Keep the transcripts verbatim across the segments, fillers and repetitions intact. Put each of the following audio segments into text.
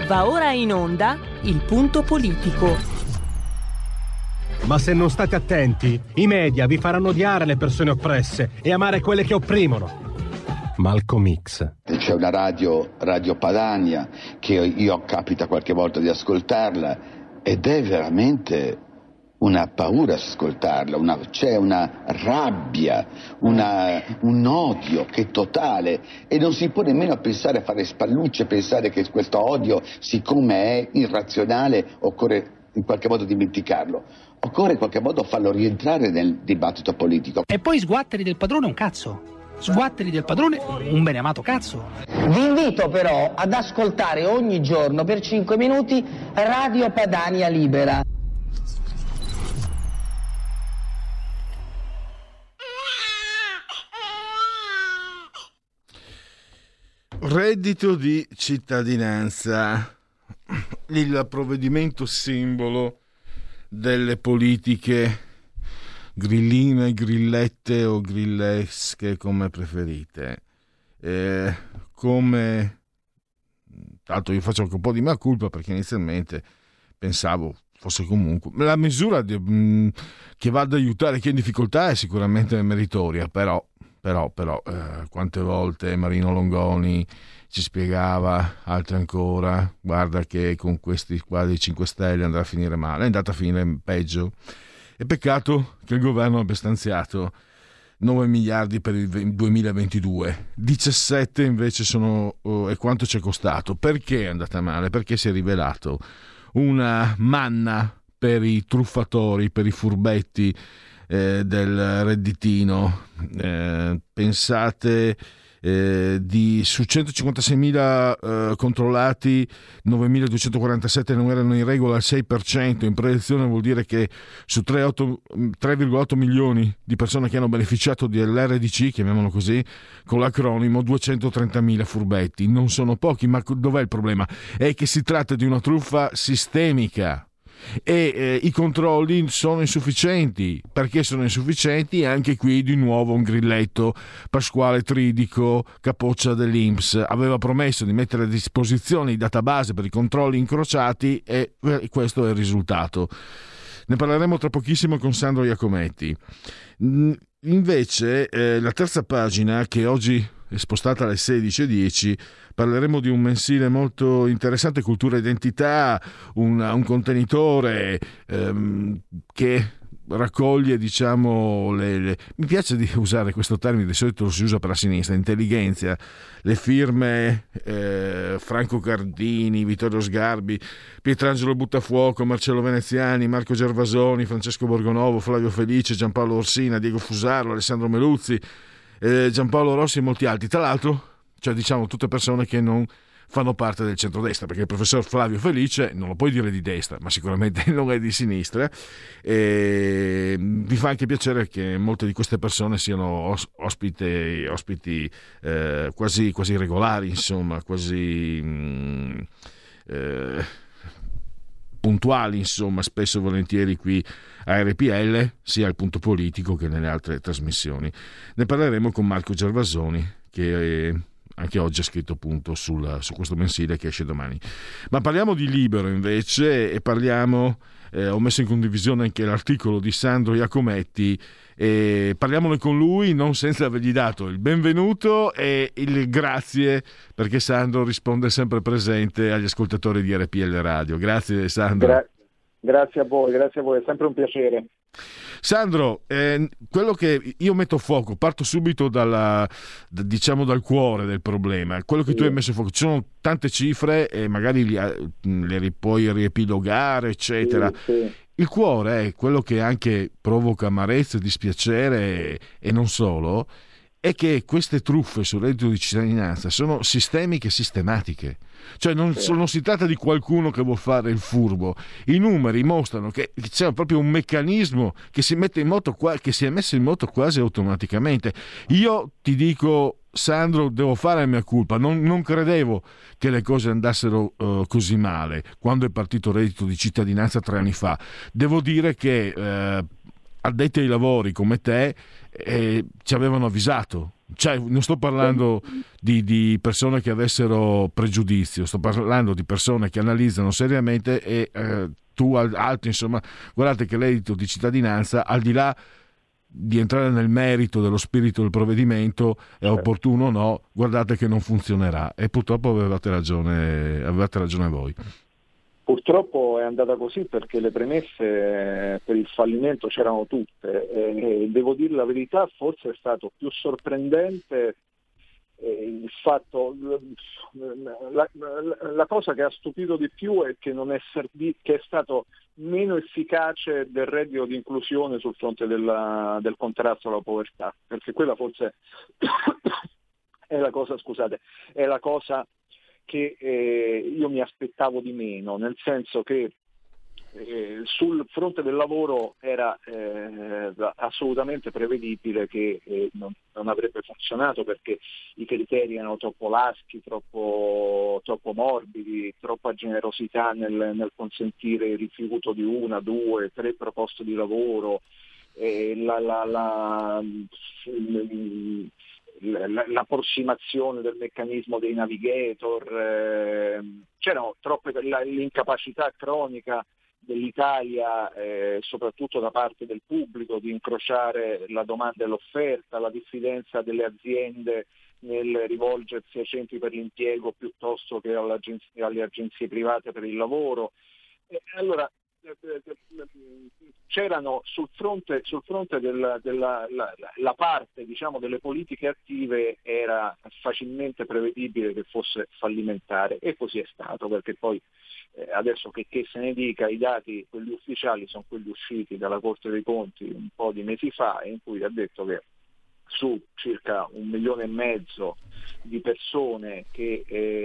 Va ora in onda Il Punto Politico. Ma se non state attenti, i media vi faranno odiare le persone oppresse e amare quelle che opprimono. Malcolm X. C'è una radio, Radio Padania, che io capita qualche volta di ascoltarla ed è veramente una paura ascoltarla, una, c'è una rabbia, una, un odio che è totale e non si può nemmeno pensare a fare spallucce, pensare che questo odio, siccome è irrazionale, occorre in qualche modo dimenticarlo, occorre in qualche modo farlo rientrare nel dibattito politico. E poi sguatteri del padrone un cazzo, sguatteri del padrone un beneamato cazzo. Vi invito però ad ascoltare ogni giorno per cinque minuti Radio Padania Libera. Reddito di cittadinanza, il provvedimento simbolo delle politiche grilline, grillette o grillesche, come preferite. Eh, come tanto io faccio anche un po' di mea culpa, perché inizialmente pensavo fosse comunque la misura di, mh, che va ad aiutare chi è in difficoltà è sicuramente meritoria, però Però, però eh, quante volte Marino Longoni ci spiegava, altre ancora, guarda che con questi qua dei cinque Stelle andrà a finire male, è andata a finire peggio. E peccato che il governo abbia stanziato nove miliardi per il duemilaventidue, diciassette invece sono oh, e quanto ci è costato. Perché è andata male? Perché si è rivelato una manna per i truffatori, per i furbetti Eh, del redditino. Eh, pensate eh, di su centocinquantaseimila eh, controllati, novemiladuecentoquarantasette non erano in regola al sei per cento. In proiezione vuol dire che su tre virgola otto milioni di persone che hanno beneficiato dell'R D C, chiamiamolo così con l'acronimo, duecentotrentamila furbetti. Non sono pochi, ma dov'è il problema? È che si tratta di una truffa sistemica e eh, i controlli sono insufficienti. Perché sono insufficienti? Anche qui di nuovo un grilletto. Pasquale Tridico, capoccia dell'I N P S, aveva promesso di mettere a disposizione i database per i controlli incrociati e eh, questo è il risultato. Ne parleremo tra pochissimo con Sandro Iacometti. Invece eh, la terza pagina, che oggi è spostata alle sedici e dieci, parleremo di un mensile molto interessante, Cultura e Identità, un, un contenitore ehm, che raccoglie, diciamo, le, le... mi piace di usare questo termine, di solito lo si usa per la sinistra, intelligenza, le firme eh, Franco Cardini, Vittorio Sgarbi, Pietrangelo Buttafuoco, Marcello Veneziani, Marco Gervasoni, Francesco Borgonovo, Flavio Felice, Giampaolo Orsina, Diego Fusaro, Alessandro Meluzzi, eh, Giampaolo Rossi e molti altri. Tra l'altro, cioè diciamo tutte persone che non fanno parte del centrodestra, perché il professor Flavio Felice non lo puoi dire di destra, ma sicuramente non è di sinistra. E vi fa anche piacere che molte di queste persone siano ospiti, ospiti eh, quasi, quasi regolari, insomma, quasi mh, eh, puntuali, insomma, spesso e volentieri qui a R P L, sia al Punto Politico che nelle altre trasmissioni. Ne parleremo con Marco Gervasoni, che è anche oggi ha scritto appunto sul, su questo mensile che esce domani. Ma parliamo di Libero invece, e parliamo, eh, ho messo in condivisione anche l'articolo di Sandro Iacometti, e parliamone con lui, non senza avergli dato il benvenuto e il grazie, perché Sandro risponde sempre presente agli ascoltatori di R P L Radio. Grazie Sandro. Gra- grazie a voi, grazie a voi, è sempre un piacere. Sandro, eh, quello che io metto a fuoco, parto subito dalla, d- diciamo dal cuore del problema, quello che sì. tu hai messo a fuoco. Ci sono tante cifre e magari li, le puoi riepilogare, eccetera. Sì, sì. Il cuore è quello che anche provoca amarezza, dispiacere e, e non solo, è che queste truffe sul reddito di cittadinanza sono sistemiche e sistematiche. Cioè non, sì. non si tratta di qualcuno che vuol fare il furbo. I numeri mostrano che c'è proprio un meccanismo che si mette in moto, che si è messo in moto quasi automaticamente. Io ti dico, Sandro, devo fare la mia colpa, non, non credevo che le cose andassero uh, così male quando è partito il reddito di cittadinanza tre anni fa. Devo dire che uh, addetti ai lavori come te eh, ci avevano avvisato. Cioè, non sto parlando di, di persone che avessero pregiudizio, sto parlando di persone che analizzano seriamente e eh, tu altri, insomma, guardate che l'edito di cittadinanza, al di là di entrare nel merito dello spirito del provvedimento, è opportuno o no, guardate che non funzionerà, e purtroppo avevate ragione, avevate ragione voi. Purtroppo è andata così perché le premesse per il fallimento c'erano tutte e devo dire la verità, forse è stato più sorprendente il fatto, la, la, la cosa che ha stupito di più è che non è servito, che è stato meno efficace del reddito di inclusione sul fronte della, del contrasto alla povertà, perché quella forse è la cosa, scusate, è la cosa che eh, io mi aspettavo di meno, nel senso che eh, sul fronte del lavoro era eh, assolutamente prevedibile che eh, non, non avrebbe funzionato, perché i criteri erano troppo laschi, troppo, troppo morbidi, troppa generosità nel, nel consentire il rifiuto di una, due, tre proposte di lavoro, eh, la, la, la, l'approssimazione del meccanismo dei navigator, eh, c'erano troppe, l'incapacità cronica dell'Italia, eh, soprattutto da parte del pubblico, di incrociare la domanda e l'offerta, la diffidenza delle aziende nel rivolgersi ai centri per l'impiego piuttosto che alle agenzie private per il lavoro. E allora c'erano sul fronte, sul fronte della, della la, la parte, diciamo, delle politiche attive era facilmente prevedibile che fosse fallimentare, e così è stato, perché poi eh, adesso che, che se ne dica, i dati, quelli ufficiali, sono quelli usciti dalla Corte dei Conti un po' di mesi fa, in cui ha detto che su circa un milione e mezzo di persone che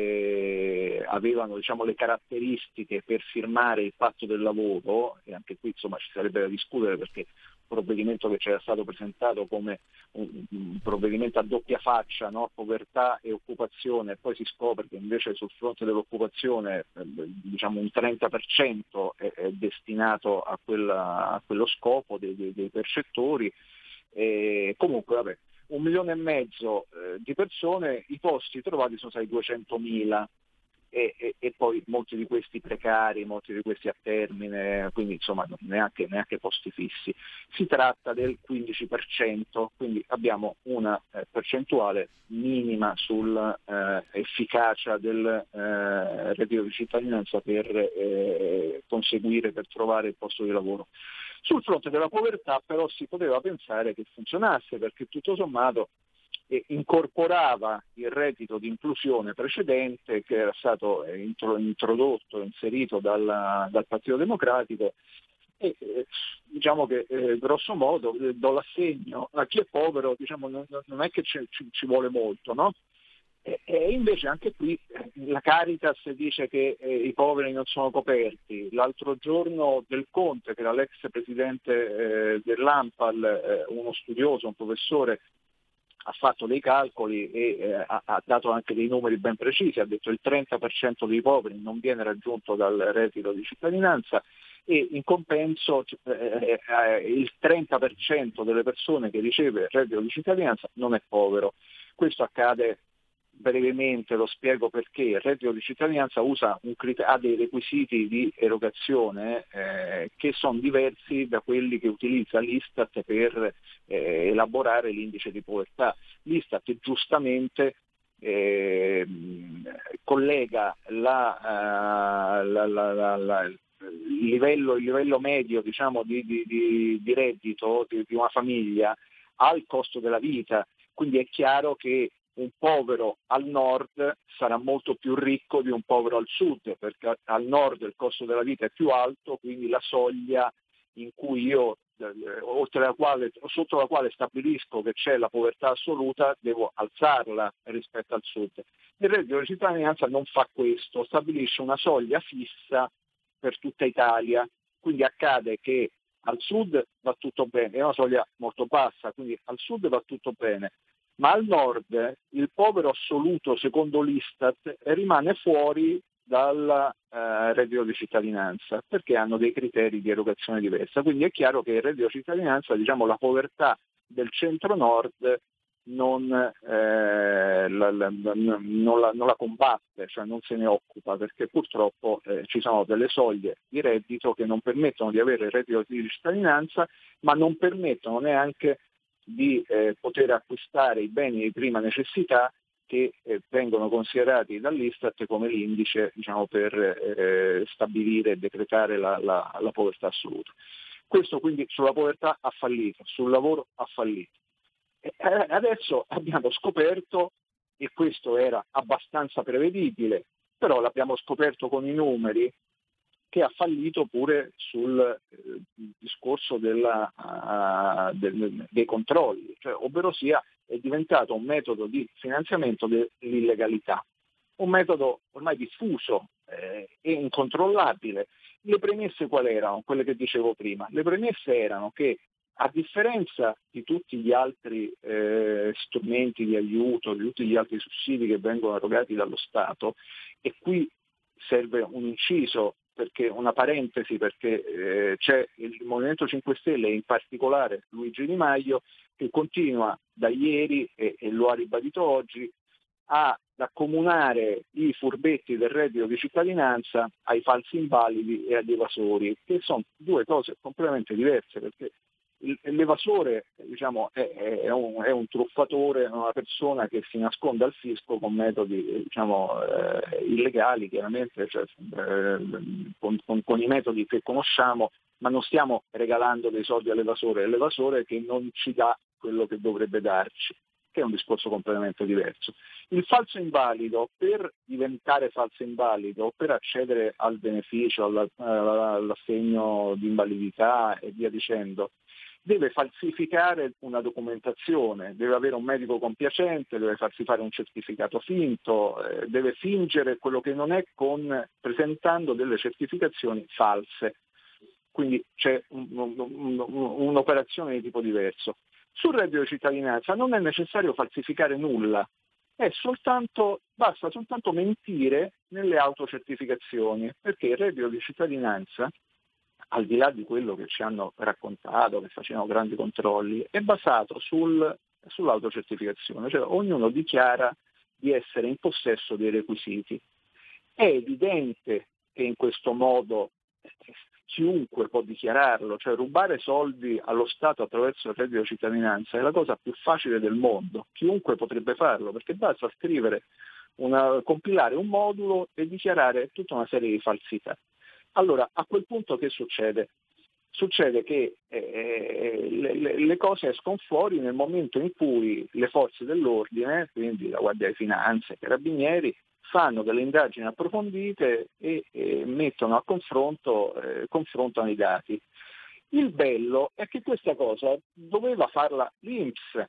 eh, avevano, diciamo, le caratteristiche per firmare il patto del lavoro, e anche qui insomma ci sarebbe da discutere, perché un provvedimento che c'era stato presentato come un, un provvedimento a doppia faccia, no? Povertà e occupazione, e poi si scopre che invece sul fronte dell'occupazione eh, diciamo un trenta per cento è, è destinato a, quella, a quello scopo dei, dei, dei percettori. E comunque vabbè, un milione e mezzo eh, di persone, i posti trovati sono stati duecentomila e, e, e poi molti di questi precari, molti di questi a termine, quindi insomma neanche, neanche posti fissi. Si tratta del quindici per cento, quindi abbiamo una eh, percentuale minima sull'efficacia eh, del eh, reddito di cittadinanza per eh, conseguire, per trovare il posto di lavoro. Sul fronte della povertà però si poteva pensare che funzionasse, perché tutto sommato eh, incorporava il reddito di inclusione precedente che era stato eh, intro, introdotto, inserito dal, dal Partito Democratico, e eh, diciamo che eh, grosso modo eh, do l'assegno a chi è povero, diciamo, non, non è che ci, ci, ci vuole molto, no? E invece anche qui la Caritas dice che eh, i poveri non sono coperti. L'altro giorno Del Conte, che era l'ex presidente eh, dell'ANPAL, eh, uno studioso, un professore, ha fatto dei calcoli e eh, ha, ha dato anche dei numeri ben precisi, ha detto che il trenta per cento dei poveri non viene raggiunto dal reddito di cittadinanza, e in compenso eh, eh, il trenta per cento delle persone che riceve il reddito di cittadinanza non è povero. Questo accade, brevemente lo spiego perché: il reddito di cittadinanza usa un criterio, ha dei requisiti di erogazione eh, che sono diversi da quelli che utilizza l'Istat per eh, elaborare l'indice di povertà. L'Istat giustamente eh, collega la, uh, la, la, la, la, il, livello, il livello medio, diciamo, di, di, di, di reddito di, di una famiglia al costo della vita, quindi è chiaro che un povero al nord sarà molto più ricco di un povero al sud, perché al nord il costo della vita è più alto, quindi la soglia in cui io, eh, oltre la quale, sotto la quale stabilisco che c'è la povertà assoluta, devo alzarla rispetto al sud. Il reddito di cittadinanza non fa questo, stabilisce una soglia fissa per tutta Italia, quindi accade che al sud va tutto bene, è una soglia molto bassa, quindi al sud va tutto bene, ma al nord il povero assoluto secondo l'Istat rimane fuori dal eh, reddito di cittadinanza, perché hanno dei criteri di erogazione diversa. Quindi è chiaro che il reddito di cittadinanza, diciamo, la povertà del centro-nord non, eh, la, la, non, la, non la combatte, cioè non se ne occupa, perché purtroppo eh, ci sono delle soglie di reddito che non permettono di avere il reddito di cittadinanza, ma non permettono neanche di eh, poter acquistare i beni di prima necessità che eh, vengono considerati dall'Istat come l'indice, diciamo, per eh, stabilire e decretare la, la, la povertà assoluta. Questo quindi sulla povertà ha fallito, sul lavoro ha fallito. E adesso abbiamo scoperto, e questo era abbastanza prevedibile, però l'abbiamo scoperto con i numeri, che ha fallito pure sul eh, discorso della, uh, del, dei controlli, cioè, ovvero sia è diventato un metodo di finanziamento dell'illegalità, un metodo ormai diffuso eh, e incontrollabile. Le premesse quali erano? Quelle che dicevo prima. Le premesse erano che, a differenza di tutti gli altri eh, strumenti di aiuto, di tutti gli altri sussidi che vengono erogati dallo Stato, e qui serve un inciso, perché una parentesi, perché eh, c'è il Movimento cinque Stelle e in particolare Luigi Di Maio che continua da ieri, e, e lo ha ribadito oggi, ad accomunare i furbetti del reddito di cittadinanza ai falsi invalidi e agli evasori, che sono due cose completamente diverse, perché l'evasore, diciamo, è, è, un, è un truffatore, è una persona che si nasconde al fisco con metodi, diciamo, eh, illegali, chiaramente, cioè, eh, con, con, con i metodi che conosciamo, ma non stiamo regalando dei soldi all'evasore, è l'evasore che non ci dà quello che dovrebbe darci, che è un discorso completamente diverso. Il falso invalido, per diventare falso invalido, per accedere al beneficio, all'assegno di invalidità e via dicendo, deve falsificare una documentazione, deve avere un medico compiacente, deve farsi fare un certificato finto, eh, deve fingere quello che non è, con, presentando delle certificazioni false. Quindi c'è un, un, un, un'operazione di tipo diverso. Sul reddito di cittadinanza non è necessario falsificare nulla, è soltanto, basta soltanto mentire nelle autocertificazioni, perché il reddito di cittadinanza, al di là di quello che ci hanno raccontato, che facevano grandi controlli, è basato sul, sull'autocertificazione, cioè ognuno dichiara di essere in possesso dei requisiti. È evidente che in questo modo chiunque può dichiararlo, cioè rubare soldi allo Stato attraverso il reddito di cittadinanza è la cosa più facile del mondo, chiunque potrebbe farlo, perché basta scrivere, una, compilare un modulo e dichiarare tutta una serie di falsità. Allora, a quel punto che succede? Succede che eh, le, le cose escono fuori nel momento in cui le forze dell'ordine, quindi la Guardia di Finanza, i Carabinieri, fanno delle indagini approfondite e, e mettono a confronto, eh, confrontano i dati. Il bello è che questa cosa doveva farla l'I N P S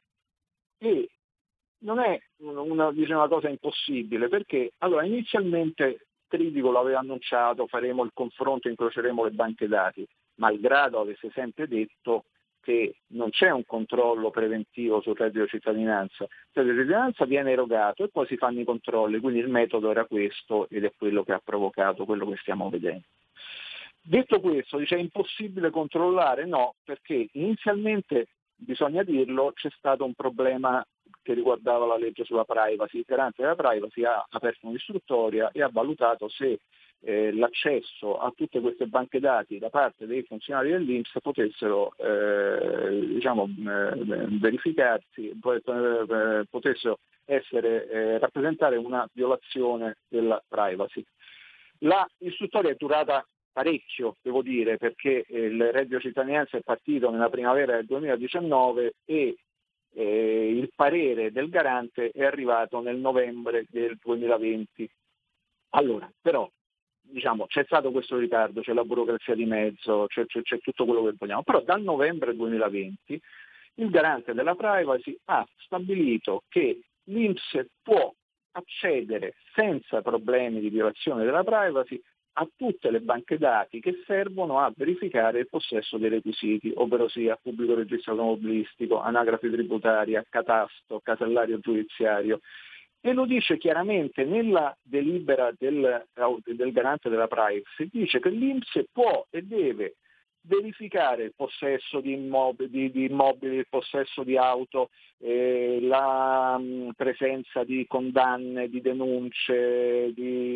e non è una, diciamo, una cosa impossibile, perché allora inizialmente Tridico l'aveva annunciato, faremo il confronto, incroceremo le banche dati, malgrado avesse sempre detto che non c'è un controllo preventivo sul reddito di cittadinanza. Il reddito di cittadinanza viene erogato e poi si fanno i controlli, quindi il metodo era questo ed è quello che ha provocato quello che stiamo vedendo. Detto questo, dice, è impossibile controllare? No, perché inizialmente, bisogna dirlo, c'è stato un problema che riguardava la legge sulla privacy. Il garante della privacy ha aperto un'istruttoria e ha valutato se eh, l'accesso a tutte queste banche dati da parte dei funzionari dell'I N P S potessero eh, diciamo, eh, verificarsi, eh, potessero essere, eh, rappresentare una violazione della privacy. La istruttoria è durata parecchio, devo dire, perché il reddito cittadinanza è partito nella primavera del duemiladiciannove e eh, il parere del garante è arrivato nel novembre del duemilaventi. Allora, però, diciamo, c'è stato questo ritardo, c'è la burocrazia di mezzo, c'è, c'è, c'è tutto quello che vogliamo, però dal novembre duemilaventi il garante della privacy ha stabilito che l'I N P S può accedere senza problemi di violazione della privacy a tutte le banche dati che servono a verificare il possesso dei requisiti, ovvero sia pubblico registro automobilistico, anagrafe tributaria, catasto, casellario giudiziario, e lo dice chiaramente nella delibera del, del garante della privacy, dice che l'I N P S può e deve verificare il possesso di immobili, di, di immobili il possesso di auto, eh, la mh, presenza di condanne, di denunce,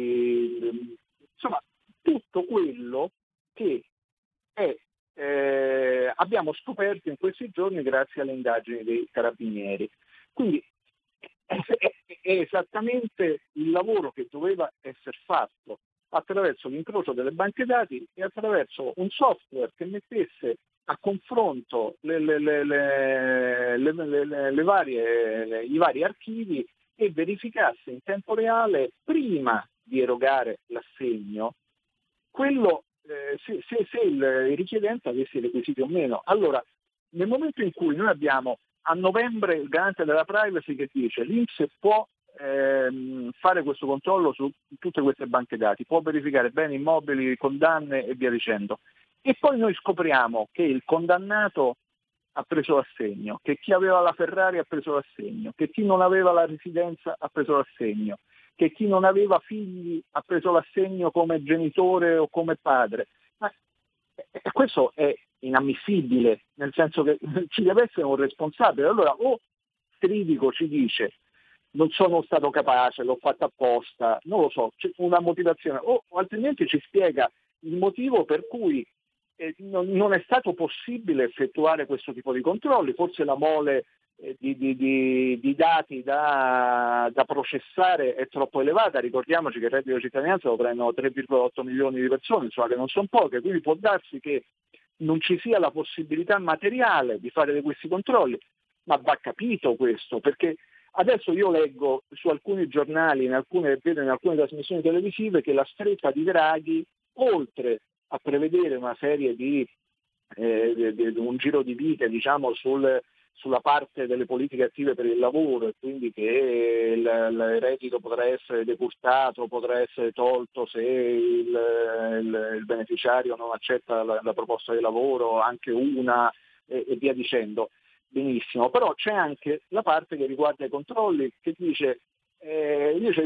di, insomma tutto quello che è, eh, abbiamo scoperto in questi giorni grazie alle indagini dei carabinieri. Quindi è, è, è esattamente il lavoro che doveva essere fatto attraverso l'incrocio delle banche dati e attraverso un software che mettesse a confronto le, le, le, le, le, le, le varie, le, i vari archivi e verificasse in tempo reale, prima di erogare l'assegno, quello eh, se, se, se il, il richiedente avesse i requisiti o meno. Allora, nel momento in cui noi abbiamo a novembre il garante della privacy che dice l'I N P S può ehm, fare questo controllo su tutte queste banche dati, può verificare beni immobili, condanne e via dicendo, e poi noi scopriamo che il condannato ha preso l'assegno, che chi aveva la Ferrari ha preso l'assegno, che chi non aveva la residenza ha preso l'assegno, che chi non aveva figli ha preso l'assegno come genitore o come padre. Ma questo è inammissibile, nel senso che ci deve essere un responsabile. Allora o Tridico ci dice non sono stato capace, l'ho fatto apposta, non lo so, c'è una motivazione, o altrimenti ci spiega il motivo per cui eh, non, non è stato possibile effettuare questo tipo di controlli, forse la mole eh, di, di, di, di dati da, da processare è troppo elevata. Ricordiamoci che il reddito di cittadinanza lo prendono tre virgola otto milioni di persone, insomma che non sono poche, quindi può darsi che non ci sia la possibilità materiale di fare questi controlli, ma va capito questo, perché adesso io leggo su alcuni giornali, in alcune, vedo in alcune trasmissioni televisive che la stretta di Draghi, oltre a prevedere una serie di, eh, di, di un giro di vite, diciamo, sul, sulla parte delle politiche attive per il lavoro, e quindi che il, il reddito potrà essere decurtato, potrà essere tolto se il, il, il beneficiario non accetta la, la proposta di lavoro, anche una, e, e via dicendo. Benissimo, però c'è anche la parte che riguarda i controlli, che dice eh, dice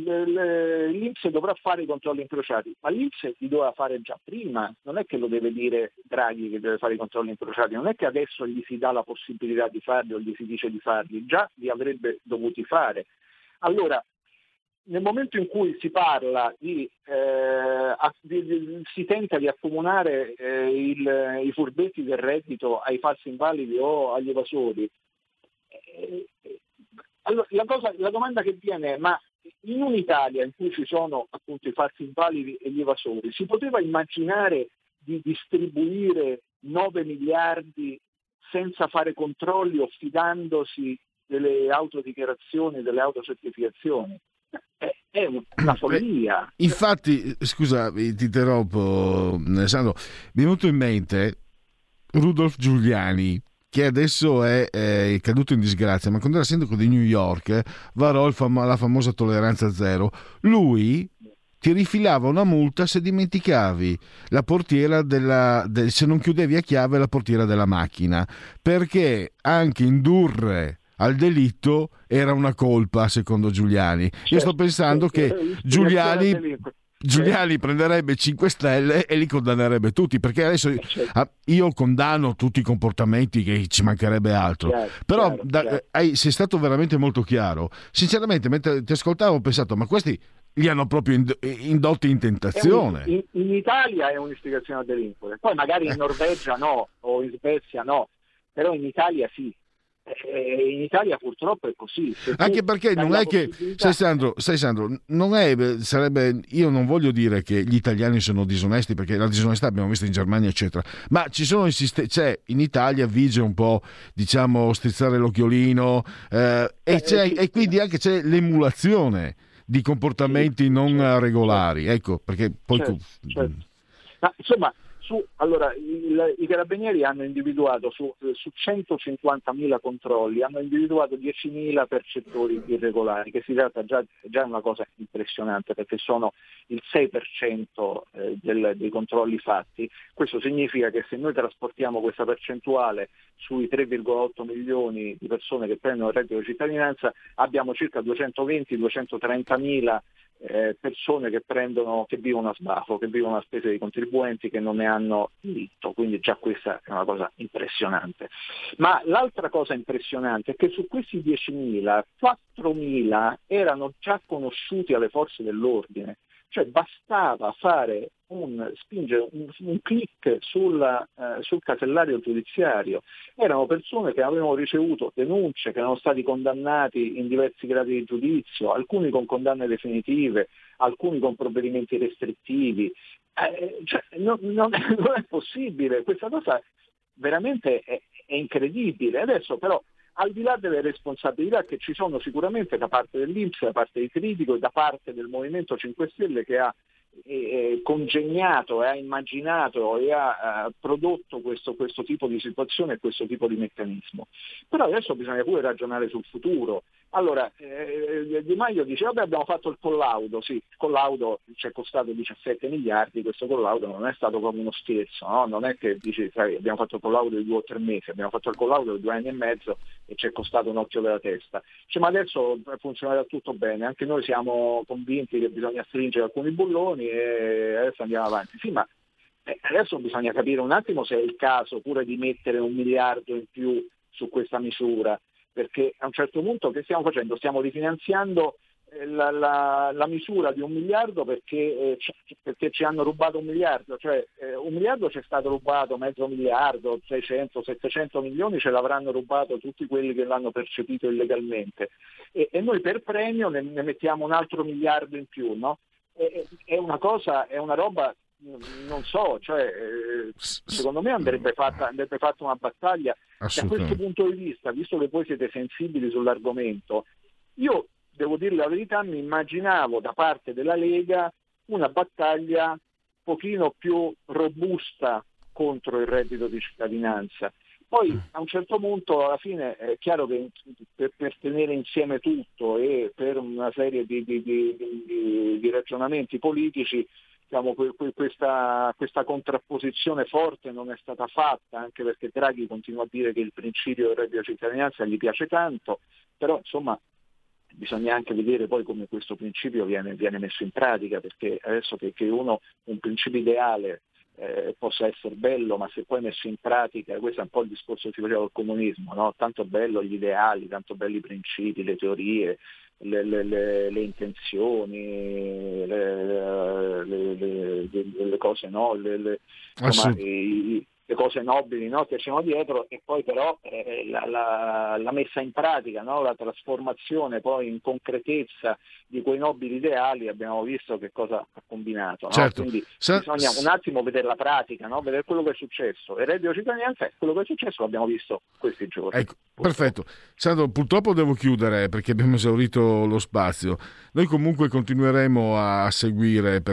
l'I N P S dovrà fare i controlli incrociati, ma l'I N P S li doveva fare già prima, non è che lo deve dire Draghi che deve fare i controlli incrociati, non è che adesso gli si dà la possibilità di farli o gli si dice di farli, già li avrebbe dovuti fare. Allora, nel momento in cui si parla di, eh, di, di si tenta di accomunare eh, il, i furbetti del reddito ai falsi invalidi o agli evasori, eh, allora, la, cosa, la domanda che viene è: ma in un'Italia in cui ci sono appunto i falsi invalidi e gli evasori, si poteva immaginare di distribuire nove miliardi senza fare controlli o fidandosi delle autodichiarazioni, delle autocertificazioni? È una follia. Eh, infatti, scusa, ti interrompo, Alessandro, mi è venuto in mente Rudolph Giuliani, che adesso è, è caduto in disgrazia, ma quando era sindaco di New York varò il fam- la famosa tolleranza zero. Lui ti rifilava una multa se dimenticavi la portiera della, de, se non chiudevi a chiave la portiera della macchina, perché anche indurre al delitto era una colpa, secondo Giuliani. Certo, Io sto pensando certo, che Giuliani, Giuliani prenderebbe cinque stelle e li condannerebbe tutti, perché adesso certo. io condanno tutti i comportamenti, che ci mancherebbe altro, certo, però certo, da, certo. Hai, sei stato veramente molto chiaro. Sinceramente, mentre ti ascoltavo ho pensato, ma questi li hanno proprio indotti in tentazione. In, in Italia è un'istigazione a delinquere, poi magari in Norvegia no, o in Svezia no, però in Italia sì. In Italia purtroppo è così. Se anche perché non è che sai Sandro, sai Sandro, non è, sarebbe, io non voglio dire che gli italiani sono disonesti, perché la disonestà abbiamo visto in Germania eccetera, ma ci sono insiste- c'è in Italia vige un po', diciamo, strizzare l'occhiolino eh, e, eh, c'è, sì, e quindi anche c'è l'emulazione di comportamenti sì, non certo, regolari, ecco perché poi certo, certo. Ma insomma Su, allora, il, i carabinieri hanno individuato su, su centocinquantamila controlli, hanno individuato diecimila percettori irregolari, che si tratta già di una cosa impressionante, perché sono il sei per cento eh, del, dei controlli fatti. Questo significa che se noi trasportiamo questa percentuale sui tre virgola otto milioni di persone che prendono il reddito di cittadinanza, abbiamo circa duecentoventi duecentotrentamila Eh, persone che prendono, che vivono a sbafo, che vivono a spese dei contribuenti, che non ne hanno diritto, quindi già questa è una cosa impressionante. Ma l'altra cosa impressionante è che su questi diecimila, quattromila erano già conosciuti alle forze dell'ordine, cioè bastava fare un spingere un, un click sulla, eh, sul casellario giudiziario. Erano persone che avevano ricevuto denunce, che erano stati condannati in diversi gradi di giudizio, alcuni con condanne definitive, alcuni con provvedimenti restrittivi. Eh, cioè, non, non, è, non è possibile, questa cosa veramente è, è incredibile. Adesso però, al di là delle responsabilità che ci sono sicuramente da parte dell'I N P S, da parte di Critico e da parte del Movimento cinque Stelle, che ha eh, congegnato e ha immaginato e ha eh, prodotto questo, questo tipo di situazione e questo tipo di meccanismo. Però adesso bisogna pure ragionare sul futuro. Allora, eh, Di Maio dice, vabbè, abbiamo fatto il collaudo. Sì, il collaudo ci è costato diciassette miliardi, questo collaudo non è stato proprio uno scherzo, no? Non è che dici, sai, abbiamo fatto il collaudo di due o tre mesi, abbiamo fatto il collaudo di due anni e mezzo e ci è costato un occhio della testa. Cioè, ma adesso funzionerà tutto bene, anche noi siamo convinti che bisogna stringere alcuni bulloni e adesso andiamo avanti. Sì, ma eh, adesso bisogna capire un attimo se è il caso pure di mettere un miliardo in più su questa misura, perché a un certo punto che stiamo facendo? Stiamo rifinanziando eh, la, la, la misura di un miliardo perché, eh, c- perché ci hanno rubato un miliardo, cioè eh, un miliardo ci è stato rubato, mezzo miliardo, seicento settecento milioni ce l'avranno rubato tutti quelli che l'hanno percepito illegalmente e, e noi per premio ne, ne mettiamo un altro miliardo in più, no? E, è una cosa, è una roba, non so, cioè eh, secondo me andrebbe fatta, andrebbe fatta una battaglia. Da questo punto di vista, visto che voi siete sensibili sull'argomento, io devo dire la verità, mi immaginavo da parte della Lega una battaglia un pochino più robusta contro il reddito di cittadinanza. Poi a un certo punto, alla fine, è chiaro che per, per tenere insieme tutto e per una serie di, di, di, di, di ragionamenti politici, diciamo, questa, questa contrapposizione forte non è stata fatta, anche perché Draghi continua a dire che il principio del reddito di cittadinanza gli piace tanto, però insomma bisogna anche vedere poi come questo principio viene, viene messo in pratica, perché adesso che, che uno un principio ideale eh, possa essere bello, ma se poi messo in pratica, questo è un po' il discorso che si faceva col comunismo, no? Tanto bello gli ideali, tanto belli i principi, le teorie, Le, le, le, le intenzioni, le, le, le, le cose, no? le, le, insomma, i, le cose nobili, no? Che c'erano dietro, e poi però eh, la, la, la messa in pratica, no? La trasformazione poi in concretezza di quei nobili ideali, abbiamo visto che cosa ha combinato, no? Certo. Quindi Sa- bisogna un attimo vedere la pratica, no? Vedere quello che è successo. Il reddito di cittadinanza è quello che è successo, l'abbiamo visto questi giorni. Ecco, perfetto. Sandro, purtroppo devo chiudere perché abbiamo esaurito lo spazio. Noi comunque continueremo a seguire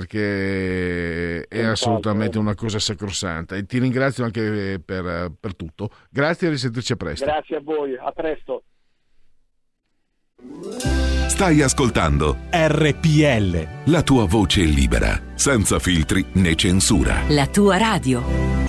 perché è assolutamente una cosa sacrosanta e ti ringrazio anche per, per tutto. Grazie e risentirci a presto. Grazie a voi, a presto. Stai ascoltando R P L, la tua voce libera, senza filtri né censura. La tua radio.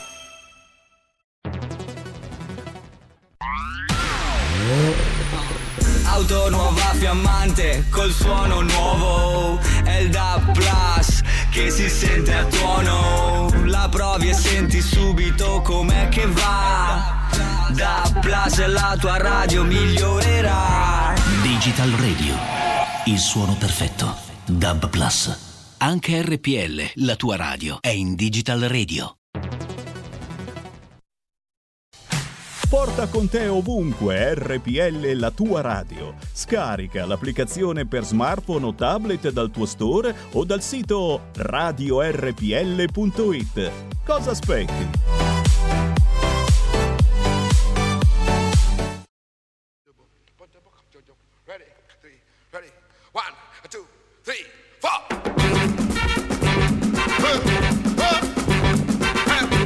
Auto nuova fiammante col suono nuovo, è il D A B Plus che si sente a tuono, la provi e senti subito com'è che va. D A B Plus, la tua radio migliorerà. Digital Radio, il suono perfetto. D A B Plus. Anche R P L, la tua radio, è in Digital Radio. Porta con te ovunque R P L, la tua radio. Scarica l'applicazione per smartphone o tablet dal tuo store o dal sito radio erre pi elle punto it. Cosa aspetti? Ready, three, ready, one, two, three, four. Uh, uh, uh.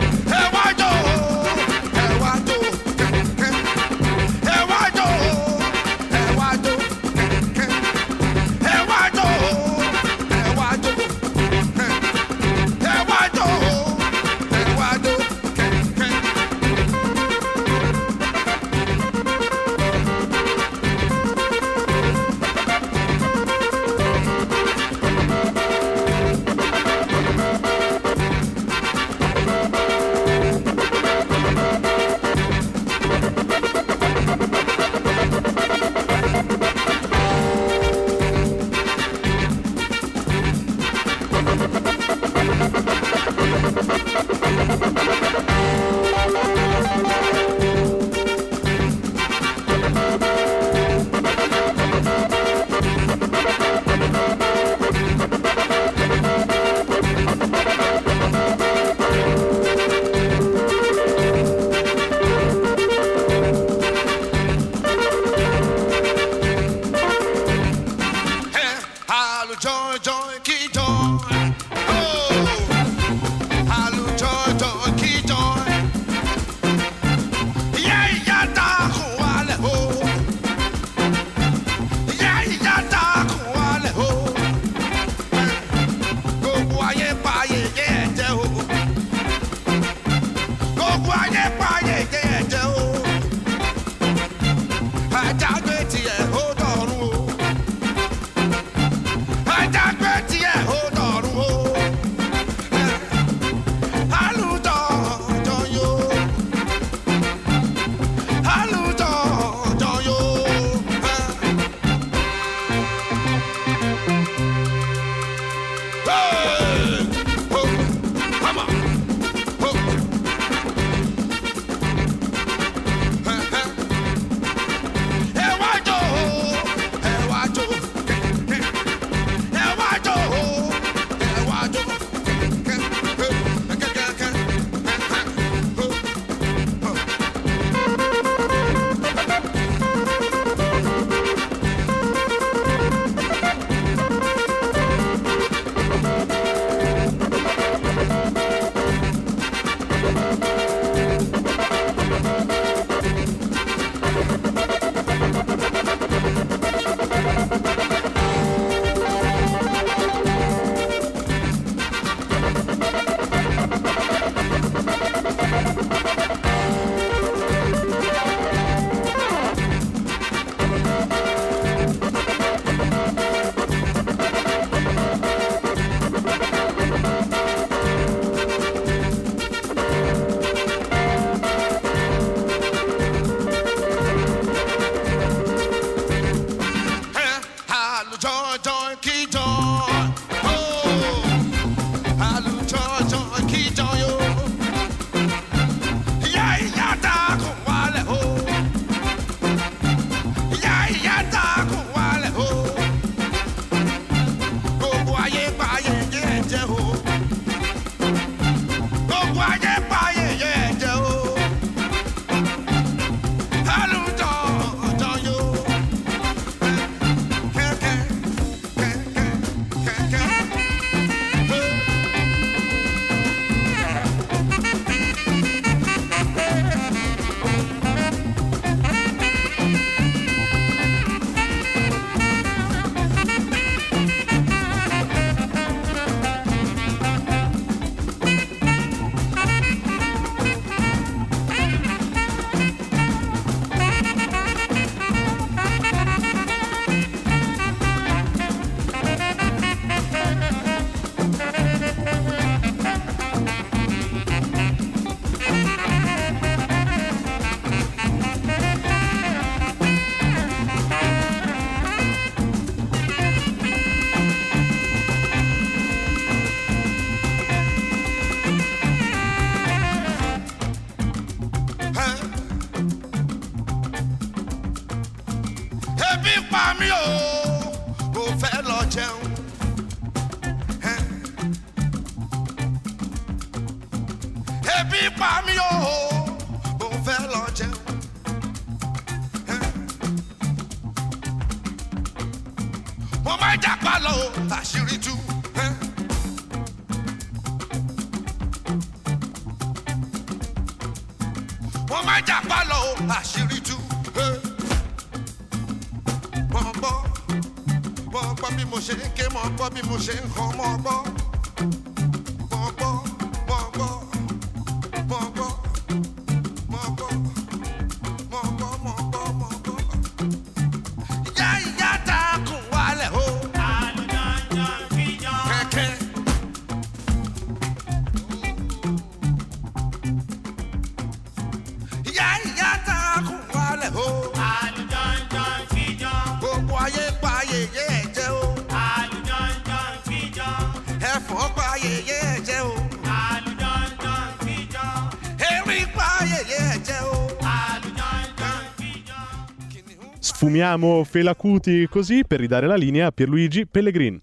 Sfumiamo Fela Kuti così per ridare la linea a Pierluigi Pellegrin.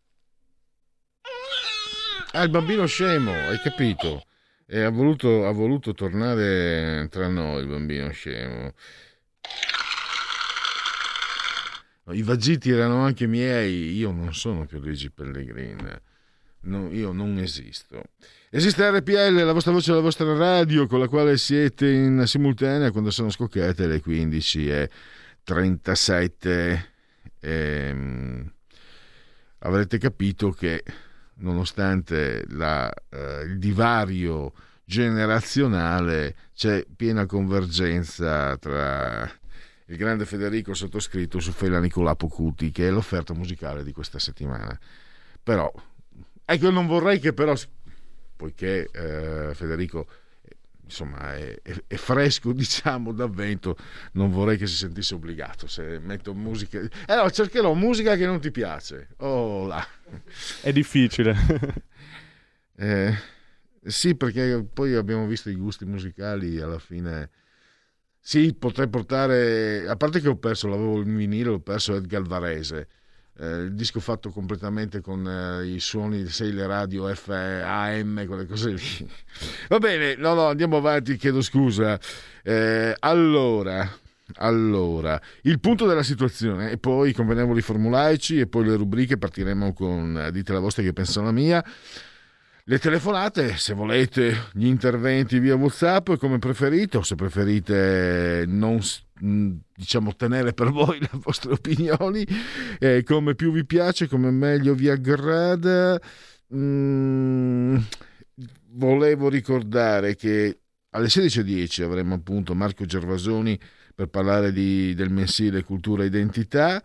Ah, il bambino scemo, hai capito? E ha voluto, ha voluto tornare tra noi, il bambino scemo. I vagiti erano anche miei, io non sono Pierluigi Pellegrin, no, io non esisto. Esiste R P L, la vostra voce, la vostra radio, con la quale siete in simultanea quando sono scoccate le quindici e trentasette. Ehm, avrete capito che nonostante la, eh, il divario generazionale c'è piena convergenza tra il grande Federico sottoscritto su Fela Nicolà Pocuti, che è l'offerta musicale di questa settimana. Però ecco, non vorrei che però, poiché eh, Federico insomma è, è, è fresco, diciamo, d'avvento, non vorrei che si sentisse obbligato se metto musica. Eh no, cercherò musica che non ti piace. Oh là. È difficile. eh, sì, perché poi abbiamo visto i gusti musicali alla fine. Sì, potrei portare, a parte che ho perso, l'avevo in vinile, ho perso Edgar Varese, eh, il disco fatto completamente con eh, i suoni, sei le radio F A M, quelle cose lì. Va bene, no no, andiamo avanti, chiedo scusa. Eh, allora, allora, il punto della situazione, e poi i convenevoli formulaici, e poi le rubriche, partiremo con dite la vostra che penso la mia. Le telefonate, se volete, gli interventi via WhatsApp, come preferite, o se preferite non, diciamo, tenere per voi le vostre opinioni, eh, come più vi piace, come meglio vi aggrada. Mm, volevo ricordare che alle sedici e dieci avremo appunto Marco Gervasoni per parlare di, del mensile Cultura e Identità,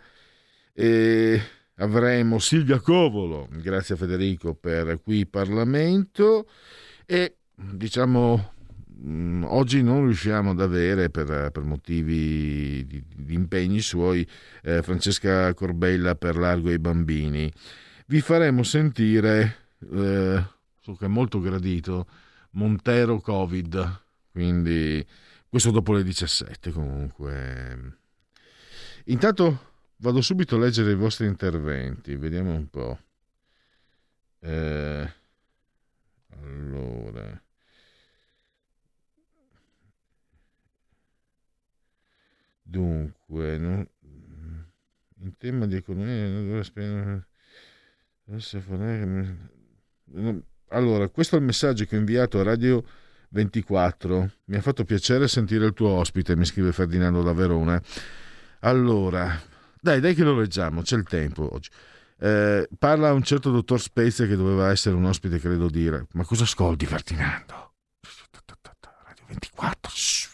e avremo Silvia Covolo, grazie a Federico, per Qui Parlamento, e diciamo mh, oggi non riusciamo ad avere per, per motivi di, di impegni suoi eh, Francesca Corbella per Largo ai bambini. Vi faremo sentire, eh, so che è molto gradito, Montero Covid, quindi questo dopo le diciassette comunque. Intanto vado subito a leggere i vostri interventi, vediamo un po'. Eh, allora, Dunque, no? In tema di economia, non dovrei spendere... Allora, questo è il messaggio che ho inviato a Radio ventiquattro. Mi ha fatto piacere sentire il tuo ospite, mi scrive Ferdinando da Verona. Allora, dai, dai che lo leggiamo, c'è il tempo oggi. Eh, parla un certo dottor Spezia che doveva essere un ospite, credo dire. Ma cosa ascolti, Ferdinando? Radio ventiquattro.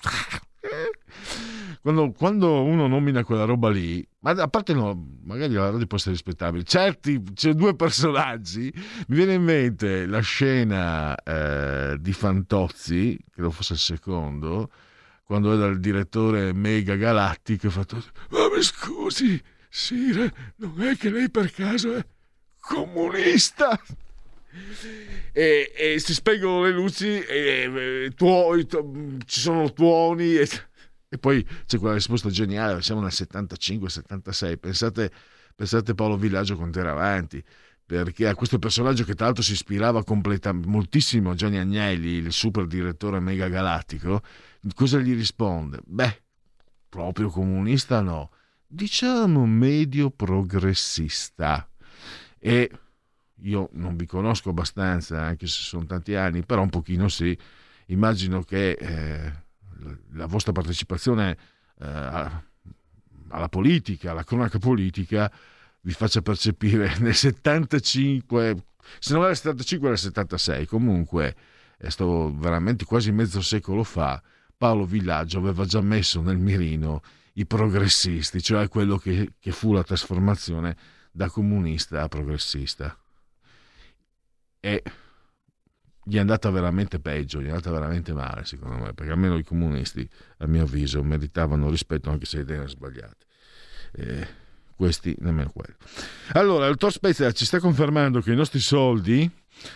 Quando, quando uno nomina quella roba lì, ma a parte no, magari la radio può essere rispettabile, certi, c'è due personaggi, mi viene in mente la scena eh, di Fantozzi, credo fosse il secondo, quando è dal direttore Mega Galattico e fa tutto, ma mi scusi Sire, non è che lei per caso è comunista? E, e si spengono le luci e, e tuo, tu, ci sono tuoni e, e poi c'è quella risposta geniale, siamo nel settantacinque settantasei, pensate, pensate Paolo Villaggio quanto era avanti, perché a questo personaggio che tra l'altro si ispirava completamente moltissimo a Gianni Agnelli, il super direttore Mega Galattico, cosa gli risponde? Beh, proprio comunista no, diciamo medio progressista. E io non vi conosco abbastanza, anche se sono tanti anni, però un pochino sì. Immagino che eh, la vostra partecipazione eh, alla politica, alla cronaca politica, vi faccia percepire nel settantacinque, se non era il settantacinque era il settantasei, comunque è stato veramente quasi mezzo secolo fa, Paolo Villaggio aveva già messo nel mirino i progressisti, cioè quello che, che fu la trasformazione da comunista a progressista. E gli è andata veramente peggio, gli è andata veramente male secondo me, perché almeno i comunisti a mio avviso meritavano rispetto anche se le idee erano sbagliate, eh, questi nemmeno quello. Allora il dottor Spezia ci sta confermando che i nostri soldi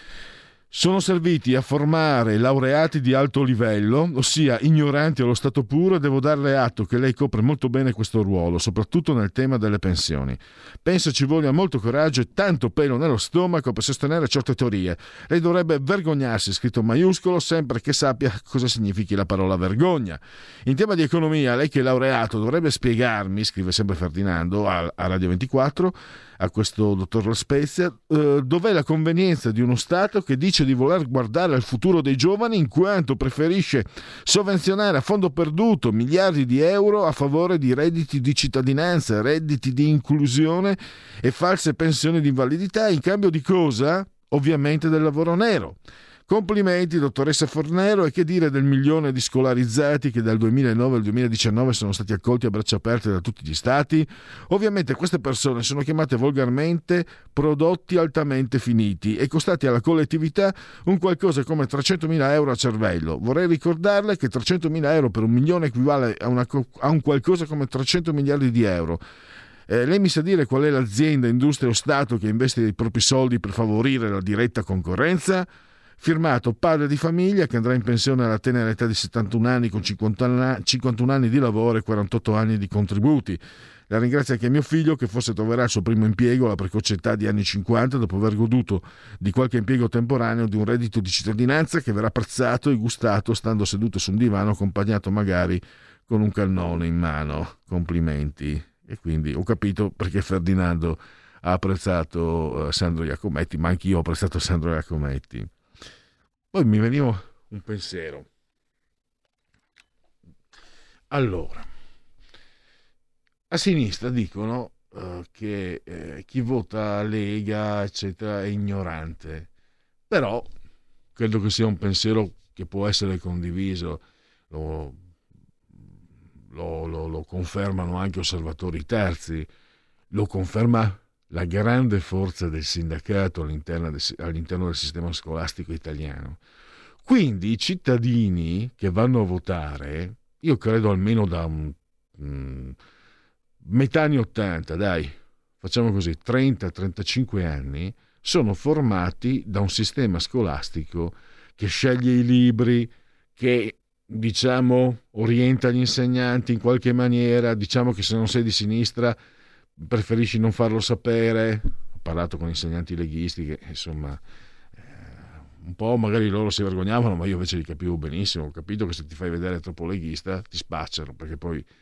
sono serviti a formare laureati di alto livello, ossia ignoranti allo stato puro, e devo darle atto che lei copre molto bene questo ruolo, soprattutto nel tema delle pensioni. Penso ci voglia molto coraggio e tanto pelo nello stomaco per sostenere certe teorie. Lei dovrebbe vergognarsi, scritto maiuscolo, sempre che sappia cosa significhi la parola vergogna. In tema di economia, lei che è laureato dovrebbe spiegarmi, scrive sempre Ferdinando a, a Radio ventiquattro, a questo dottor La Spezia, eh, dov'è la convenienza di uno Stato che dice di voler guardare al futuro dei giovani in quanto preferisce sovvenzionare a fondo perduto miliardi di euro a favore di redditi di cittadinanza, redditi di inclusione e false pensioni di invalidità, in cambio di cosa? Ovviamente del lavoro nero. Complimenti dottoressa Fornero, e che dire del milione di scolarizzati che dal duemilanove al duemiladiciannove sono stati accolti a braccia aperte da tutti gli stati? Ovviamente queste persone sono chiamate volgarmente prodotti altamente finiti e costati alla collettività un qualcosa come trecentomila euro a cervello. Vorrei ricordarle che trecentomila euro per un milione equivale a, una, a un qualcosa come trecento miliardi di euro. Eh, lei mi sa dire qual è l'azienda, industria o Stato che investe i propri soldi per favorire la diretta concorrenza? Firmato padre di famiglia che andrà in pensione alla tenera età di settantuno anni con cinquantuno anni di lavoro e quarantotto anni di contributi. La ringrazio anche mio figlio che forse troverà il suo primo impiego alla precoce età di anni cinquanta dopo aver goduto di qualche impiego temporaneo di un reddito di cittadinanza che verrà apprezzato e gustato stando seduto su un divano accompagnato magari con un cannone in mano. Complimenti. E quindi ho capito perché Ferdinando ha apprezzato Sandro Iacometti, ma anch'io ho apprezzato Sandro Iacometti. Poi mi veniva un pensiero. Allora, a sinistra dicono uh, che eh, chi vota Lega, eccetera, è ignorante. Però credo che sia un pensiero che può essere condiviso. Lo, lo, lo, lo confermano anche osservatori terzi. Lo conferma la grande forza del sindacato all'interno del, all'interno del sistema scolastico italiano. Quindi i cittadini che vanno a votare, io credo almeno da um, um, metà anni ottanta, dai, facciamo così, trenta trentacinque anni, sono formati da un sistema scolastico che sceglie i libri, che diciamo orienta gli insegnanti in qualche maniera, diciamo che se non sei di sinistra preferisci non farlo sapere. Ho parlato con insegnanti leghisti che insomma eh, un po' magari loro si vergognavano, ma io invece li capivo benissimo. Ho capito che se ti fai vedere troppo leghista ti spacciano, perché poi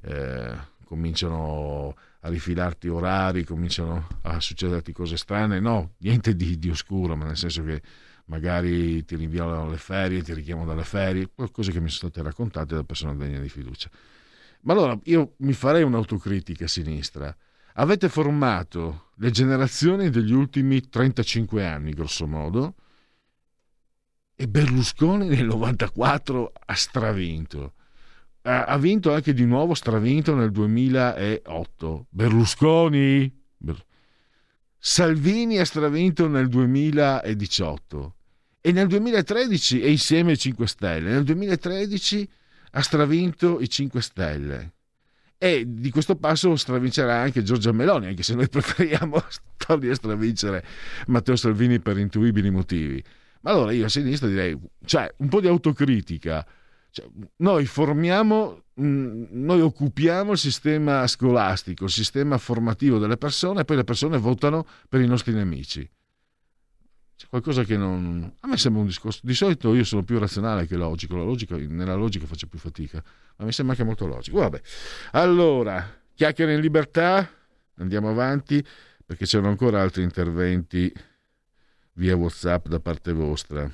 eh, cominciano a rifilarti orari, cominciano a succederti cose strane. No, niente di, di oscuro, ma nel senso che magari ti rinviano alle ferie, ti richiamano dalle ferie, cose che mi sono state raccontate da persone degne di fiducia. Ma allora io mi farei un'autocritica a sinistra. Avete formato le generazioni degli ultimi trentacinque anni, grosso modo, e Berlusconi nel novantaquattro ha stravinto. Ha vinto anche di nuovo, stravinto nel duemilaotto. Berlusconi. Salvini ha stravinto nel duemiladiciotto. E nel duemilatredici, e insieme ai cinque Stelle, nel duemilatredici ha stravinto i cinque Stelle. E di questo passo stravincerà anche Giorgia Meloni, anche se noi preferiamo tornare a stravincere Matteo Salvini per intuibili motivi. Ma allora io a sinistra direi, cioè, un po' di autocritica. Cioè, noi formiamo, mh, noi occupiamo il sistema scolastico, il sistema formativo delle persone, e poi le persone votano per i nostri nemici. C'è qualcosa che non... A me sembra un discorso... Di solito io sono più razionale che logico, la logica, nella logica faccio più fatica, ma mi sembra anche molto logico. Vabbè. Allora, chiacchiere in libertà, andiamo avanti, perché c'erano ancora altri interventi via WhatsApp da parte vostra.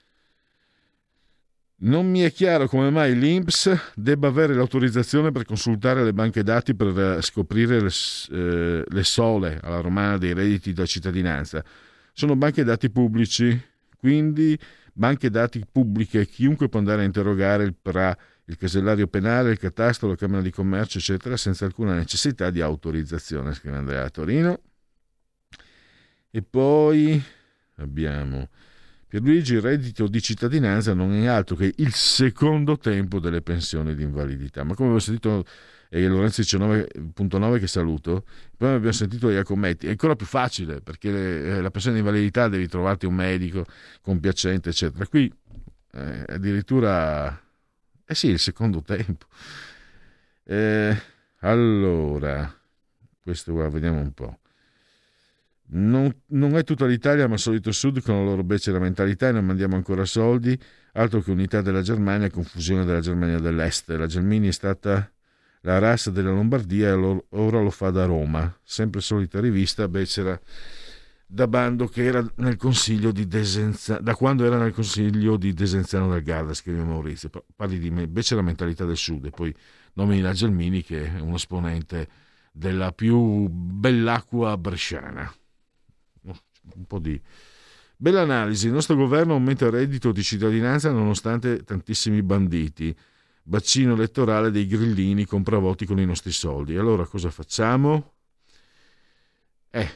Non mi è chiaro come mai l'I N P S debba avere l'autorizzazione per consultare le banche dati per scoprire le, eh, le sole alla romana dei redditi da cittadinanza. Sono banche dati pubblici, quindi banche dati pubbliche, chiunque può andare a interrogare il P R A, il casellario penale, il catasto, la Camera di Commercio, eccetera, senza alcuna necessità di autorizzazione, scrive Andrea a Torino. E poi abbiamo... Pierluigi, il reddito di cittadinanza non è altro che il secondo tempo delle pensioni di invalidità. Ma come abbiamo sentito eh, Lorenzo diciannove punto nove, che saluto, poi abbiamo sentito Iacometti, è ancora più facile, perché le, eh, la pensione di invalidità devi trovarti un medico compiacente, eccetera. Qui eh, addirittura, eh sì, il secondo tempo. Eh, allora, questo qua, vediamo un po'. Non, non è tutta l'Italia, ma il solito Sud con la loro becera mentalità, e non mandiamo ancora soldi, altro che unità della Germania e confusione della Germania dell'Est. La Gelmini è stata la razza della Lombardia e ora lo fa da Roma. Sempre solita rivista becera da bando, che era nel consiglio di Desenzano, da quando era nel consiglio di Desenzano del Garda, scrive Maurizio. Parli di becera mentalità del Sud e poi nomini la Gelmini, che è uno esponente della più bellacqua bresciana. Un po' di bella analisi. Il nostro governo aumenta il reddito di cittadinanza nonostante tantissimi banditi. Bacino elettorale dei grillini, compra voti con i nostri soldi. Allora cosa facciamo? Eh,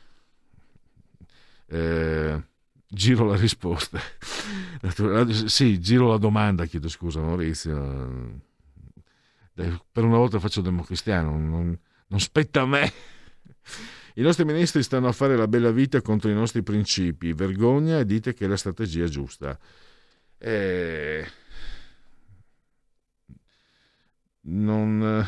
eh giro la risposta. Sì, giro la domanda, chiedo scusa Maurizio. Per una volta faccio democristiano, non, non spetta a me. I nostri ministri stanno a fare la bella vita contro i nostri principi. Vergogna, e dite che è la strategia giusta. Eh, non,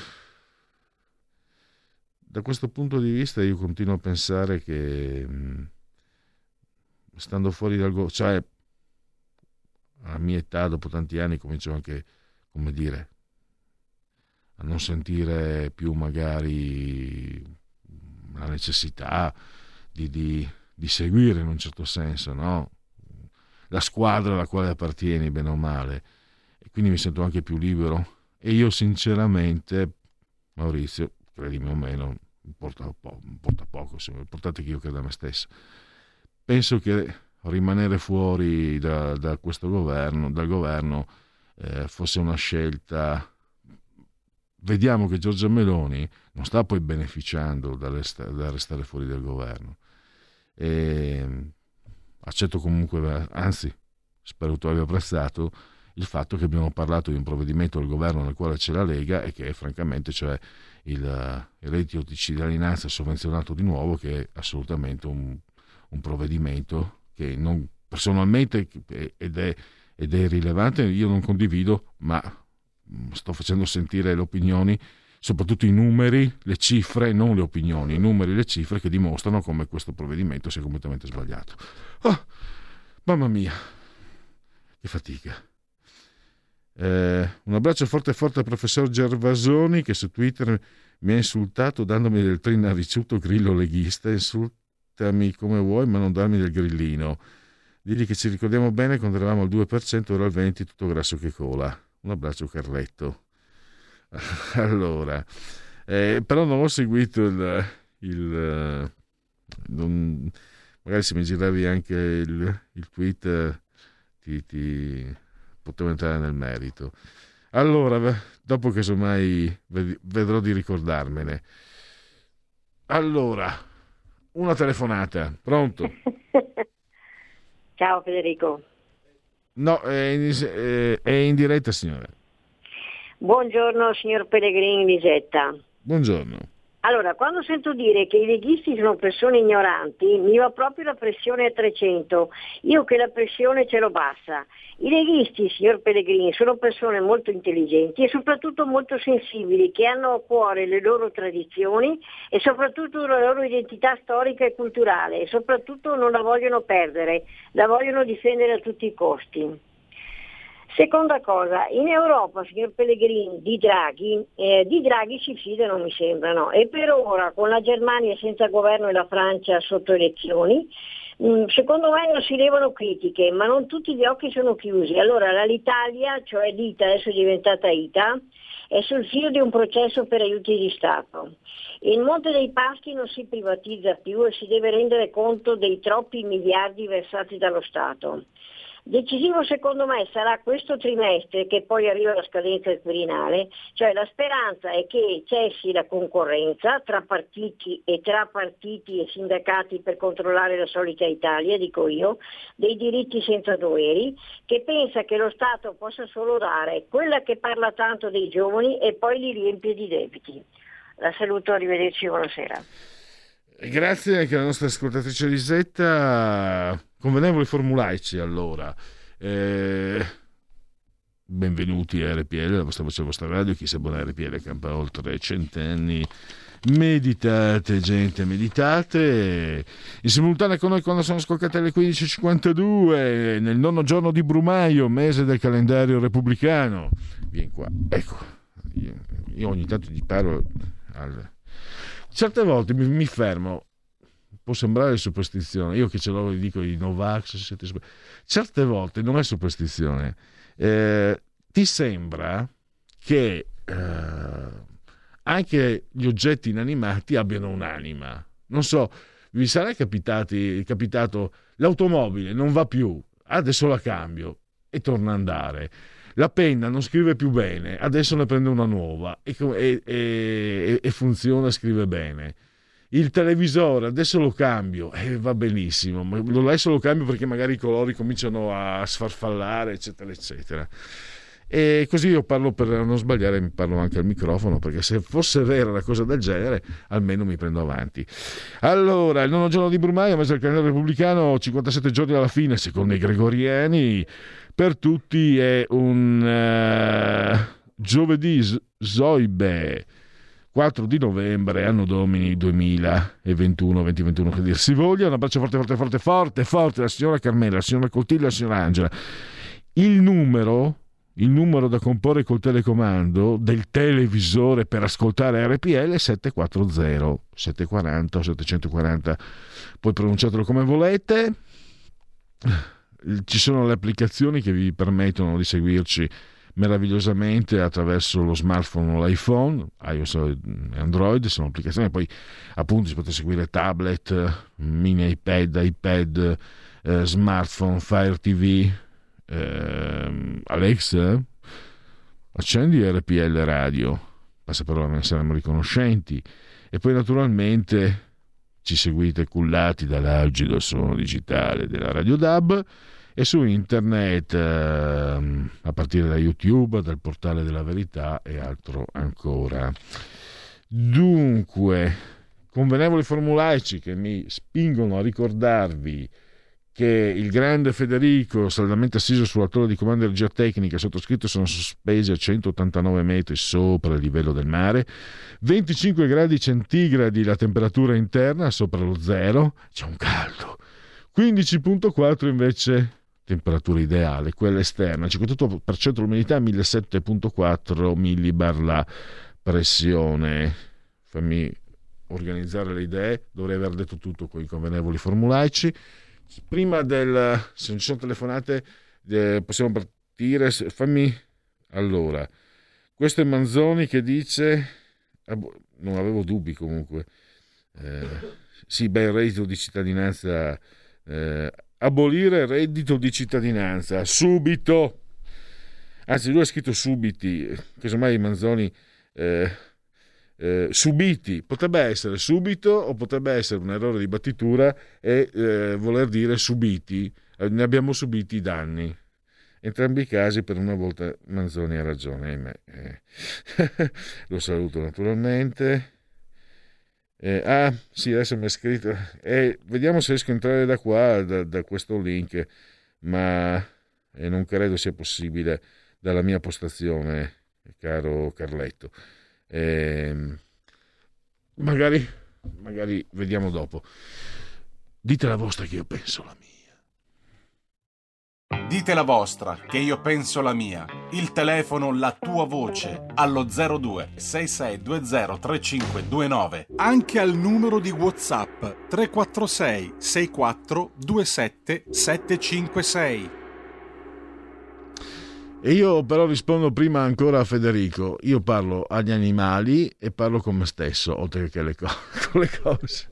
da questo punto di vista io continuo a pensare che stando fuori dal go- cioè alla mia età, dopo tanti anni, comincio anche, come dire, a non sentire più magari la necessità di, di, di seguire in un certo senso, no? La squadra alla quale appartieni, bene o male, e quindi mi sento anche più libero. E io sinceramente, Maurizio, credimi o meno, importa, po- importa poco, l'importante è che io creda a me stesso. Penso che rimanere fuori da, da questo governo, dal governo, eh, fosse una scelta. Vediamo che Giorgia Meloni non sta poi beneficiando dal restare fuori dal governo. E accetto comunque, anzi, spero tu abbia apprezzato il fatto che abbiamo parlato di un provvedimento del governo nel quale c'è la Lega e che francamente, cioè il, il reddito di cittadinanza sovvenzionato di nuovo, che è assolutamente un, un provvedimento che non, personalmente, ed è, ed è rilevante, io non condivido, ma sto facendo sentire le opinioni, soprattutto i numeri, le cifre, non le opinioni, i numeri e le cifre che dimostrano come questo provvedimento sia completamente sbagliato. Oh, mamma mia, che fatica. Eh, un abbraccio forte forte al professor Gervasoni, che su Twitter mi ha insultato dandomi del trinariciuto grillo leghista. Insultami come vuoi, ma non darmi del grillino. Digli che ci ricordiamo bene quando eravamo al due per cento, ora al venti per cento, tutto grasso che cola. Un abbraccio Carletto. Allora, eh, però non ho seguito il, il non, magari se mi giravi anche il, il tweet ti, ti potevo entrare nel merito. Allora, dopo che insomma vedrò di ricordarmene. Allora, una telefonata, pronto? Ciao Federico. No, è in, è in diretta, signora. Buongiorno signor Pellegrini Lisetta. Buongiorno. Allora, quando sento dire che i leghisti sono persone ignoranti, mi va proprio la pressione a trecento. Io che la pressione ce l'ho bassa. I leghisti, signor Pellegrini, sono persone molto intelligenti e soprattutto molto sensibili, che hanno a cuore le loro tradizioni e soprattutto la loro identità storica e culturale, e soprattutto non la vogliono perdere, la vogliono difendere a tutti i costi. Seconda cosa, in Europa, signor Pellegrini, di Draghi, eh, di Draghi si fidano, mi sembrano, e per ora con la Germania senza governo e la Francia sotto elezioni, mh, secondo me non si levano critiche, ma non tutti gli occhi sono chiusi. Allora l'Italia, cioè l'Ita, adesso è diventata Ita, è sul filo di un processo per aiuti di Stato. Il Monte dei Paschi non si privatizza più e si deve rendere conto dei troppi miliardi versati dallo Stato. Decisivo secondo me sarà questo trimestre, che poi arriva la scadenza del Quirinale, cioè la speranza è che cessi la concorrenza tra partiti e tra partiti e sindacati per controllare la solita Italia, dico io, dei diritti senza doveri, che pensa che lo Stato possa solo dare quella che parla tanto dei giovani e poi li riempie di debiti. La saluto, arrivederci, buonasera. Grazie anche alla nostra ascoltatrice Lisetta. Convenevoli formulaici, allora. Eh, benvenuti a R P L, la vostra voce, la vostra radio. Chi si abbona a R P L campa oltre cent'anni. Meditate, gente, meditate. In simultanea con noi quando sono scoccate le quindici e cinquantadue, nel nono giorno di Brumaio, mese del calendario repubblicano. Vieni qua, ecco. Io, io ogni tanto gli parlo al... Certe volte mi, mi fermo, può sembrare superstizione, io che ce l'ho dico i Novax, siete... certe volte non è superstizione, eh, ti sembra che eh, anche gli oggetti inanimati abbiano un'anima. Non so, vi sarà capitati, capitato l'automobile non va più, adesso la cambio e torna a andare. La penna non scrive più bene, adesso ne prende una nuova e, e, e, e funziona, scrive bene. Il televisore adesso lo cambio e eh, va benissimo, ma adesso lo cambio perché magari i colori cominciano a sfarfallare, eccetera eccetera. E così io parlo, per non sbagliare, mi parlo anche al microfono, perché se fosse vera una cosa del genere almeno mi prendo avanti. Allora, il nono giorno di Brumaio, mese del calendario repubblicano, cinquantasette giorni alla fine secondo i gregoriani. Per tutti è un uh, giovedì Zoibe, quattro di novembre, anno domini duemilaventuno, duemilaventuno che dir si voglia. Un abbraccio forte forte forte forte forte alla signora Carmela, alla signora Coltillo e alla signora Angela. Il numero il numero da comporre col telecomando del televisore per ascoltare R P L è sette quattro zero settecentoquaranta o settecentoquaranta, poi pronunciatelo come volete. Ci sono le applicazioni che vi permettono di seguirci meravigliosamente attraverso lo smartphone o l'iPhone, iOS e Android, sono applicazioni. Poi appunto si potete seguire tablet, mini iPad, iPad, eh, smartphone, Fire T V, eh, Alexa, accendi R P L radio, passaparola, ne saremo riconoscenti. E poi naturalmente ci seguite cullati dall'algido suono digitale della Radio D A B e su internet, eh, a partire da YouTube, dal portale della Verità e altro ancora. Dunque, convenevoli formulaici che mi spingono a ricordarvi che il grande Federico, saldamente assiso sulla torre di comando di energia tecnica, sottoscritto, sono sospesi a centottantanove metri sopra il livello del mare, venticinque gradi centigradi la temperatura interna, sopra lo zero, c'è un caldo, quindici virgola quattro invece temperatura ideale, quella esterna, cinquantotto per cento l'umidità, millesettecento virgola quattro millibar la pressione. Fammi organizzare le idee, dovrei aver detto tutto con i convenevoli formulaici. Prima del, se non ci sono telefonate, eh, possiamo partire. Fammi, allora, questo è Manzoni che dice, non avevo dubbi comunque, eh, sì, beh, il reddito di cittadinanza, eh, abolire il reddito di cittadinanza subito, anzi lui ha scritto subiti, che insomma Manzoni eh, eh, subiti, potrebbe essere subito o potrebbe essere un errore di battitura e eh, voler dire subiti, eh, ne abbiamo subiti i danni. Entrambi i casi, per una volta Manzoni ha ragione, ahimè. Eh. Lo saluto naturalmente. Eh, ah sì, adesso mi è scritto, eh, vediamo se riesco a entrare da qua, da, da questo link, ma eh, non credo sia possibile dalla mia postazione, caro Carletto. Eh, magari, magari vediamo dopo. Dite la vostra che io penso la mia. Dite la vostra, che io penso la mia. Il telefono, la tua voce, allo zero due sei sei due zero tre cinque due nove. Anche al numero di WhatsApp tre quattro sei sei quattro due sette sette cinque sei. E io però rispondo prima ancora a Federico. Io parlo agli animali e parlo con me stesso, oltre che le co- con le cose.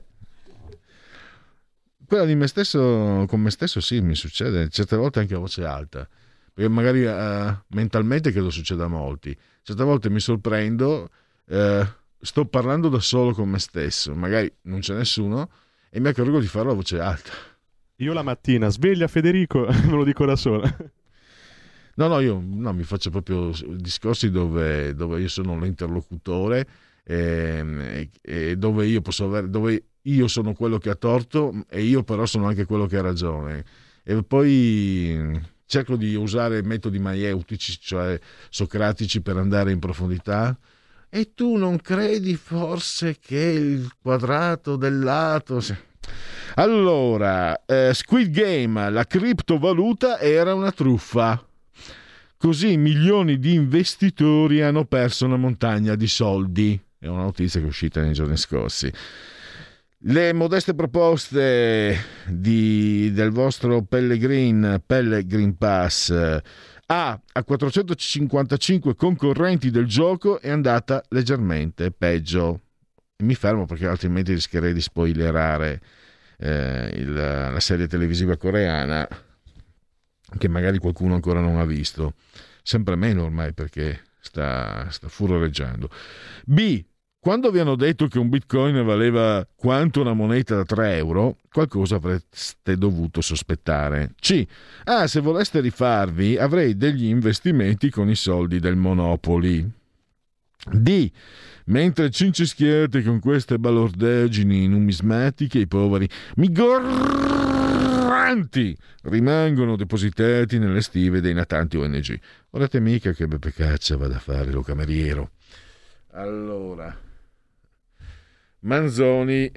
Quella di me stesso, con me stesso sì, mi succede certe volte anche a voce alta, perché magari uh, mentalmente credo succeda a molti. Certe volte mi sorprendo, uh, sto parlando da solo con me stesso, magari non c'è nessuno e mi accorgo di farlo a voce alta. Io la mattina, sveglia Federico, me lo dico da sola. No, no, io no, mi faccio proprio discorsi dove, dove io sono l'interlocutore e, e dove io posso avere... Dove io sono quello che ha torto e io però sono anche quello che ha ragione, e poi cerco di usare metodi maieutici, cioè socratici, per andare in profondità. E tu non credi forse che il quadrato del lato... Allora, eh, Squid Game, la criptovaluta era una truffa, così milioni di investitori hanno perso una montagna di soldi. È una notizia che è uscita nei giorni scorsi. Le modeste proposte di, del vostro Pellegrin, Pellegrin Pass a, a quattrocentocinquantacinque concorrenti del gioco è andata leggermente peggio. E mi fermo perché altrimenti rischierei di spoilerare eh, il, la serie televisiva coreana che magari qualcuno ancora non ha visto. Sempre meno ormai perché sta, sta furoreggiando. B. Quando vi hanno detto che un bitcoin valeva quanto una moneta da tre euro, qualcosa avreste dovuto sospettare. C. Ah, se voleste rifarvi, avrei degli investimenti con i soldi del Monopoly. D. Mentre cincischiate con queste balordaggini numismatiche, i poveri migranti rimangono depositati nelle stive dei natanti O N G. Guardate mica che Beppe Caccia vada a fare lo cameriero. Allora... Manzoni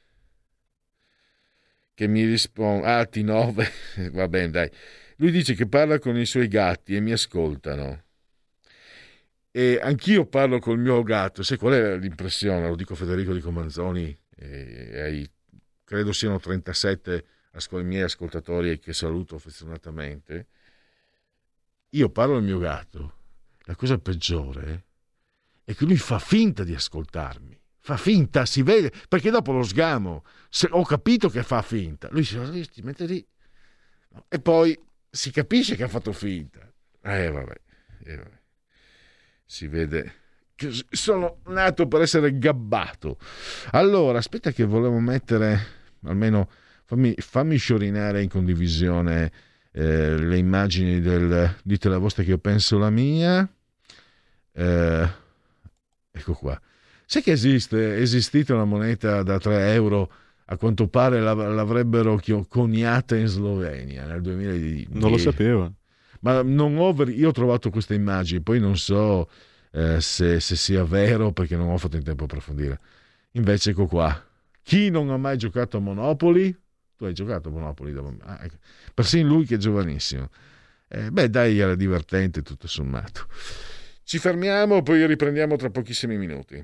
che mi risponde ah T nove va bene dai, lui dice che parla con i suoi gatti e mi ascoltano, e anch'io parlo col mio gatto. Sai qual è l'impressione? Lo dico a Federico, dico Manzoni e ai, credo siano trentasette ascol- miei ascoltatori che saluto affezionatamente. Io parlo al mio gatto, la cosa peggiore è che lui fa finta di ascoltarmi. Fa finta, si vede, perché dopo lo sgamo. Se ho capito che fa finta. Lui si mette lì e poi si capisce che ha fatto finta. Eh vabbè, eh, vabbè. Si vede che sono nato per essere gabbato. Allora, aspetta che volevo mettere, almeno fammi, fammi sciorinare in condivisione eh, le immagini del dite la vostra che io penso la mia. Eh, ecco qua. Sai che esiste, è esistita una moneta da tre euro, a quanto pare l'avrebbero coniata in Slovenia nel duemiladieci. Non lo sapevo. Ma non ho, io ho trovato queste immagini, poi non so eh, se, se sia vero perché non ho fatto in tempo a approfondire. Invece ecco qua. Chi non ha mai giocato a Monopoly? Tu hai giocato a Monopoli da bambino? Ah, ecco. Persino lui che è giovanissimo. Eh, beh, dai, era divertente tutto sommato. Ci fermiamo, poi riprendiamo tra pochissimi minuti.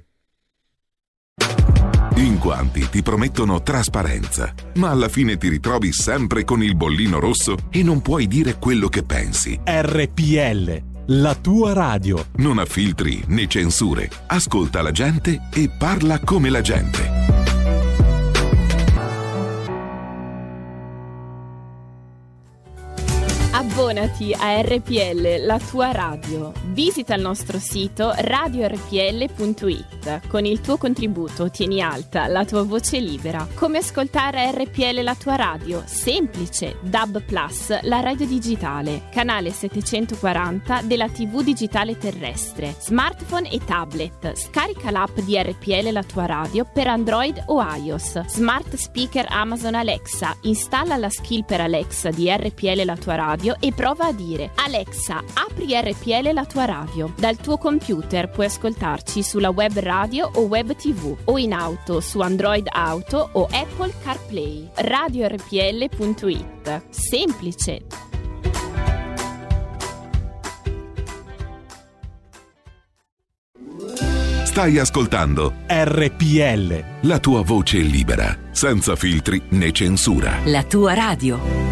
In quanti ti promettono trasparenza, ma alla fine ti ritrovi sempre con il bollino rosso e non puoi dire quello che pensi. R P L, la tua radio. Non ha filtri né censure. Ascolta la gente e parla come la gente. Abbonati a R P L, la tua radio. Visita il nostro sito radio r p l punto i t. Con il tuo contributo tieni alta la tua voce libera. Come ascoltare R P L, la tua radio? Semplice. D A B Plus, la radio digitale. Canale settecentoquaranta della tivù digitale terrestre. Smartphone e tablet. Scarica l'app di R P L, la tua radio per Android o iOS. Smart speaker Amazon Alexa. Installa la skill per Alexa di R P L, la tua radio e prova a dire: Alexa, apri R P L, la tua radio. Dal tuo computer puoi ascoltarci sulla web radio o web tv o in auto su Android Auto o Apple CarPlay. radio r p l punto i t. Semplice. Stai ascoltando R P L, la tua voce libera, senza filtri né censura. La tua radio.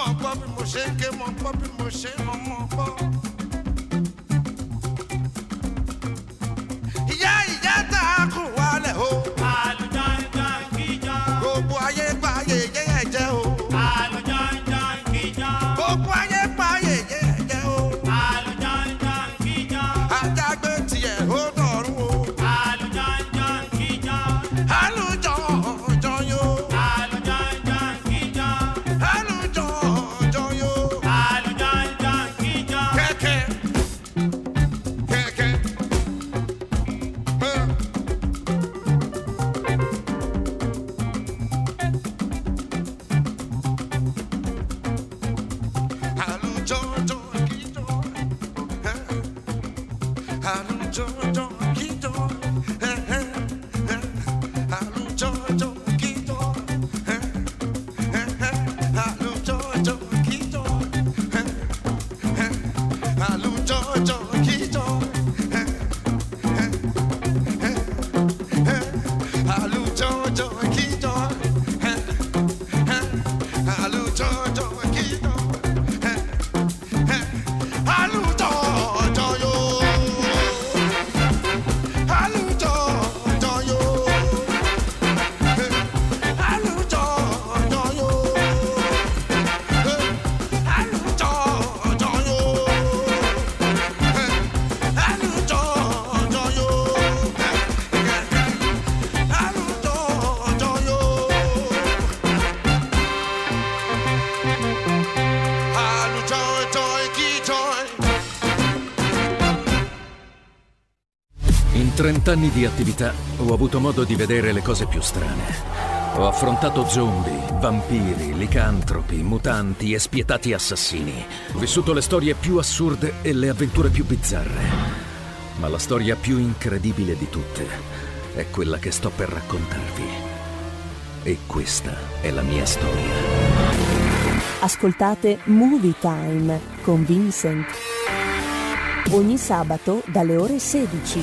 mọ̀ gbọ́ bí mo ṣe ń ké mọ̀ gbọ́ bí mo ṣe ń mọ̀ mọ̀ gbọ́. ìyá ìyá tá a kù wálẹ̀ o. àlùjáńjà kìjà. gbogbo ayé pa ayé yé ẹ̀jẹ̀ o. àlùjáńjà kìjà. gbogbo ayé pa ayé yé ẹ̀jẹ̀ o. àlùjáńjà kìjà. ajágbé tiẹ̀ ó dọ̀rùn o. àlùjáńjà kìjà. àlùjọ ọjọ́ yó. àlùjáńjà kìjà. àlùjọ ọjọ́ yó. àlùjáńjà kìjà. kẹ̀kẹ́ kẹ̀kẹ́. trent'anni di attività ho avuto modo di vedere le cose più strane. Ho affrontato zombie, vampiri, licantropi, mutanti e spietati assassini. Ho vissuto le storie più assurde e le avventure più bizzarre. Ma la storia più incredibile di tutte è quella che sto per raccontarvi. E questa è la mia storia. Ascoltate Movie Time con Vincent. Ogni sabato dalle ore sedici.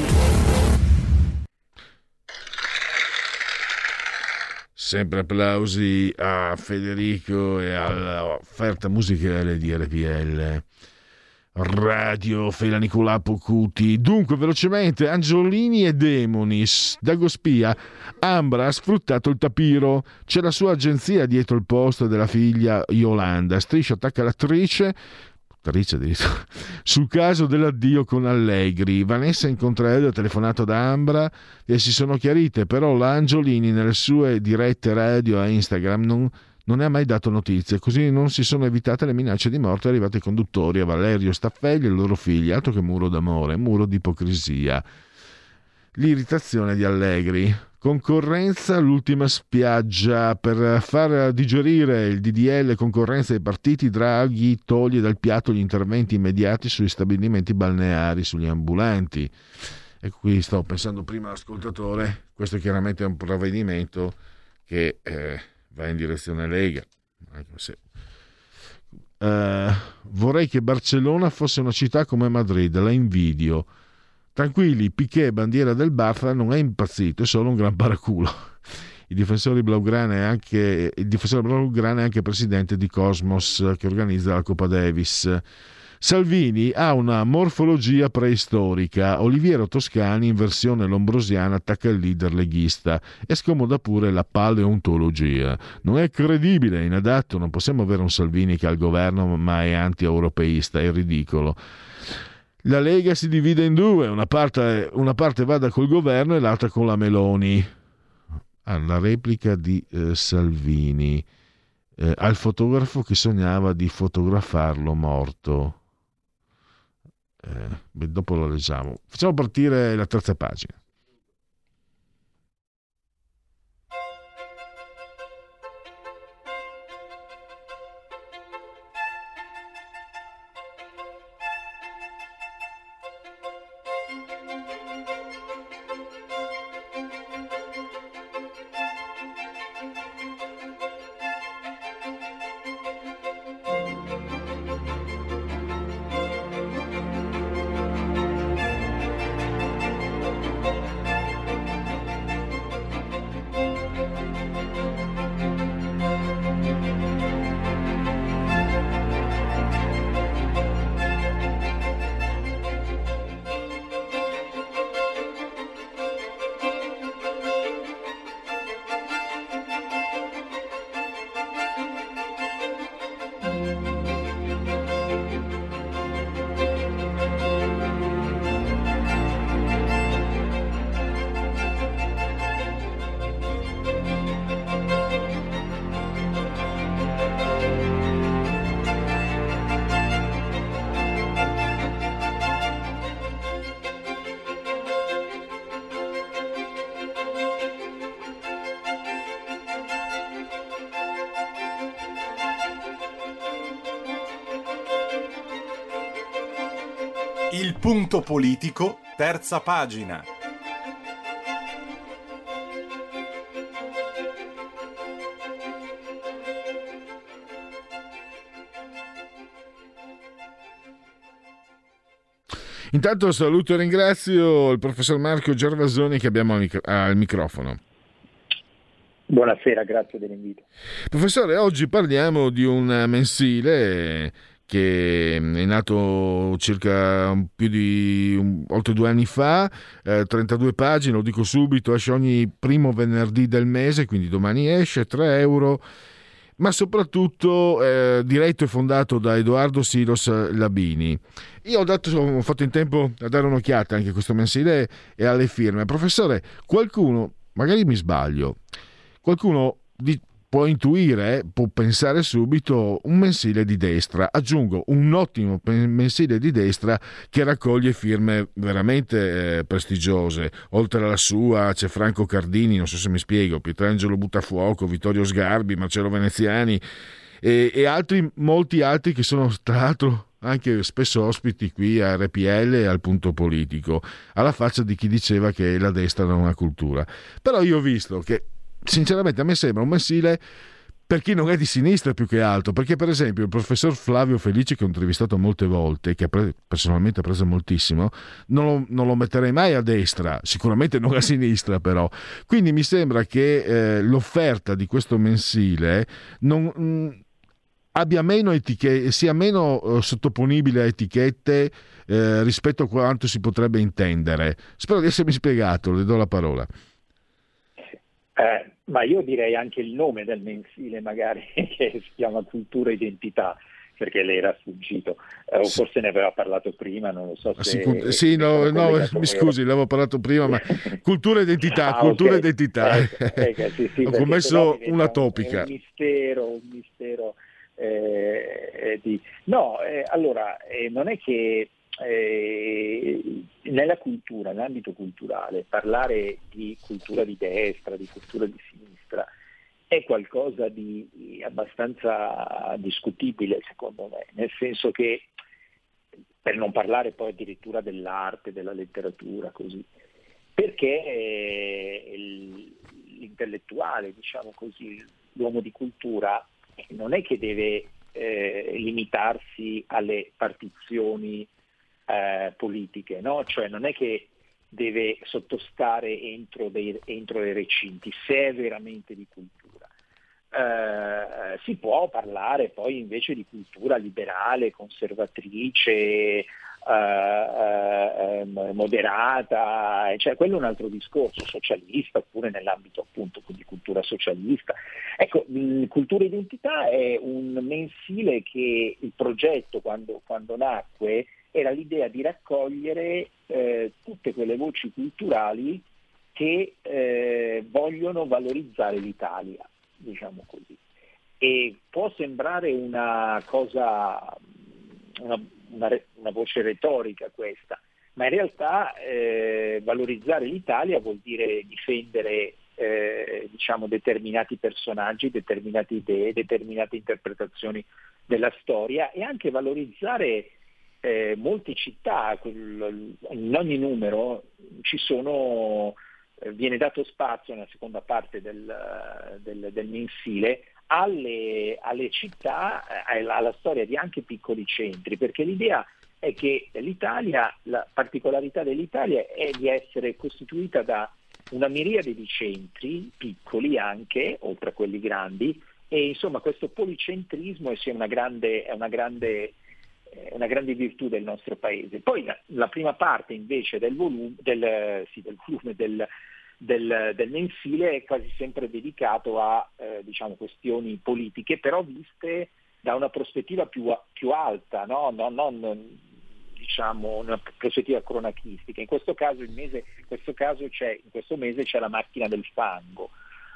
Sempre applausi a Federico e all'offerta musicale di R P L Radio Felanicola Pocuti. Dunque, velocemente, Angiolini e Demoni, Dagospia. Ambra ha sfruttato il tapiro. C'è la sua agenzia dietro il posto della figlia Yolanda. Striscia attacca l'attrice sul caso dell'addio con Allegri. Vanessa Incontrello ha telefonato ad Ambra e si sono chiarite, però la Angiolini nelle sue dirette radio a Instagram non, non ne ha mai dato notizie, così non si sono evitate le minacce di morte arrivate ai conduttori, a Valerio Staffelli e ai loro figli. Altro che muro d'amore, muro di ipocrisia. L'irritazione di Allegri. Concorrenza, l'ultima spiaggia. Per far digerire il D D L concorrenza ai partiti, Draghi toglie dal piatto gli interventi immediati sugli stabilimenti balneari, sugli ambulanti. E qui stavo pensando prima all'ascoltatore, questo chiaramente è un provvedimento che eh, va in direzione Lega. Anche se, eh, vorrei che Barcellona fosse una città come Madrid, la invidio. Tranquilli, Piqué, bandiera del Barça, non è impazzito, è solo un gran paraculo. Il difensore blaugrana è anche, il difensore blaugrana è anche presidente di Cosmos, che organizza la Coppa Davis. Salvini ha una morfologia preistorica. Oliviero Toscani in versione lombrosiana attacca il leader leghista e scomoda pure la paleontologia. Non è credibile, è inadatto, non possiamo avere un Salvini che è al governo ma è anti-europeista, è ridicolo. La Lega si divide in due, una parte, una parte vada col governo e l'altra con la Meloni. Ah, la replica di eh, Salvini eh, al fotografo che sognava di fotografarlo morto. Eh, beh, dopo lo leggiamo. Facciamo partire la terza pagina. Il punto politico, terza pagina. Intanto saluto e ringrazio il professor Marco Gervasoni che abbiamo al, micro- al microfono. Buonasera, grazie dell'invito. Professore, oggi parliamo di un mensile che è nato circa più di un, oltre due anni fa, eh, trentadue pagine, lo dico subito, esce ogni primo venerdì del mese, quindi domani esce, tre euro, ma soprattutto eh, diretto e fondato da Edoardo Silos Labini. Io ho, dato, ho fatto in tempo a dare un'occhiata anche a questo mensile e alle firme. Professore, qualcuno, magari mi sbaglio, qualcuno di, può intuire, può pensare subito un mensile di destra. Aggiungo, un ottimo mensile di destra che raccoglie firme veramente eh, prestigiose. Oltre alla sua c'è Franco Cardini, non so se mi spiego, Pietrangelo Buttafuoco, Vittorio Sgarbi, Marcello Veneziani e, e altri, molti altri che sono tra l'altro anche spesso ospiti qui a R P L e al Punto Politico, alla faccia di chi diceva che la destra non ha cultura. Però io ho visto che sinceramente a me sembra un mensile per chi non è di sinistra più che altro, perché per esempio il professor Flavio Felici, che ho intervistato molte volte, che pre- personalmente ha preso moltissimo, non lo, non lo metterei mai a destra, sicuramente non a sinistra però. Quindi mi sembra che eh, l'offerta di questo mensile non mh, abbia meno etichette, sia meno eh, sottoponibile a etichette eh, rispetto a quanto si potrebbe intendere. Spero di essermi spiegato, le do la parola. Eh, ma io direi anche il nome del mensile, magari, che si chiama Cultura e Identità, perché le era sfuggito, eh, o forse ne aveva parlato prima, non lo so se... Sicur- sì, no, no mi scusi, l'avevo parlato prima, ma cultura e identità, ah, cultura okay. e identità. Ecco, ecco, sì, sì, ho commesso una topica. Un mistero, un mistero eh, di... No, eh, allora, eh, non è che... Eh, nella cultura, nell'ambito culturale, parlare di cultura di destra, di cultura di sinistra è qualcosa di abbastanza discutibile, secondo me, nel senso che, per non parlare poi addirittura dell'arte, della letteratura, così, perché eh, l'intellettuale, diciamo così, l'uomo di cultura non è che deve eh, limitarsi alle partizioni Eh, politiche, no? Cioè non è che deve sottostare entro, dei, entro dei recinti, se è veramente di cultura. Eh, si può parlare poi invece di cultura liberale, conservatrice, eh, eh, moderata, cioè quello è un altro discorso, socialista, oppure nell'ambito appunto di cultura socialista. Ecco, Cultura e Identità è un mensile che il progetto quando, quando nacque era l'idea di raccogliere eh, tutte quelle voci culturali che eh, vogliono valorizzare l'Italia, diciamo così. E può sembrare una cosa, una, una, una voce retorica questa, ma in realtà eh, valorizzare l'Italia vuol dire difendere eh, diciamo determinati personaggi, determinate idee, determinate interpretazioni della storia e anche valorizzare Eh, molte città. In ogni numero ci sono, eh, viene dato spazio nella seconda parte del, del, del mensile alle, alle città, eh, alla storia di anche piccoli centri, perché l'idea è che l'Italia, la particolarità dell'Italia è di essere costituita da una miriade di centri piccoli anche, oltre a quelli grandi, e insomma questo policentrismo è una grande, è una grande una grande virtù del nostro paese. Poi la, la prima parte invece del volume, del, sì, del, volume del, del, del mensile è quasi sempre dedicato a eh, diciamo questioni politiche, però viste da una prospettiva più, più alta, no? non, non diciamo una prospettiva cronachistica. In questo caso, il mese, in questo caso c'è, in questo mese c'è la macchina del fango.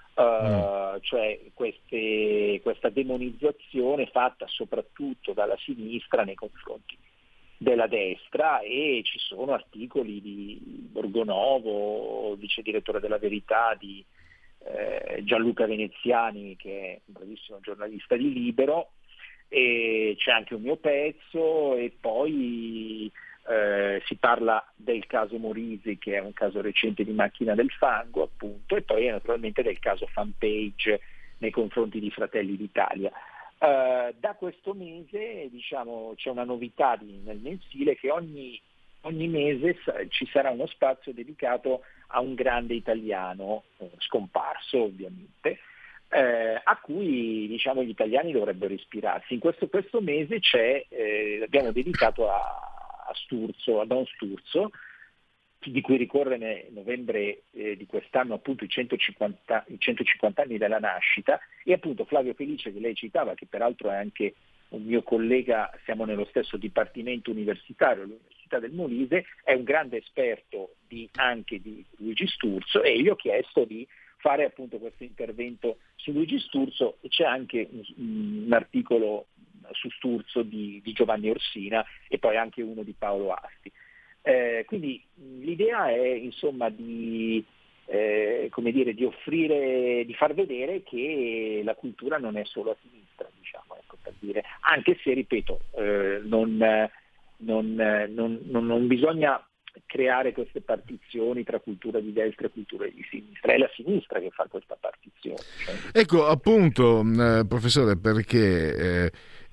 Uh, cioè queste, questa demonizzazione fatta soprattutto dalla sinistra nei confronti della destra, e ci sono articoli di Borgonovo, vice direttore della Verità, di eh, Gianluca Veneziani, che è un bravissimo giornalista di Libero, e c'è anche un mio pezzo, e poi eh, si parla del caso Morisi, che è un caso recente di macchina del fango, appunto, e poi naturalmente del caso Fanpage nei confronti di Fratelli d'Italia. Eh, da questo mese, diciamo, c'è una novità di, nel mensile, che ogni, ogni mese ci sarà uno spazio dedicato a un grande italiano, eh, scomparso ovviamente, Eh, a cui, diciamo, gli italiani dovrebbero ispirarsi. In questo, questo mese c'è, eh, l'abbiamo dedicato a, a Sturzo, a Don Sturzo, di cui ricorre nel novembre eh, di quest'anno appunto i centocinquanta, i centocinquanta anni della nascita, e appunto Flavio Felice, che lei citava, che peraltro è anche un mio collega, siamo nello stesso dipartimento universitario, l'Università del Molise, è un grande esperto di, anche di Luigi Sturzo, e gli ho chiesto di fare appunto questo intervento su Luigi Sturzo, e c'è anche un, un articolo su Sturzo di, di Giovanni Orsina e poi anche uno di Paolo Asti. Eh, quindi l'idea è insomma di, eh, come dire, di offrire, di far vedere che la cultura non è solo a sinistra, diciamo, ecco, per dire, anche se, ripeto, eh, non, non, non, non, non bisogna creare queste partizioni tra cultura di destra e cultura di sinistra, è la sinistra che fa questa partizione. Cioè. Ecco, appunto, eh, professore, perché eh,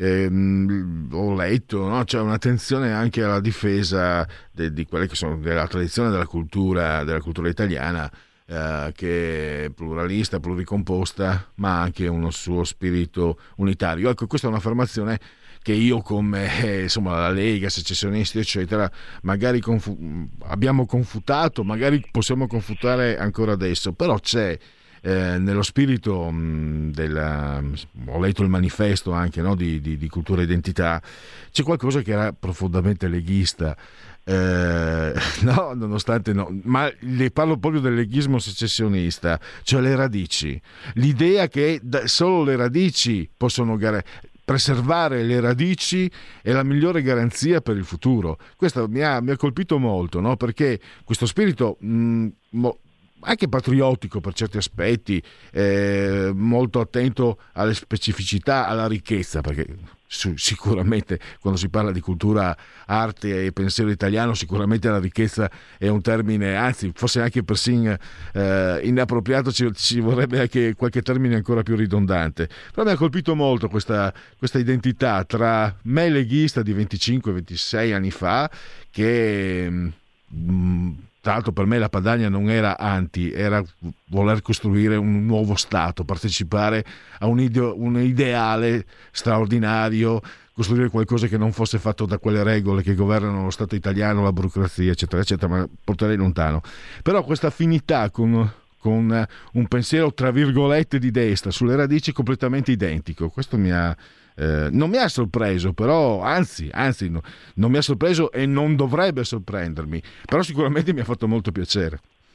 ehm, ho letto, no? C'è un'attenzione anche alla difesa de, di quelle che sono della tradizione della cultura, della cultura italiana, eh, che è pluralista, pluricomposta, ma anche uno suo spirito unitario. Ecco, questa è un'affermazione che io, come eh, insomma la Lega, secessionisti eccetera, magari confu- abbiamo confutato, magari possiamo confutare ancora adesso, però c'è eh, nello spirito mh, della, ho letto il manifesto anche, no, di, di, di cultura e identità, c'è qualcosa che era profondamente leghista. Eh, no, nonostante no, ma le parlo proprio del leghismo secessionista, cioè le radici, l'idea che da, solo le radici possono gar- preservare le radici è la migliore garanzia per il futuro. Questo mi ha, mi ha colpito molto, no? Perché questo spirito mh, mo, anche patriottico per certi aspetti, eh, molto attento alle specificità, alla ricchezza, perché su, sicuramente quando si parla di cultura, arte e pensiero italiano, sicuramente la ricchezza è un termine, anzi forse anche persino eh, inappropriato, ci, ci vorrebbe anche qualche termine ancora più ridondante. Però mi ha colpito molto questa, questa identità tra me leghista di venticinque ventisei anni fa, che mh, tra l'altro per me la Padania non era anti, era voler costruire un nuovo Stato, partecipare a un, ideo, un ideale straordinario, costruire qualcosa che non fosse fatto da quelle regole che governano lo Stato italiano, la burocrazia, eccetera, eccetera, ma porterei lontano. Però questa affinità con, con un pensiero, tra virgolette, di destra, sulle radici completamente identico, questo mi ha... Eh, non mi ha sorpreso, però anzi, anzi no, non mi ha sorpreso e non dovrebbe sorprendermi, però sicuramente mi ha fatto molto piacere.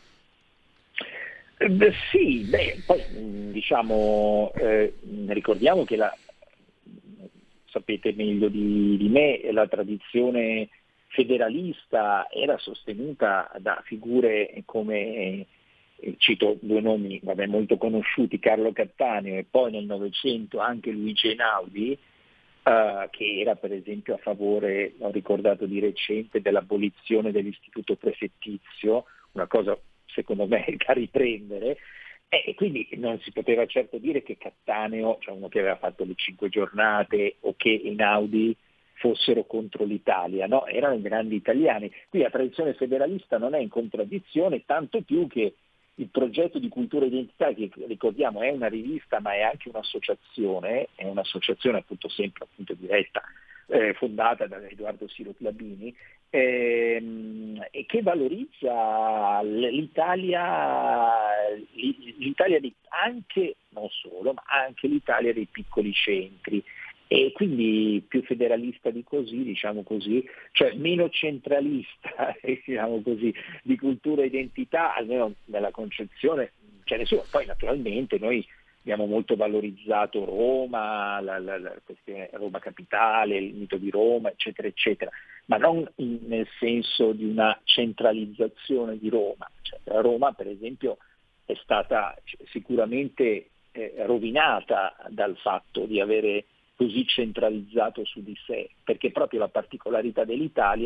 Eh, beh, sì, beh, poi diciamo, eh, ricordiamo che la, sapete meglio di, di me, la tradizione federalista era sostenuta da figure come, cito due nomi vabbè, molto conosciuti, Carlo Cattaneo e poi nel Novecento anche Luigi Einaudi, eh, che era per esempio a favore, ho ricordato di recente, dell'abolizione dell'istituto prefettizio, una cosa secondo me da riprendere, e quindi non si poteva certo dire che Cattaneo, cioè uno che aveva fatto le cinque giornate, o che Einaudi fossero contro l'Italia, no? Erano grandi italiani. Qui la tradizione federalista non è in contraddizione, tanto più che il progetto di cultura e identità, che ricordiamo è una rivista ma è anche un'associazione, è un'associazione appunto sempre appunto diretta, eh, fondata da Edoardo Sirot Labini, ehm, e che valorizza l'Italia, l'Italia di, anche, non solo, ma anche l'Italia dei piccoli centri. E quindi più federalista di così, diciamo così, cioè meno centralista, diciamo così, di cultura e identità, almeno nella concezione, c'è nessuno. Poi naturalmente noi abbiamo molto valorizzato Roma, la, la, la questione Roma capitale, il mito di Roma, eccetera, eccetera, ma non in, nel senso di una centralizzazione di Roma. Cioè, Roma, per esempio, è stata sicuramente eh, rovinata dal fatto di avere così centralizzato su di sé, perché proprio la particolarità dell'Italia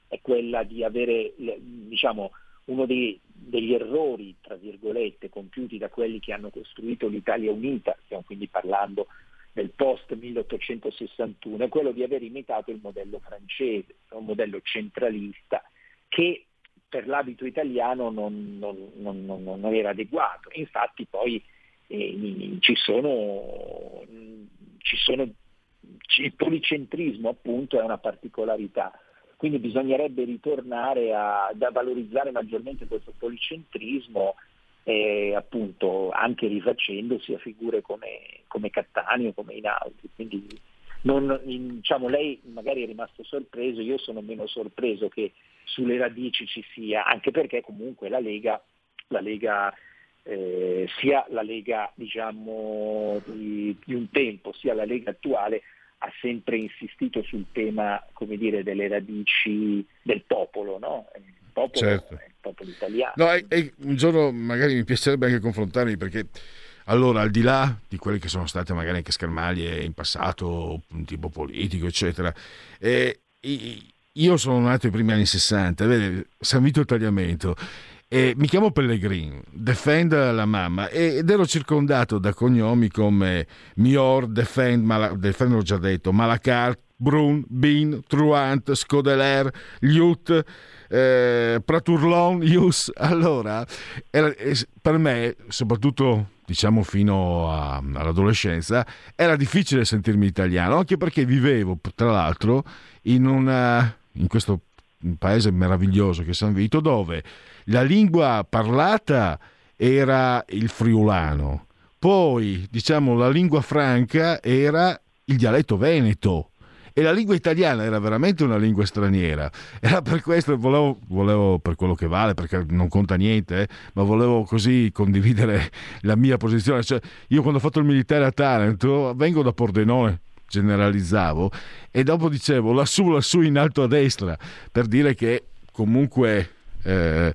è quella di avere, diciamo, uno dei, degli errori, tra virgolette, compiuti da quelli che hanno costruito l'Italia Unita, stiamo quindi parlando del post milleottocentosessantuno, è quello di aver imitato il modello francese, un modello centralista che per l'abito italiano non, non, non, non, non era adeguato. Infatti poi eh, ci sono, ci sono il policentrismo appunto è una particolarità, quindi bisognerebbe ritornare a, a valorizzare maggiormente questo policentrismo, eh, appunto anche rifacendosi a figure come, come Cattaneo, come Einaudi. Quindi non, in, diciamo, lei magari è rimasto sorpreso, io sono meno sorpreso che sulle radici ci sia, anche perché comunque la Lega, la Lega eh, sia la Lega diciamo di, di un tempo, sia la Lega attuale, ha sempre insistito sul tema, come dire, delle radici del popolo, no? Il popolo, certo. È il popolo italiano. No, e, e un giorno magari mi piacerebbe anche confrontarmi, perché allora, al di là di quelle che sono state magari anche schermaglie in passato, tipo politico, eccetera, eh, io sono nato nei primi anni sessanta, vede, San Vito il Tagliamento, e mi chiamo Pellegrin, Defend la mamma, ed ero circondato da cognomi come Mior, Defend, Mal- Defend l'ho già detto, Malacart, Brun, Bin, Truant, Scodeler, Liut, eh, Praturlon, Ius. Allora, era, per me, soprattutto diciamo fino a, all'adolescenza, era difficile sentirmi italiano, anche perché vivevo, tra l'altro, in, una, in questo paese meraviglioso che è San Vito, dove la lingua parlata era il friulano, poi diciamo la lingua franca era il dialetto veneto e la lingua italiana era veramente una lingua straniera. Era per questo volevo, volevo per quello che vale, perché non conta niente, eh, ma volevo così condividere la mia posizione. Cioè, io quando ho fatto il militare a Taranto, vengo da Pordenone, generalizzavo, e dopo dicevo lassù lassù in alto a destra, per dire che comunque eh,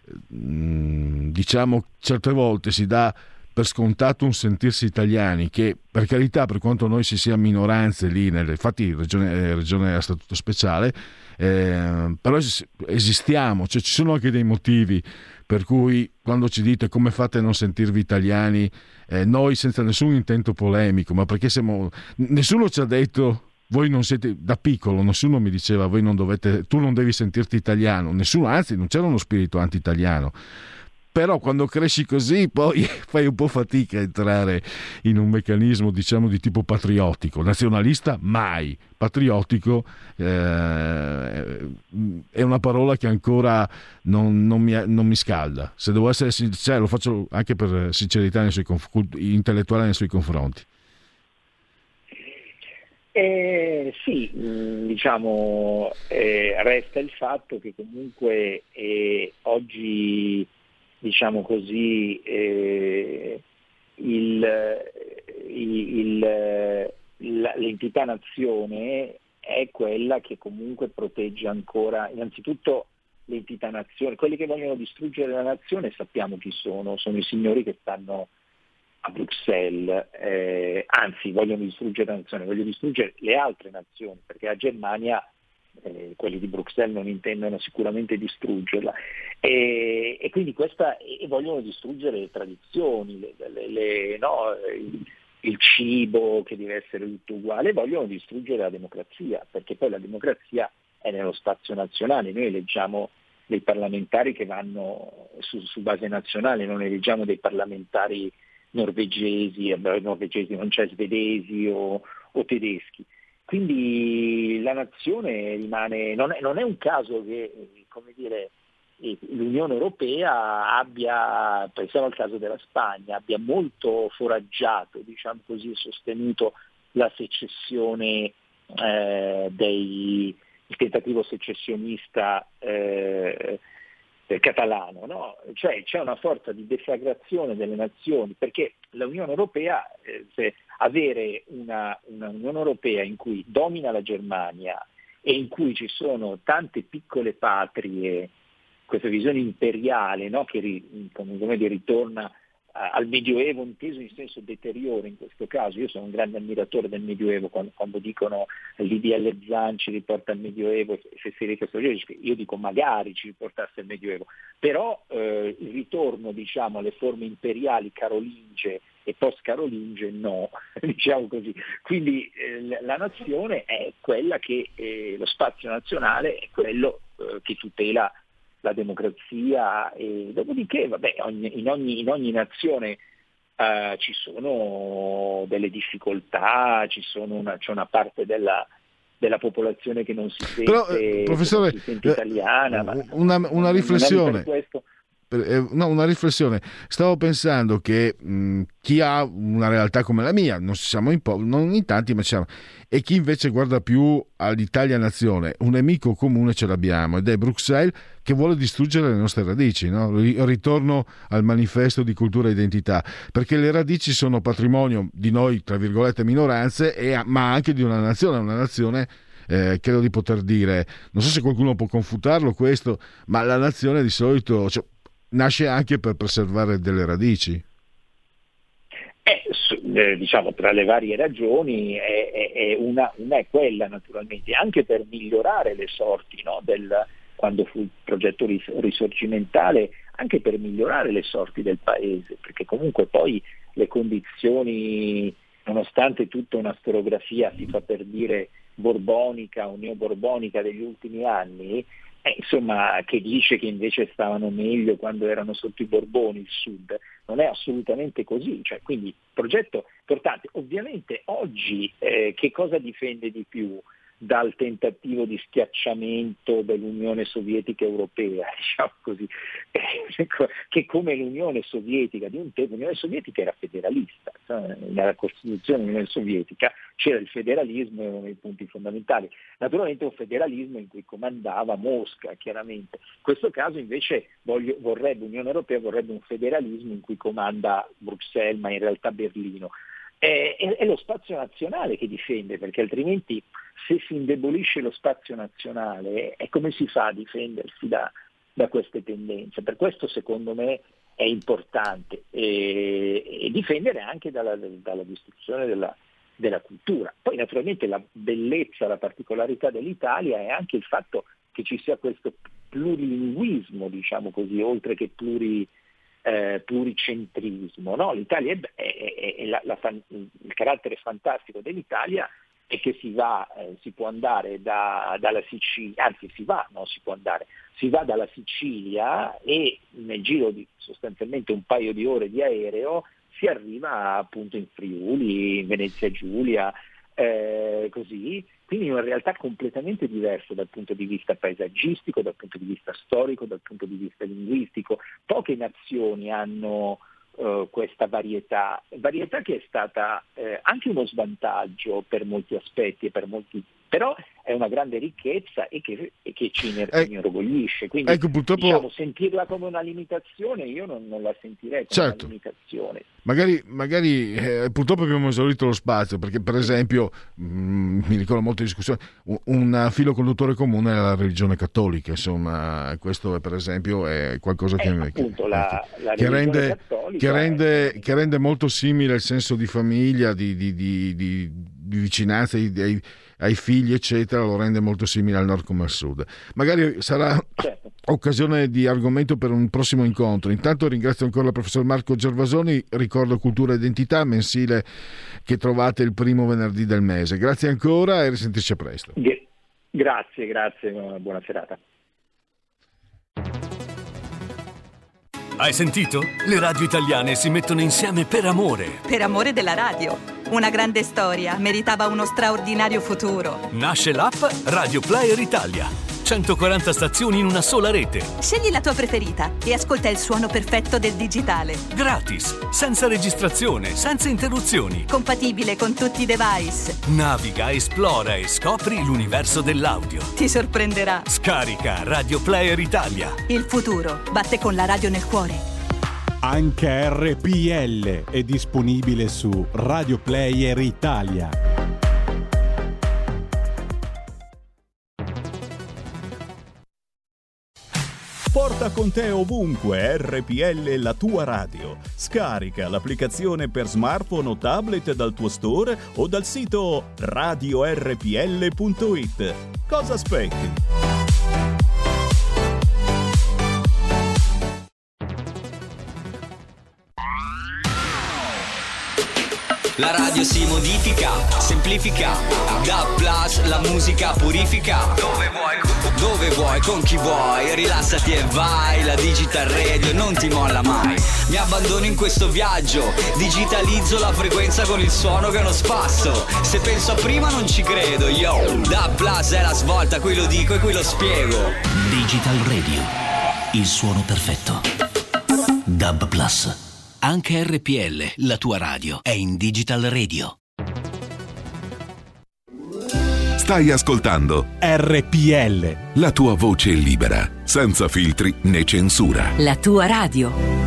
diciamo certe volte si dà per scontato un sentirsi italiani, che per carità, per quanto noi si sia minoranze lì, nelle, infatti regione, regione a statuto speciale, eh, però esistiamo, cioè ci sono anche dei motivi per cui quando ci dite come fate a non sentirvi italiani, eh, noi senza nessun intento polemico, ma perché siamo, nessuno ci ha detto voi non siete, da piccolo nessuno mi diceva voi non dovete, tu non devi sentirti italiano, nessuno, anzi non c'era uno spirito anti-italiano. Però quando cresci così poi fai un po' fatica a entrare in un meccanismo diciamo di tipo patriottico, nazionalista mai, patriottico eh, è una parola che ancora non, non, mi, non mi scalda, se devo essere sincero, lo faccio anche per sincerità nei suoi conf- intellettuale nei suoi confronti. Eh, sì, diciamo eh, resta il fatto che comunque eh, oggi diciamo così, eh, il, il, il, l'entità nazione è quella che comunque protegge ancora, innanzitutto l'entità nazione. Quelli che vogliono distruggere la nazione sappiamo chi sono, sono i signori che stanno a Bruxelles, eh, anzi vogliono distruggere la nazione, vogliono distruggere le altre nazioni, perché la Germania, Eh, quelli di Bruxelles non intendono sicuramente distruggerla e, e quindi questa e vogliono distruggere le tradizioni, le, le, le, no, il, il cibo che deve essere tutto uguale, vogliono distruggere la democrazia, perché poi la democrazia è nello spazio nazionale. Noi eleggiamo dei parlamentari che vanno su, su base nazionale, non eleggiamo dei parlamentari norvegesi, eh, norvegesi non c'è, svedesi o, o tedeschi. Quindi la nazione rimane, non è, non è un caso che, come dire, l'Unione Europea abbia, pensiamo al caso della Spagna, abbia molto foraggiato, diciamo così, sostenuto la secessione eh, dei, il tentativo secessionista eh, catalano, no? Cioè c'è una forza di deflagrazione delle nazioni, perché l'Unione Europea, eh, se avere una, una Unione Europea in cui domina la Germania e in cui ci sono tante piccole patrie, questa visione imperiale, no? Che ri, come dire, ritorna al Medioevo inteso in senso deteriore in questo caso. Io sono un grande ammiratore del Medioevo, quando, quando dicono l'I D L Zan ci riporta al Medioevo e Federico Storgesi, io dico magari ci riportasse al Medioevo, però eh, il ritorno diciamo alle forme imperiali carolingie e post-carolingie no, diciamo così. Quindi eh, la nazione è quella che, eh, lo spazio nazionale è quello eh, che tutela la democrazia, e dopodiché vabbè, ogni, in, ogni, in ogni nazione uh, ci sono delle difficoltà, ci sono una, c'è una parte della, della popolazione che non si sente, Però, eh, professore, non si sente italiana. Ma una, una riflessione. Questo. No, una riflessione. Stavo pensando che mh, chi ha una realtà come la mia, non siamo in, po- non in tanti, ma siamo, e chi invece guarda più all'Italia nazione, un nemico comune ce l'abbiamo, ed è Bruxelles, che vuole distruggere le nostre radici, no? Ritorno al manifesto di cultura e identità, perché le radici sono patrimonio di noi, tra virgolette, minoranze, e, ma anche di una nazione, una nazione Eh, credo di poter dire, non so se qualcuno può confutarlo questo, ma la nazione di solito, cioè, nasce anche per preservare delle radici. Eh, eh, diciamo tra le varie ragioni è, è, è una, una è quella naturalmente, anche per migliorare le sorti, no, del, quando fu il progetto ris- risorgimentale, anche per migliorare le sorti del paese, perché comunque poi le condizioni, nonostante tutta una storiografia, si fa per dire, borbonica o neoborbonica degli ultimi anni, eh, insomma, che dice che invece stavano meglio quando erano sotto i Borboni il Sud, non è assolutamente così, cioè, quindi progetto importante. Ovviamente oggi eh, che cosa difende di più dal tentativo di schiacciamento dell'Unione Sovietica Europea, diciamo così, che come l'Unione Sovietica di un tempo, l'Unione Sovietica era federalista, nella Costituzione dell'Unione Sovietica c'era il federalismo, erano i punti fondamentali, naturalmente un federalismo in cui comandava Mosca, chiaramente. In questo caso invece voglio, vorrebbe, l'Unione Europea vorrebbe un federalismo in cui comanda Bruxelles, ma in realtà Berlino. È, è, è lo spazio nazionale che difende, perché altrimenti se si indebolisce lo spazio nazionale, è come si fa a difendersi da, da queste tendenze? Per questo secondo me è importante e, e difendere anche dalla, dalla distruzione della, della cultura. Poi naturalmente la bellezza, la particolarità dell'Italia è anche il fatto che ci sia questo plurilinguismo, diciamo così, oltre che pluri Eh, pluricentrismo, no? L'Italia è, è, è, è la, la, il carattere fantastico dell'Italia è che si va, eh, si può andare da, dalla Sicilia, anzi si va, no, si può andare, si va dalla Sicilia e nel giro di sostanzialmente un paio di ore di aereo si arriva appunto in Friuli, in Venezia Giulia, eh, così. Quindi è una realtà completamente diversa dal punto di vista paesaggistico, dal punto di vista storico, dal punto di vista linguistico. Poche nazioni hanno uh, questa varietà, varietà che è stata eh, anche uno svantaggio per molti aspetti, e per molti, però è una grande ricchezza e che, e che ci inorgoglisce. Quindi ecco, purtroppo, diciamo, sentirla come una limitazione io non, non la sentirei come certo, una limitazione. Magari, magari eh, purtroppo abbiamo esaurito lo spazio, perché per esempio mh, mi ricordo molte discussioni, un, un filo conduttore comune è la religione cattolica, insomma, questo è, per esempio è qualcosa che, eh, che, la, la che, rende, cattolica che, rende, è... che rende molto simile il senso di famiglia, di, di, di, di, di vicinanza ai, ai, ai figli eccetera, lo rende molto simile al nord come al sud. Magari sarà certo. occasione di argomento per un prossimo incontro. Intanto ringrazio ancora il professor Marco Gervasoni, ricordo Cultura e Identità, mensile che trovate il primo venerdì del mese. Grazie ancora e risentirci presto. Grazie, grazie, buona serata. Hai sentito? Le radio italiane si mettono insieme per amore. Per amore della radio. Una grande storia meritava uno straordinario futuro. Nasce l'app Radio Player Italia. centoquaranta stazioni in una sola rete. Scegli la tua preferita e ascolta il suono perfetto del digitale. Gratis, senza registrazione, senza interruzioni. Compatibile con tutti i device. Naviga, esplora e scopri l'universo dell'audio. Ti sorprenderà. Scarica Radio Player Italia. Il futuro batte con la radio nel cuore. Anche R P L è disponibile su Radio Player Italia. Porta Porta con te ovunque R P L, la tua radio. Scarica l'applicazione per smartphone o tablet dal tuo store o dal sito radio r p l punto i t. Cosa aspetti? La radio si modifica, semplifica, da plus la musica purifica. Dove vuoi, dove vuoi, con chi vuoi, rilassati e vai. La Digital Radio non ti molla mai. Mi abbandono in questo viaggio, digitalizzo la frequenza con il suono che è uno spasso. Se penso a prima non ci credo, yo. Da plus è la svolta, qui lo dico e qui lo spiego. Digital Radio, il suono perfetto. Dub Plus. Anche R P L, la tua radio, è in Digital Radio. Stai ascoltando R P L, la tua voce libera, senza filtri né censura. La tua radio.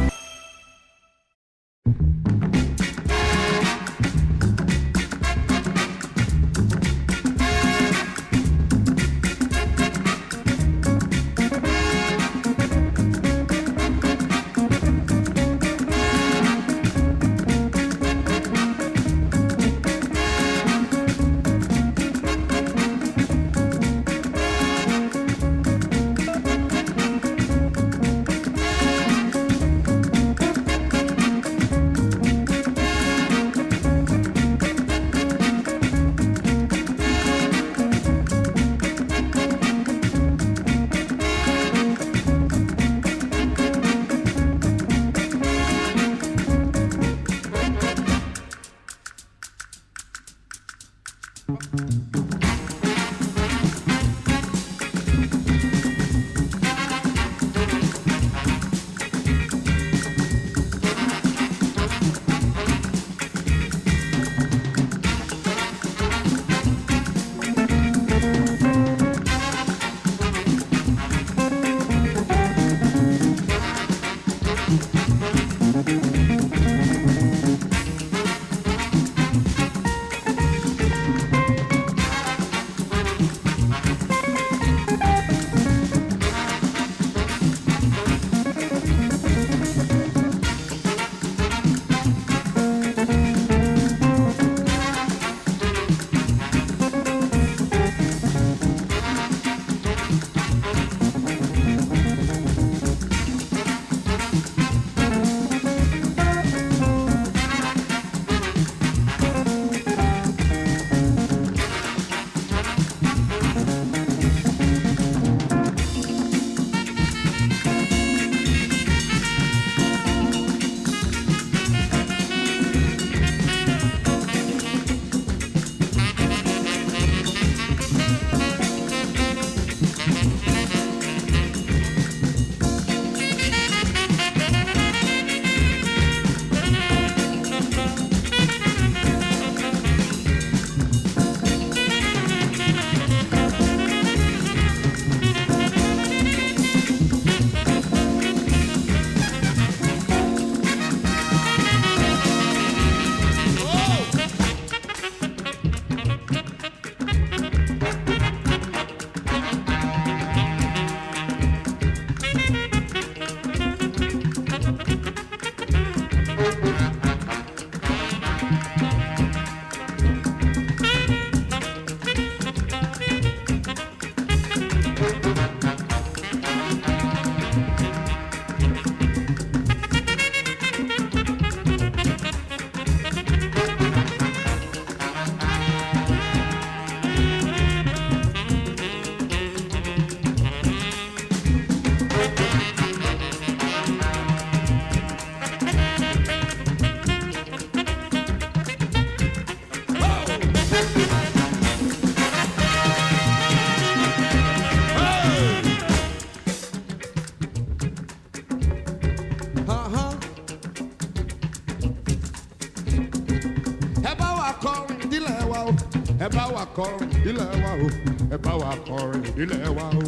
ẹ bá wa kọrin ìdílé wa o, ẹ bá wa kọrin ìdílé wa o.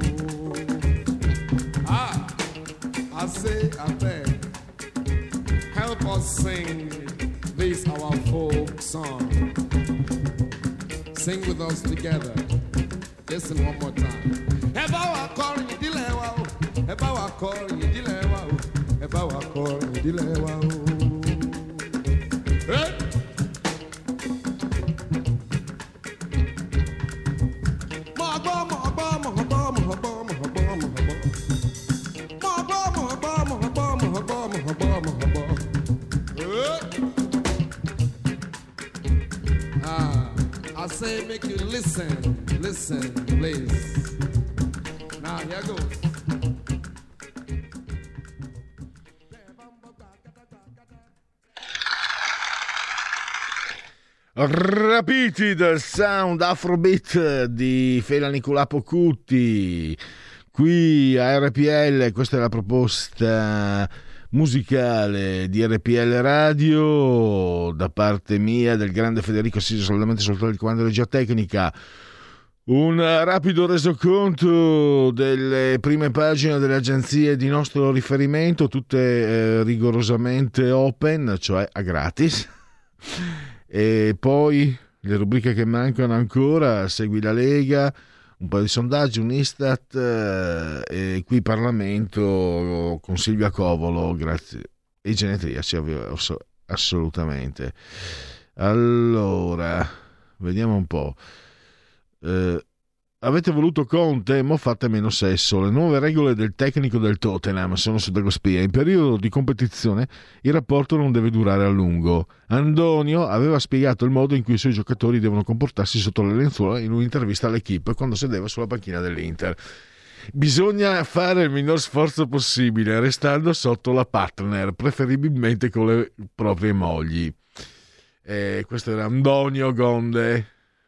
Ah, I say, I beg, help us sing this our folk song. Sing with us together. Listen one more time. Ẹ bá wa kọrin ìdílé wa o, ẹ bá wa kọrin ìdílé wa o ẹ bá wa kọrin ìdílé wa o. Hey! Ah, I say make you listen, listen, please. Now here goes. Rapiti dal sound Afrobeat di Fela Nicolapo Cutti qui a R P L. Questa è la proposta musicale di R P L Radio da parte mia, del grande Federico Sisi, solamente soltanto il comando di regia tecnica. Un rapido resoconto delle prime pagine delle agenzie di nostro riferimento, tutte eh, rigorosamente open, cioè a gratis. E poi le rubriche che mancano ancora: Segui la Lega, un paio di sondaggi, un Istat, eh, e qui Parlamento con Silvia Covolo, grazie, e genetriaci assolutamente. Allora, vediamo un po'. Eh, avete voluto Conte? Mo fate meno sesso. Le nuove regole del tecnico del Tottenham sono su Dago Spia. In periodo di competizione il rapporto non deve durare a lungo. Antonio aveva spiegato il modo in cui i suoi giocatori devono comportarsi sotto le lenzuola in un'intervista all'Equipe quando sedeva sulla panchina dell'Inter. Bisogna fare il minor sforzo possibile restando sotto la partner, preferibilmente con le proprie mogli. E questo era Antonio Conte.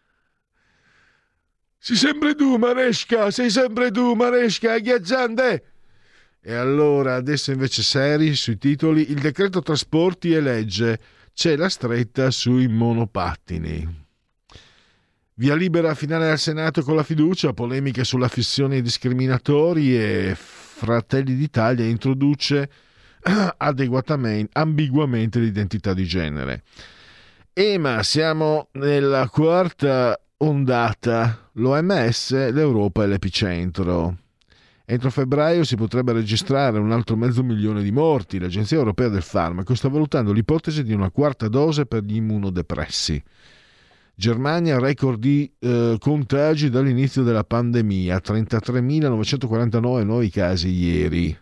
Sei sempre tu, Maresca, sei sempre tu, Maresca, agghiacciante! E allora, adesso invece seri sui titoli. Il decreto trasporti e legge, c'è la stretta sui monopattini. Via libera finale al Senato con la fiducia, polemiche sulle affissioni discriminatorie. Fratelli d'Italia introduce adeguatamente, ambiguamente l'identità di genere. E ma siamo nella quarta ondata, l'O M S, l'Europa è l'epicentro. Entro febbraio si potrebbe registrare un altro mezzo milione di morti. L'Agenzia Europea del Farmaco sta valutando l'ipotesi di una quarta dose per gli immunodepressi. Germania, record di eh, contagi dall'inizio della pandemia, trentatremilanovecentoquarantanove nuovi casi ieri.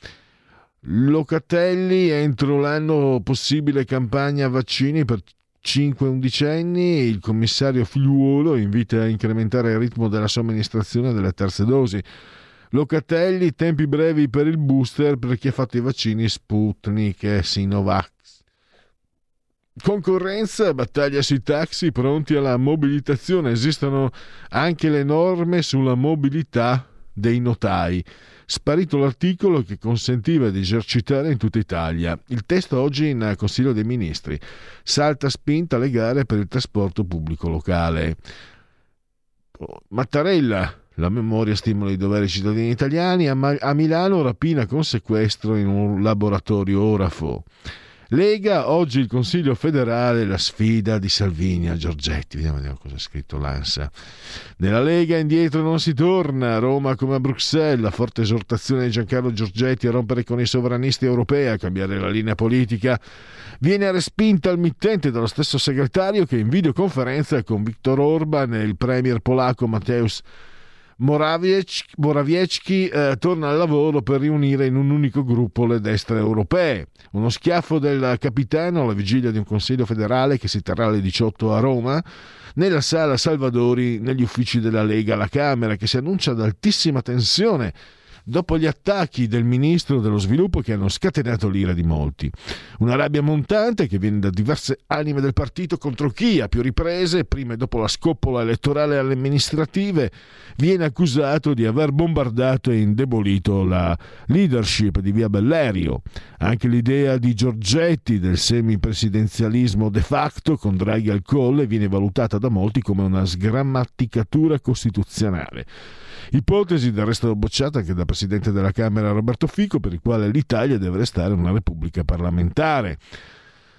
Locatelli, entro l'anno possibile campagna vaccini per cinque undicenni, il commissario Figliuolo invita a incrementare il ritmo della somministrazione delle terze dosi. Locatelli, tempi brevi per il booster per chi ha fatto i vaccini Sputnik e Sinovac. Concorrenza, battaglia sui taxi pronti alla mobilitazione. Esistono anche le norme sulla mobilità dei notai. Sparito l'articolo che consentiva di esercitare in tutta Italia. Il testo oggi in Consiglio dei Ministri. Salta spinta alle gare per il trasporto pubblico locale. Mattarella, la memoria stimola i doveri cittadini italiani. A, Ma- a Milano rapina con sequestro in un laboratorio orafo. Lega, oggi il Consiglio federale, la sfida di Salvini a Giorgetti. Vediamo, vediamo cosa ha scritto l'Ansa. Nella Lega indietro non si torna, a Roma come a Bruxelles, la forte esortazione di Giancarlo Giorgetti a rompere con i sovranisti europei, a cambiare la linea politica, viene respinta al mittente dallo stesso segretario che in videoconferenza con Viktor Orban e il premier polacco Mateusz Morawiecki eh, torna al lavoro per riunire in un unico gruppo le destre europee. Uno schiaffo del capitano alla vigilia di un consiglio federale che si terrà alle diciotto a Roma, nella sala Salvadori, negli uffici della Lega alla Camera, che si annuncia ad altissima tensione dopo gli attacchi del ministro dello sviluppo che hanno scatenato l'ira di molti. Una rabbia montante che viene da diverse anime del partito contro chi, a più riprese, prima e dopo la scoppola elettorale alle amministrative, viene accusato di aver bombardato e indebolito la leadership di Via Bellerio. Anche l'idea di Giorgetti del semipresidenzialismo de facto con Draghi al colle viene valutata da molti come una sgrammaticatura costituzionale. Ipotesi del resto bocciata anche da presidente della Camera Roberto Fico, per il quale l'Italia deve restare una repubblica parlamentare.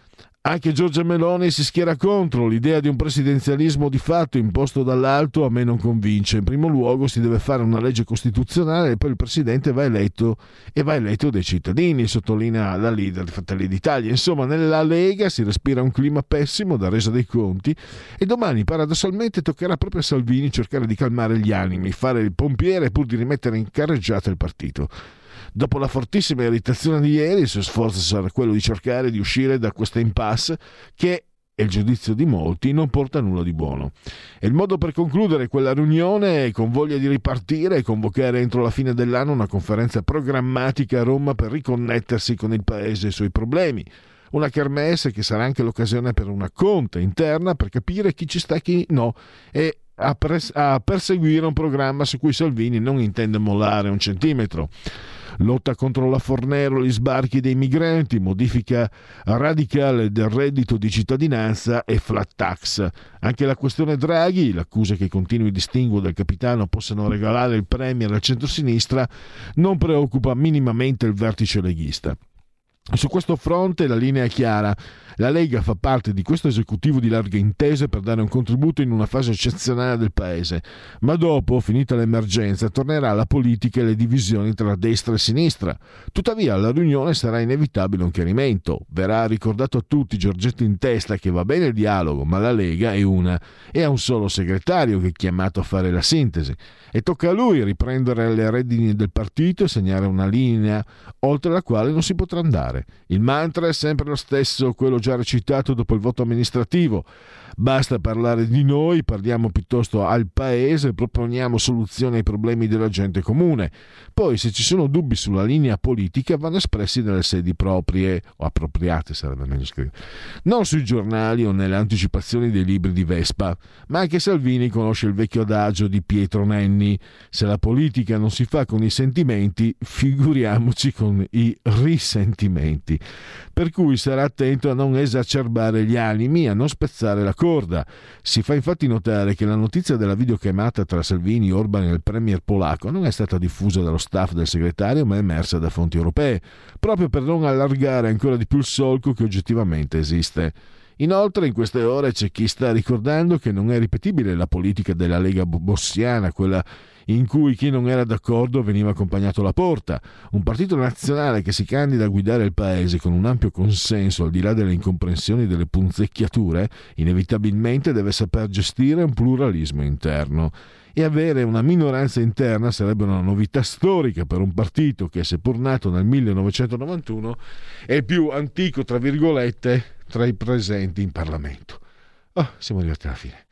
Anche Giorgia Meloni si schiera contro. L'idea di un presidenzialismo di fatto imposto dall'alto a me non convince. In primo luogo si deve fare una legge costituzionale e poi il presidente va eletto e va eletto dai cittadini, sottolinea la leader di Fratelli d'Italia. Insomma, nella Lega si respira un clima pessimo da resa dei conti e domani paradossalmente toccherà proprio a Salvini cercare di calmare gli animi, fare il pompiere pur di rimettere in carreggiata il partito. Dopo la fortissima irritazione di ieri, il suo sforzo sarà quello di cercare di uscire da questa impasse che, è il giudizio di molti, non porta a nulla di buono. E il modo per concludere quella riunione, con voglia di ripartire e convocare entro la fine dell'anno una conferenza programmatica a Roma per riconnettersi con il Paese e i suoi problemi. Una kermesse che sarà anche l'occasione per una conta interna per capire chi ci sta e chi no, e a, pres- a perseguire un programma su cui Salvini non intende mollare un centimetro. Lotta contro la Fornero, gli sbarchi dei migranti, modifica radicale del reddito di cittadinanza e flat tax. Anche la questione Draghi, l'accusa che i continui distinguo del capitano possano regalare il premier al centrosinistra, non preoccupa minimamente il vertice leghista. Su questo fronte la linea è chiara. La Lega fa parte di questo esecutivo di larghe intese per dare un contributo in una fase eccezionale del Paese, ma dopo, finita l'emergenza, tornerà la politica e le divisioni tra destra e sinistra. Tuttavia alla riunione sarà inevitabile un chiarimento. Verrà ricordato a tutti, Giorgetti in testa, che va bene il dialogo, ma la Lega è una e ha un solo segretario che è chiamato a fare la sintesi. E tocca a lui riprendere le redini del partito e segnare una linea oltre la quale non si potrà andare. Il mantra è sempre lo stesso, quello già recitato dopo il voto amministrativo. Basta parlare di noi, parliamo piuttosto al Paese, proponiamo soluzioni ai problemi della gente comune. Poi, se ci sono dubbi sulla linea politica, vanno espressi nelle sedi proprie, o appropriate sarebbe meglio scrivere, non sui giornali o nelle anticipazioni dei libri di Vespa. Ma anche Salvini conosce il vecchio adagio di Pietro Nenni: se la politica non si fa con i sentimenti, figuriamoci con i risentimenti. Per cui sarà attento a non esacerbare gli animi, a non spezzare la corda. Si fa infatti notare che la notizia della videochiamata tra Salvini, Orban e il premier polacco non è stata diffusa dallo staff del segretario, ma è emersa da fonti europee, proprio per non allargare ancora di più il solco che oggettivamente esiste. Inoltre in queste ore c'è chi sta ricordando che non è ripetibile la politica della Lega bossiana, quella in cui chi non era d'accordo veniva accompagnato alla porta. Un partito nazionale che si candida a guidare il paese con un ampio consenso, al di là delle incomprensioni e delle punzecchiature, inevitabilmente deve saper gestire un pluralismo interno. E avere una minoranza interna sarebbe una novità storica per un partito che, seppur nato nel millenovecentonovantuno, è il più antico, tra virgolette, tra i presenti in Parlamento. Oh, siamo arrivati alla fine.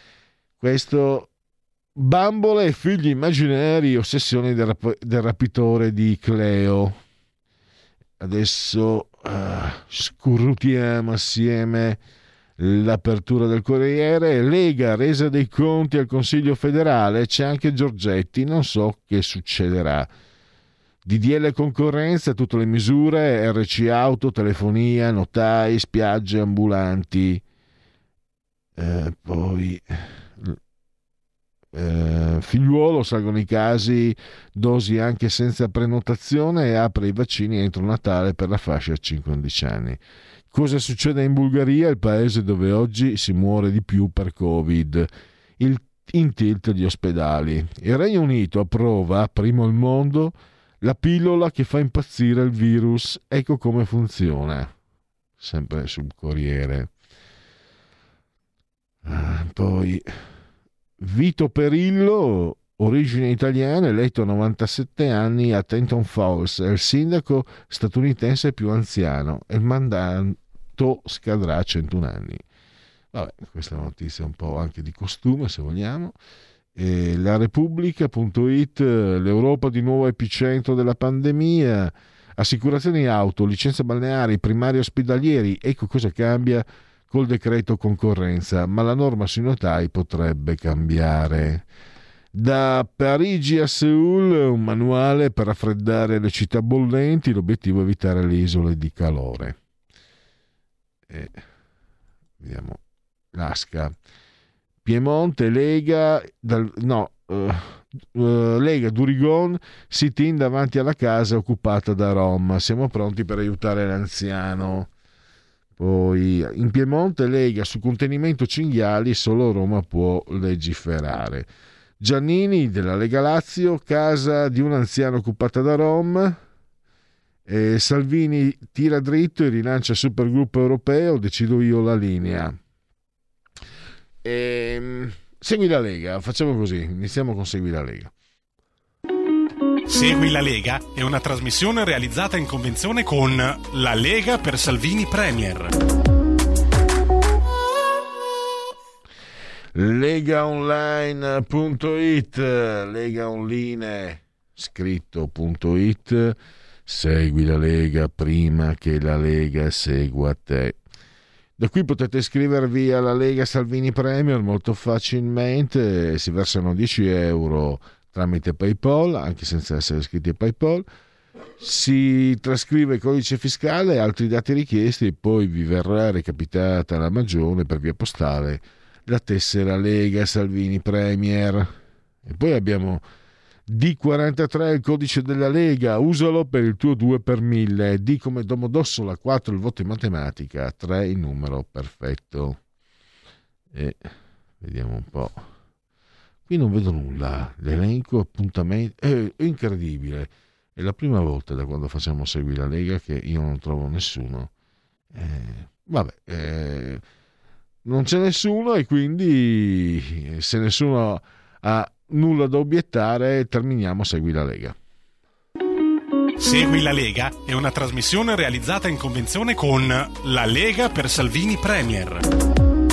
Questo... Bambole e figli immaginari, ossessioni del, rap- del rapitore di Cleo. Adesso uh, scrutiamo assieme l'apertura del Corriere. Lega, resa dei conti al Consiglio federale, c'è anche Giorgetti, non so che succederà. D D L concorrenza, tutte le misure, R C auto, telefonia, notai, spiagge, ambulanti. Eh, poi... Eh, figliuolo, salgono i casi, dosi anche senza prenotazione e apre i vaccini entro Natale per la fascia cinque undici anni. Cosa succede in Bulgaria, il paese dove oggi si muore di più per Covid? Il, in tilt gli ospedali. Il Regno Unito approva, primo al mondo, la pillola che fa impazzire il virus. Ecco come funziona. Sempre sul Corriere. Ah, poi... Vito Perillo, origine italiana, eletto a novantasette anni a Tenton Falls, è il sindaco statunitense più anziano e il mandato scadrà a centuno anni. Vabbè, questa è una notizia un po' anche di costume, se vogliamo. E la Repubblica punto it, l'Europa di nuovo epicentro della pandemia, assicurazioni auto, licenze balneari, primari ospedalieri, ecco cosa cambia col decreto concorrenza, ma la norma sui notai potrebbe cambiare. Da Parigi a Seul, un manuale per raffreddare le città bollenti, l'obiettivo è evitare le isole di calore. E vediamo l'Asca. Piemonte, Lega, dal, no, uh, uh, Lega Durigon, sit-in davanti alla casa occupata da Rom. Siamo pronti per aiutare l'anziano. Poi in Piemonte Lega su contenimento cinghiali, solo Roma può legiferare. Giannini della Lega Lazio, casa di un anziano occupata da Rom. E Salvini tira dritto e rilancia il supergruppo europeo, decido io la linea. E, segui la Lega, facciamo così, iniziamo con Segui la Lega. Segui la Lega è una trasmissione realizzata in convenzione con La Lega per Salvini Premier. Legaonline punto it, Legaonline scritto punto it. Segui la Lega prima che la Lega segua te. Da qui potete iscrivervi alla Lega Salvini Premier molto facilmente, si versano dieci euro tramite PayPal, anche senza essere iscritti a PayPal. Si trascrive il codice fiscale e altri dati richiesti e poi vi verrà recapitata la magione per via postale la tessera Lega Salvini Premier. E poi abbiamo D quarantatré, il codice della Lega, usalo per il tuo due per mille. D come Domodossola, quattro il voto in matematica, tre il numero perfetto. E vediamo un po'. Qui non vedo nulla, l'elenco, appuntamenti, è incredibile. È la prima volta da quando facciamo Segui la Lega che io non trovo nessuno. Eh, vabbè, eh, non c'è nessuno e quindi se nessuno ha nulla da obiettare terminiamo Segui la Lega. Segui la Lega è una trasmissione realizzata in convenzione con La Lega per Salvini Premier.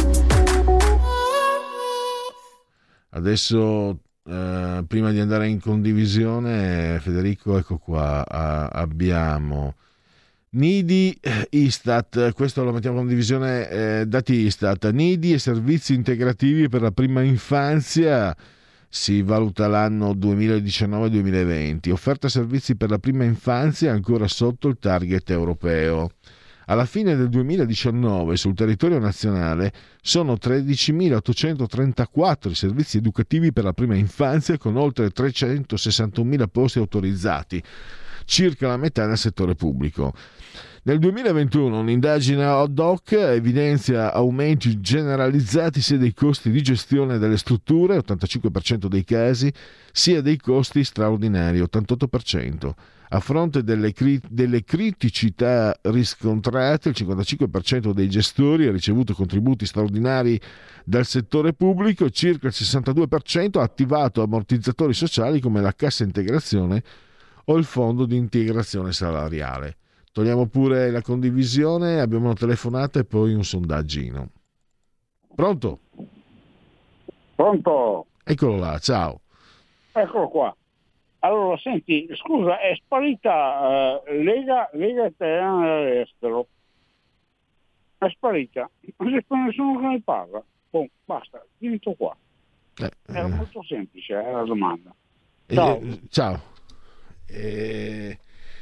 Adesso, eh, prima di andare in condivisione, Federico, ecco qua, a, abbiamo Nidi Istat, questo lo mettiamo in condivisione, eh, dati Istat, Nidi e servizi integrativi per la prima infanzia, si valuta l'anno duemiladiciannove duemilaventi, offerta servizi per la prima infanzia ancora sotto il target europeo. Alla fine del duemiladiciannove sul territorio nazionale sono tredicimilaottocentotrentaquattro i servizi educativi per la prima infanzia con oltre trecentosessantunomila posti autorizzati, circa la metà nel settore pubblico. Nel duemilaventuno un'indagine ad hoc evidenzia aumenti generalizzati sia dei costi di gestione delle strutture, ottantacinque per cento dei casi, sia dei costi straordinari, ottantotto per cento. A fronte delle, cri- delle criticità riscontrate, il cinquantacinque per cento dei gestori ha ricevuto contributi straordinari dal settore pubblico, circa il sessantadue per cento ha attivato ammortizzatori sociali come la cassa integrazione o il fondo di integrazione salariale. Togliamo pure la condivisione, abbiamo una telefonata e poi un sondaggino. Pronto? Pronto? Eccolo là, ciao. Eccolo qua. Allora, senti, scusa, è sparita uh, Lega, Lega Italiana all'estero. È sparita. Non c'è più nessuno che ne parla. Boh, basta, finito qua. Eh, Era eh. molto semplice eh, la domanda. Ciao. Eh, ciao. Eh,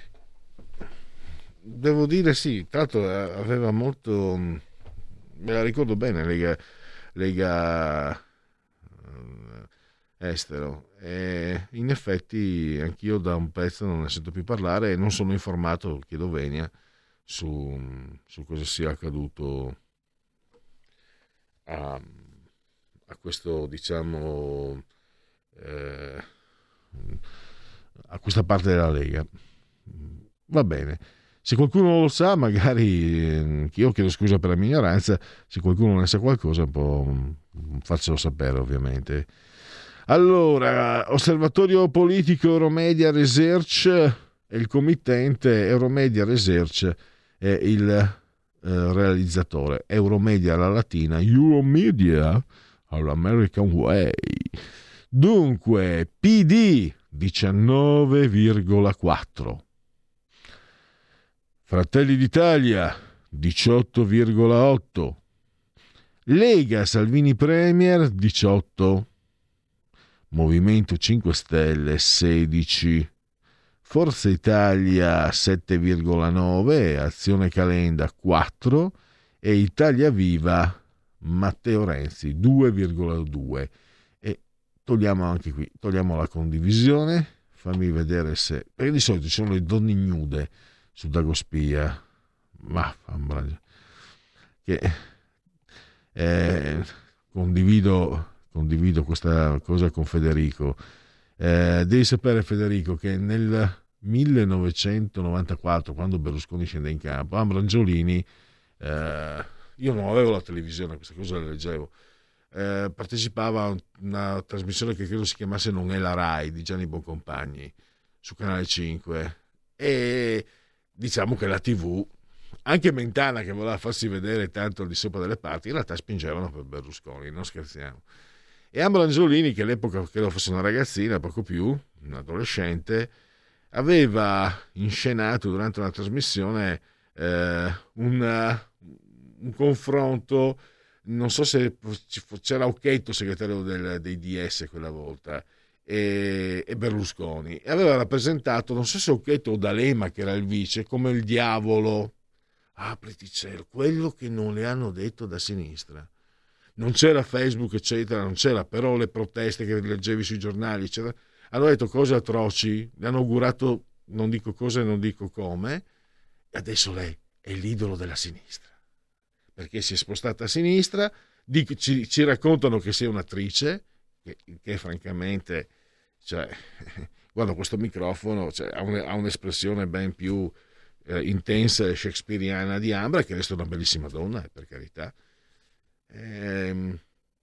devo dire sì, tra l'altro aveva molto, me la ricordo bene, Lega, Lega estero, e in effetti anch'io da un pezzo non ne sento più parlare e non sono informato, chiedo venia, su, su cosa sia accaduto a, a questo, diciamo, eh, a questa parte della Lega. Va bene, se qualcuno lo sa, magari, io chiedo scusa per la mia ignoranza, se qualcuno ne sa qualcosa un po' faccelo sapere, ovviamente. Allora, Osservatorio Politico Euromedia Research è il committente, Euromedia Research è il eh, realizzatore, Euromedia alla latina, Euromedia all'American Way. Dunque, P D diciannove virgola quattro, Fratelli d'Italia diciotto virgola otto, Lega Salvini Premier diciotto, Movimento cinque Stelle sedici, Forza Italia sette virgola nove, Azione Calenda quattro e Italia Viva Matteo Renzi due virgola due. E togliamo anche qui, togliamo la condivisione, fammi vedere se, perché di solito ci sono le donne ignude su Dagospia, ma che eh, condivido, condivido questa cosa con Federico. Eh, devi sapere, Federico, che nel millenovecentonovantaquattro, quando Berlusconi scende in campo, Ambra Angiolini, eh, io non avevo la televisione, questa cosa la leggevo, eh, partecipava a una trasmissione che credo si chiamasse Non è la Rai, di Gianni Boncompagni, su Canale cinque, e diciamo che la tivù, anche Mentana, che voleva farsi vedere tanto al di sopra delle parti, in realtà spingevano per Berlusconi, non scherziamo. E Ambra Angiolini, che all'epoca credo fosse una ragazzina, poco più, un adolescente, aveva inscenato durante una trasmissione eh, una, un confronto, non so se c'era Occhetto, segretario del, dei D S quella volta, e, e Berlusconi, e aveva rappresentato, non so se Occhetto o D'Alema, che era il vice, come il diavolo, apriti cielo, quello che non le hanno detto da sinistra. Non c'era Facebook, eccetera, non c'era, però le proteste che leggevi sui giornali, eccetera, hanno detto cose atroci, le hanno augurato, non dico cose, non dico come, e adesso lei è l'idolo della sinistra, perché si è spostata a sinistra, ci, ci raccontano che sia un'attrice, che, che francamente, cioè, guarda questo microfono, cioè, ha, un, ha un'espressione ben più eh, intensa e shakespeariana di Ambra, che resta una bellissima donna, eh, per carità. Ehm,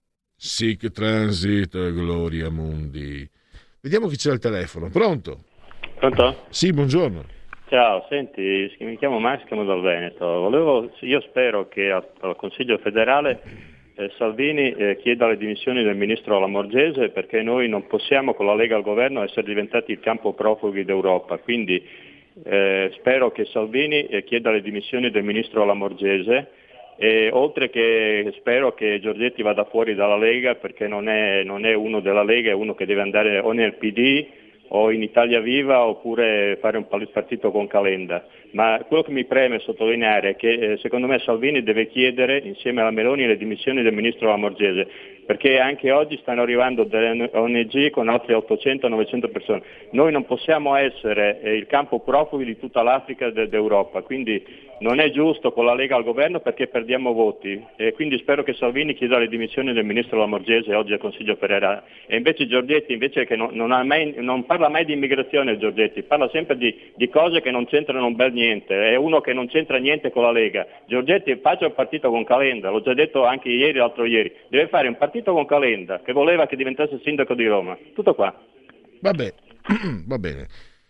sic transit gloria mundi. Vediamo chi c'è al telefono. Pronto? Pronto? Sì, buongiorno. Ciao, senti, mi chiamo Max, chiamo dal Veneto. Volevo, io spero che al, al Consiglio federale eh, Salvini eh, chieda le dimissioni del ministro Lamorgese, perché noi non possiamo con la Lega al governo essere diventati il campo profughi d'Europa. Quindi eh, spero che Salvini eh, chieda le dimissioni del ministro Lamorgese. E oltre che spero che Giorgetti vada fuori dalla Lega, perché non è, non è uno della Lega, è uno che deve andare o nel P D o in Italia Viva, oppure fare un partito con Calenda. Ma quello che mi preme sottolineare è che eh, secondo me Salvini deve chiedere insieme alla Meloni le dimissioni del ministro Lamorgese, perché anche oggi stanno arrivando delle O N G con altre ottocento novecento persone. Noi non possiamo essere eh, il campo profughi di tutta l'Africa de- d'Europa, quindi non è giusto con la Lega al governo, perché perdiamo voti, e quindi spero che Salvini chieda le dimissioni del ministro Lamorgese oggi al Consiglio federale. E invece Giorgetti, invece che non, non, ha mai, non parla mai di immigrazione, Giorgetti parla sempre di, di cose che non c'entrano un bel niente, è uno che non c'entra niente con la Lega. Giorgetti faccia un partito con Calenda, l'ho già detto anche ieri, l'altro ieri, deve fare un partito con Calenda, che voleva che diventasse sindaco di Roma. Tutto qua. Vabbè, va bene.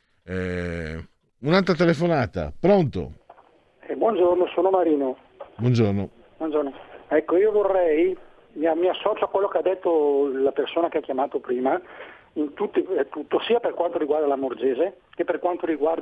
Eh, un'altra telefonata, pronto? Eh, buongiorno, sono Marino. Buongiorno. Buongiorno. Ecco, io vorrei, mi, mi associo a quello che ha detto la persona che ha chiamato prima, in tutti, eh, tutto, sia per quanto riguarda Lamorgese che per quanto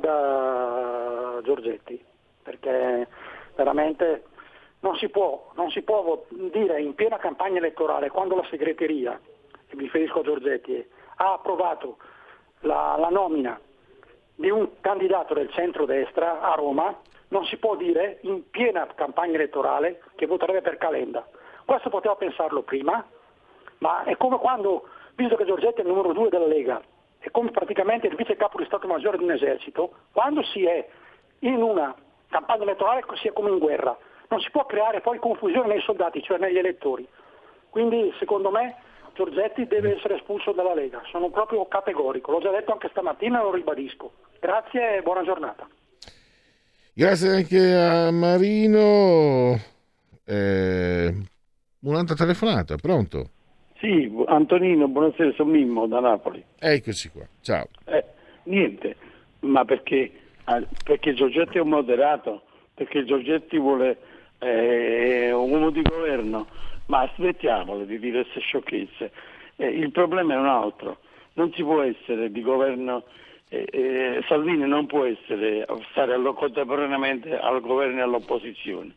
riguarda Giorgetti, perché veramente non si può, non si può dire in piena campagna elettorale, quando la segreteria, e mi riferisco a Giorgetti, ha approvato la, la nomina di un candidato del centrodestra a Roma, non si può dire in piena campagna elettorale che voterebbe per Calenda. Questo poteva pensarlo prima, ma è come quando, visto che Giorgetti è il numero due della Lega, è come praticamente il vice capo di Stato Maggiore di un esercito, quando si è in una campagna elettorale si è come in guerra. Non si può creare poi confusione nei soldati, cioè negli elettori. Quindi secondo me Giorgetti deve essere espulso dalla Lega, sono proprio categorico, l'ho già detto anche stamattina e lo ribadisco. Grazie e buona giornata. Grazie anche a Marino. Eh, un'altra telefonata, pronto? Sì, Antonino, buonasera, sono Mimmo da Napoli. Eccoci qua, ciao. Eh, niente, ma perché, perché Giorgetti è un moderato, perché Giorgetti vuole eh, un uomo di governo, ma smettiamolo di dire queste sciocchezze. Eh, il problema è un altro, non si può essere di governo. Eh, eh, Salvini non può essere stare allo, contemporaneamente al governo e all'opposizione.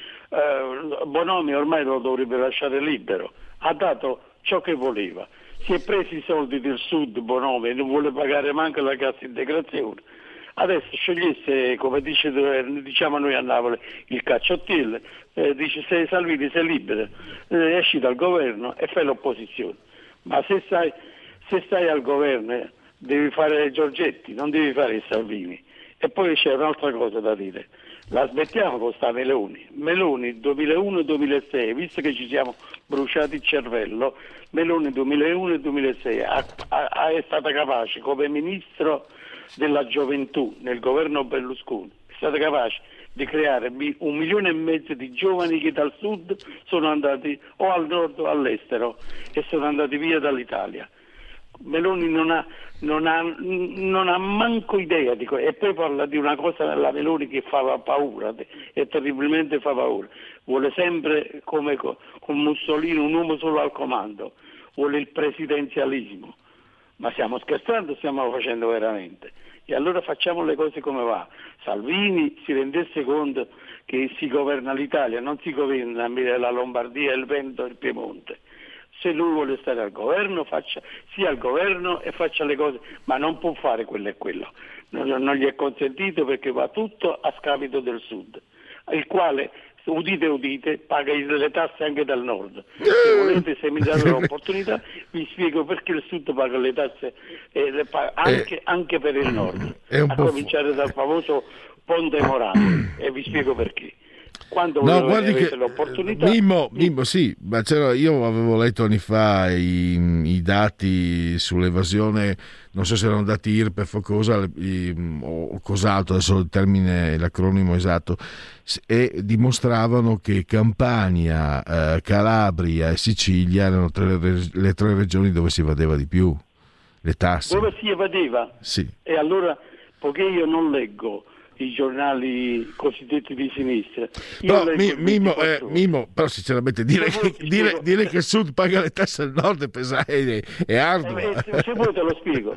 Eh, Bonomi ormai lo dovrebbe lasciare libero, ha dato ciò che voleva, si è preso i soldi del sud Bonomi e non vuole pagare manco la cassa integrazione. Adesso scegliesse, come dice, diciamo noi a Napoli, il cacciottiere, eh, dice se Salvini sei libero, eh, esci dal governo e fai l'opposizione, ma se stai, se stai al governo eh, devi fare Giorgetti, non devi fare il Salvini. E poi c'è un'altra cosa da dire, La smettiamo con sta Meloni. Meloni duemilauno duemilasei, visto che ci siamo bruciati il cervello, Meloni duemilauno duemilasei ha, ha, è stata capace come ministro della gioventù nel governo Berlusconi, è stata capace di creare un milione e mezzo di giovani che dal sud sono andati o al nord o all'estero e sono andati via dall'Italia. Meloni non ha, non ha, non ha manco idea di questo, e poi parla di una cosa, la Meloni, che fa paura e terribilmente fa paura. Vuole sempre, come con Mussolini, un uomo solo al comando, vuole il presidenzialismo. Ma stiamo scherzando, stiamo facendo veramente? E allora facciamo le cose come va. Salvini si rendesse conto che si governa l'Italia, non si governa la Lombardia, il Veneto e il Piemonte. Se lui vuole stare al governo, faccia sia al governo e faccia le cose, ma non può fare quello e quello. Non, non gli è consentito, perché va tutto a scapito del sud, il quale, udite udite, paga le tasse anche dal nord. Se volete, se mi date l'opportunità, vi spiego perché il sud paga le tasse eh, le paga anche, eh, anche per il nord, a cominciare fu- dal famoso Ponte Morano, e vi spiego perché. Quando no, guardi avete che l'opportunità, Mimmo, Mimmo sì, ma c'era, io avevo letto anni fa i, i dati sull'evasione, non so se erano dati I R P E F o cosa, i, o cos'altro, adesso il termine, l'acronimo esatto, e dimostravano che Campania, eh, Calabria e Sicilia erano tre, le tre regioni dove si evadeva di più le tasse. Dove si evadeva? Sì. E allora, poiché io non leggo i giornali cosiddetti di sinistra, però, mi, Mimmo, eh, Mimmo, però sinceramente dire che, dire, dire che il sud paga le tasse al nord è pesante, è arduo. Eh, se, se vuoi te lo spiego.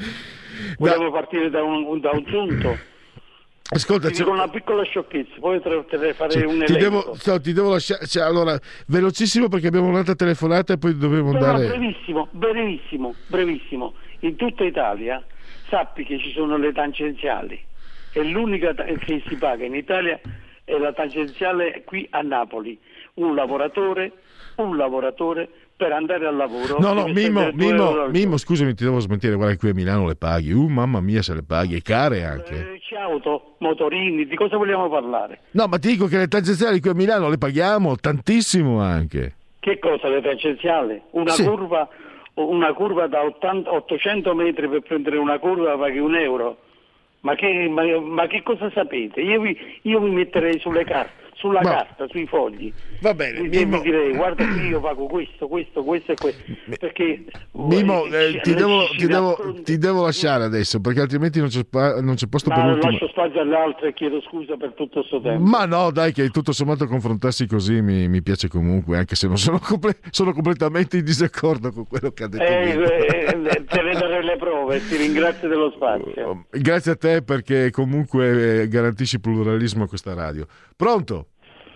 Vogliamo da... partire da un, da un punto. Ascolta, ti dico una piccola sciocchezza, poi te, te ne farei sì, un ti elenco. Devo, so, ti devo lasciare, cioè, allora, velocissimo, perché abbiamo un'altra telefonata e poi dobbiamo no, andare. No, brevissimo, brevissimo, brevissimo. In tutta Italia sappi che ci sono le tangenziali. E l'unica che si paga in Italia è la tangenziale qui a Napoli. Un lavoratore, un lavoratore per andare al lavoro. No, no, Mimmo, Mimmo, Mimmo, scusami, ti devo smentire, guarda che qui a Milano le paghi. Uh, mamma mia, se le paghi, e care anche. Eh, c'è auto, motorini, di cosa vogliamo parlare? No, ma ti dico che le tangenziali qui a Milano le paghiamo tantissimo anche. Che cosa le tangenziali? Una sì. curva, una curva da ottanta, ottocento metri, per prendere una curva paghi un euro. Ma che, ma, ma che cosa sapete? Io vi, io mi metterei sulle carte, sulla ma, carta, sui fogli. Va bene, mi, Mimmo, mi direi, guarda che io pago questo, questo, questo e questo. Perché Mimmo, eh, ti, devo, ti, devo, ti devo lasciare adesso, perché altrimenti non c'è, non c'è posto ma per l'ultimo. Lascio spazio alle altre e chiedo scusa per tutto questo tempo. Ma no, dai, che tutto sommato confrontarsi così mi, mi piace comunque, anche se non sono, comple- sono completamente in disaccordo con quello che ha detto. Eh, eh, te ne darei le prove, ti ringrazio dello spazio. Grazie a te, perché comunque garantisci pluralismo a questa radio. Pronto?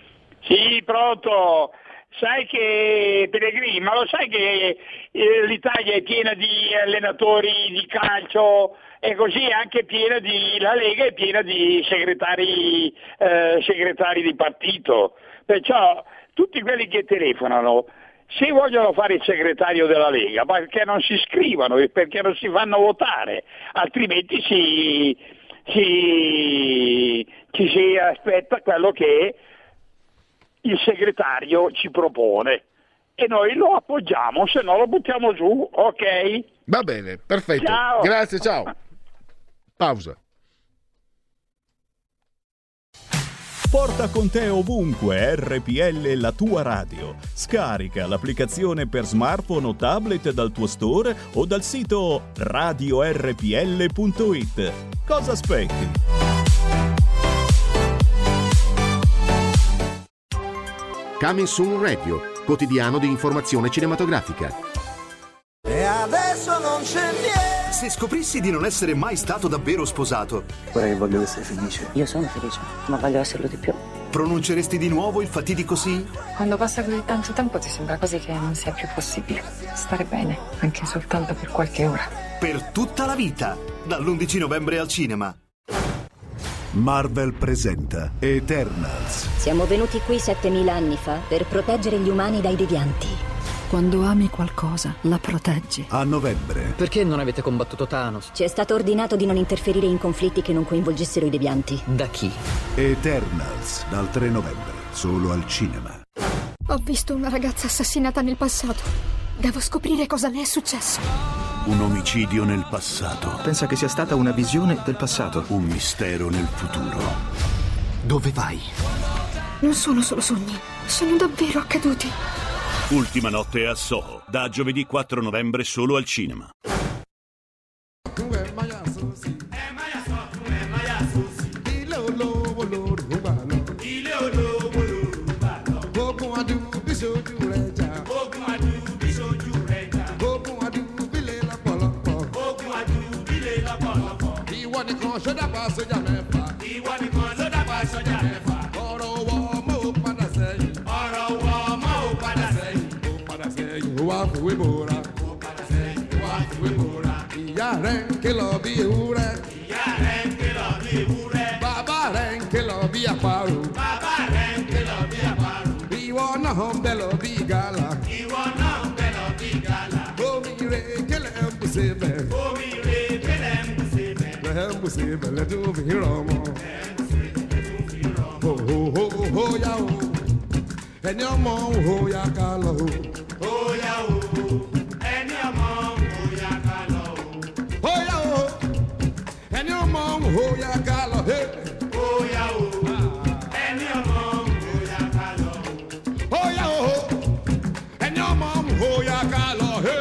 Sì, pronto. Sai che, Pellegrini, ma lo sai che eh, l'Italia è piena di allenatori di calcio e così è anche piena di, la Lega è piena di segretari, eh, segretari di partito. Perciò tutti quelli che telefonano, se vogliono fare il segretario della Lega, perché non si iscrivono e perché non si fanno votare, altrimenti si, si, ci si aspetta quello che il segretario ci propone e noi lo appoggiamo, se no lo buttiamo giù, ok? Va bene, perfetto. Ciao. Grazie, ciao. Pausa. Porta con te ovunque R P L, la tua radio. Scarica l'applicazione per smartphone o tablet dal tuo store o dal sito radio erre pi elle punto it. Cosa aspetti? Coming Soon Radio, quotidiano di informazione cinematografica. E adesso non c'è niente. Se scoprissi di non essere mai stato davvero sposato, guarda che voglio essere felice. Io sono felice, ma voglio esserlo di più. Pronunceresti di nuovo il fatidico sì? Quando passa così tanto tempo ti sembra quasi che non sia più possibile stare bene, anche soltanto per qualche ora. Per tutta la vita, dall'undici novembre al cinema. Marvel presenta Eternals. Siamo venuti qui settemila anni fa per proteggere gli umani dai devianti. Quando ami qualcosa, la proteggi. A novembre. Perché non avete combattuto Thanos? Ci è stato ordinato di non interferire in conflitti che non coinvolgessero i devianti. Da chi? Eternals, dal tre novembre, solo al cinema. Ho visto una ragazza assassinata nel passato. Devo scoprire cosa le è successo. Un omicidio nel passato. Pensa che sia stata una visione del passato. Un mistero nel futuro. Dove vai? Non sono solo sogni, sono davvero accaduti. Ultima notte a Soho, da giovedì quattro novembre solo al cinema. Sọ́jà pa sọ́jà mẹ́fà. Ìwọ nìkan ló dàgbà sọ́jà mẹ́fà. Ọ̀rọ̀ wọ ọmọ ò padà sẹ́yìn. Ọ̀rọ̀ wọ ọmọ ò padà sẹ́yìn. Ó padà sẹ́yìn. Ó wá fòwé bòra. Ó padà sẹ́yìn. Ó wá fòwé bòra. Ìyá rẹ̀ ń kìlọ̀ bí ewúrẹ́. Ìyá rẹ̀ ń kìlọ̀ bí ewúrẹ́. Bàbá rẹ̀ ń kìlọ̀ bí àparò. Bàbá rẹ̀ ń kìlọ̀ bí àparò. Ìwọ náà ń bẹ̀ lọ bí gàlà. Ìwọ náà ń bẹ̀ lọ bí gàlà. Omi rẹ̀ kílẹ̀ ń bùsẹ̀ bẹ̀. Omi rẹ̀ kílẹ̀ ń bùsẹ̀ bẹ̀. Embusé bẹ̀lẹ̀ tó fi rọmọ. Ho ho ho ho ya o, ẹni ọmọ ho ya ká lọ o. Ho ya o, ẹni ọmọ ho ya ká lọ o. Ho ya o, ẹni ọmọ ho ya ká lọ he. Ho ya o, ẹni ọmọ ho ya ká lọ o. Ho ya o, ẹni ọmọ ho ya ká lọ he.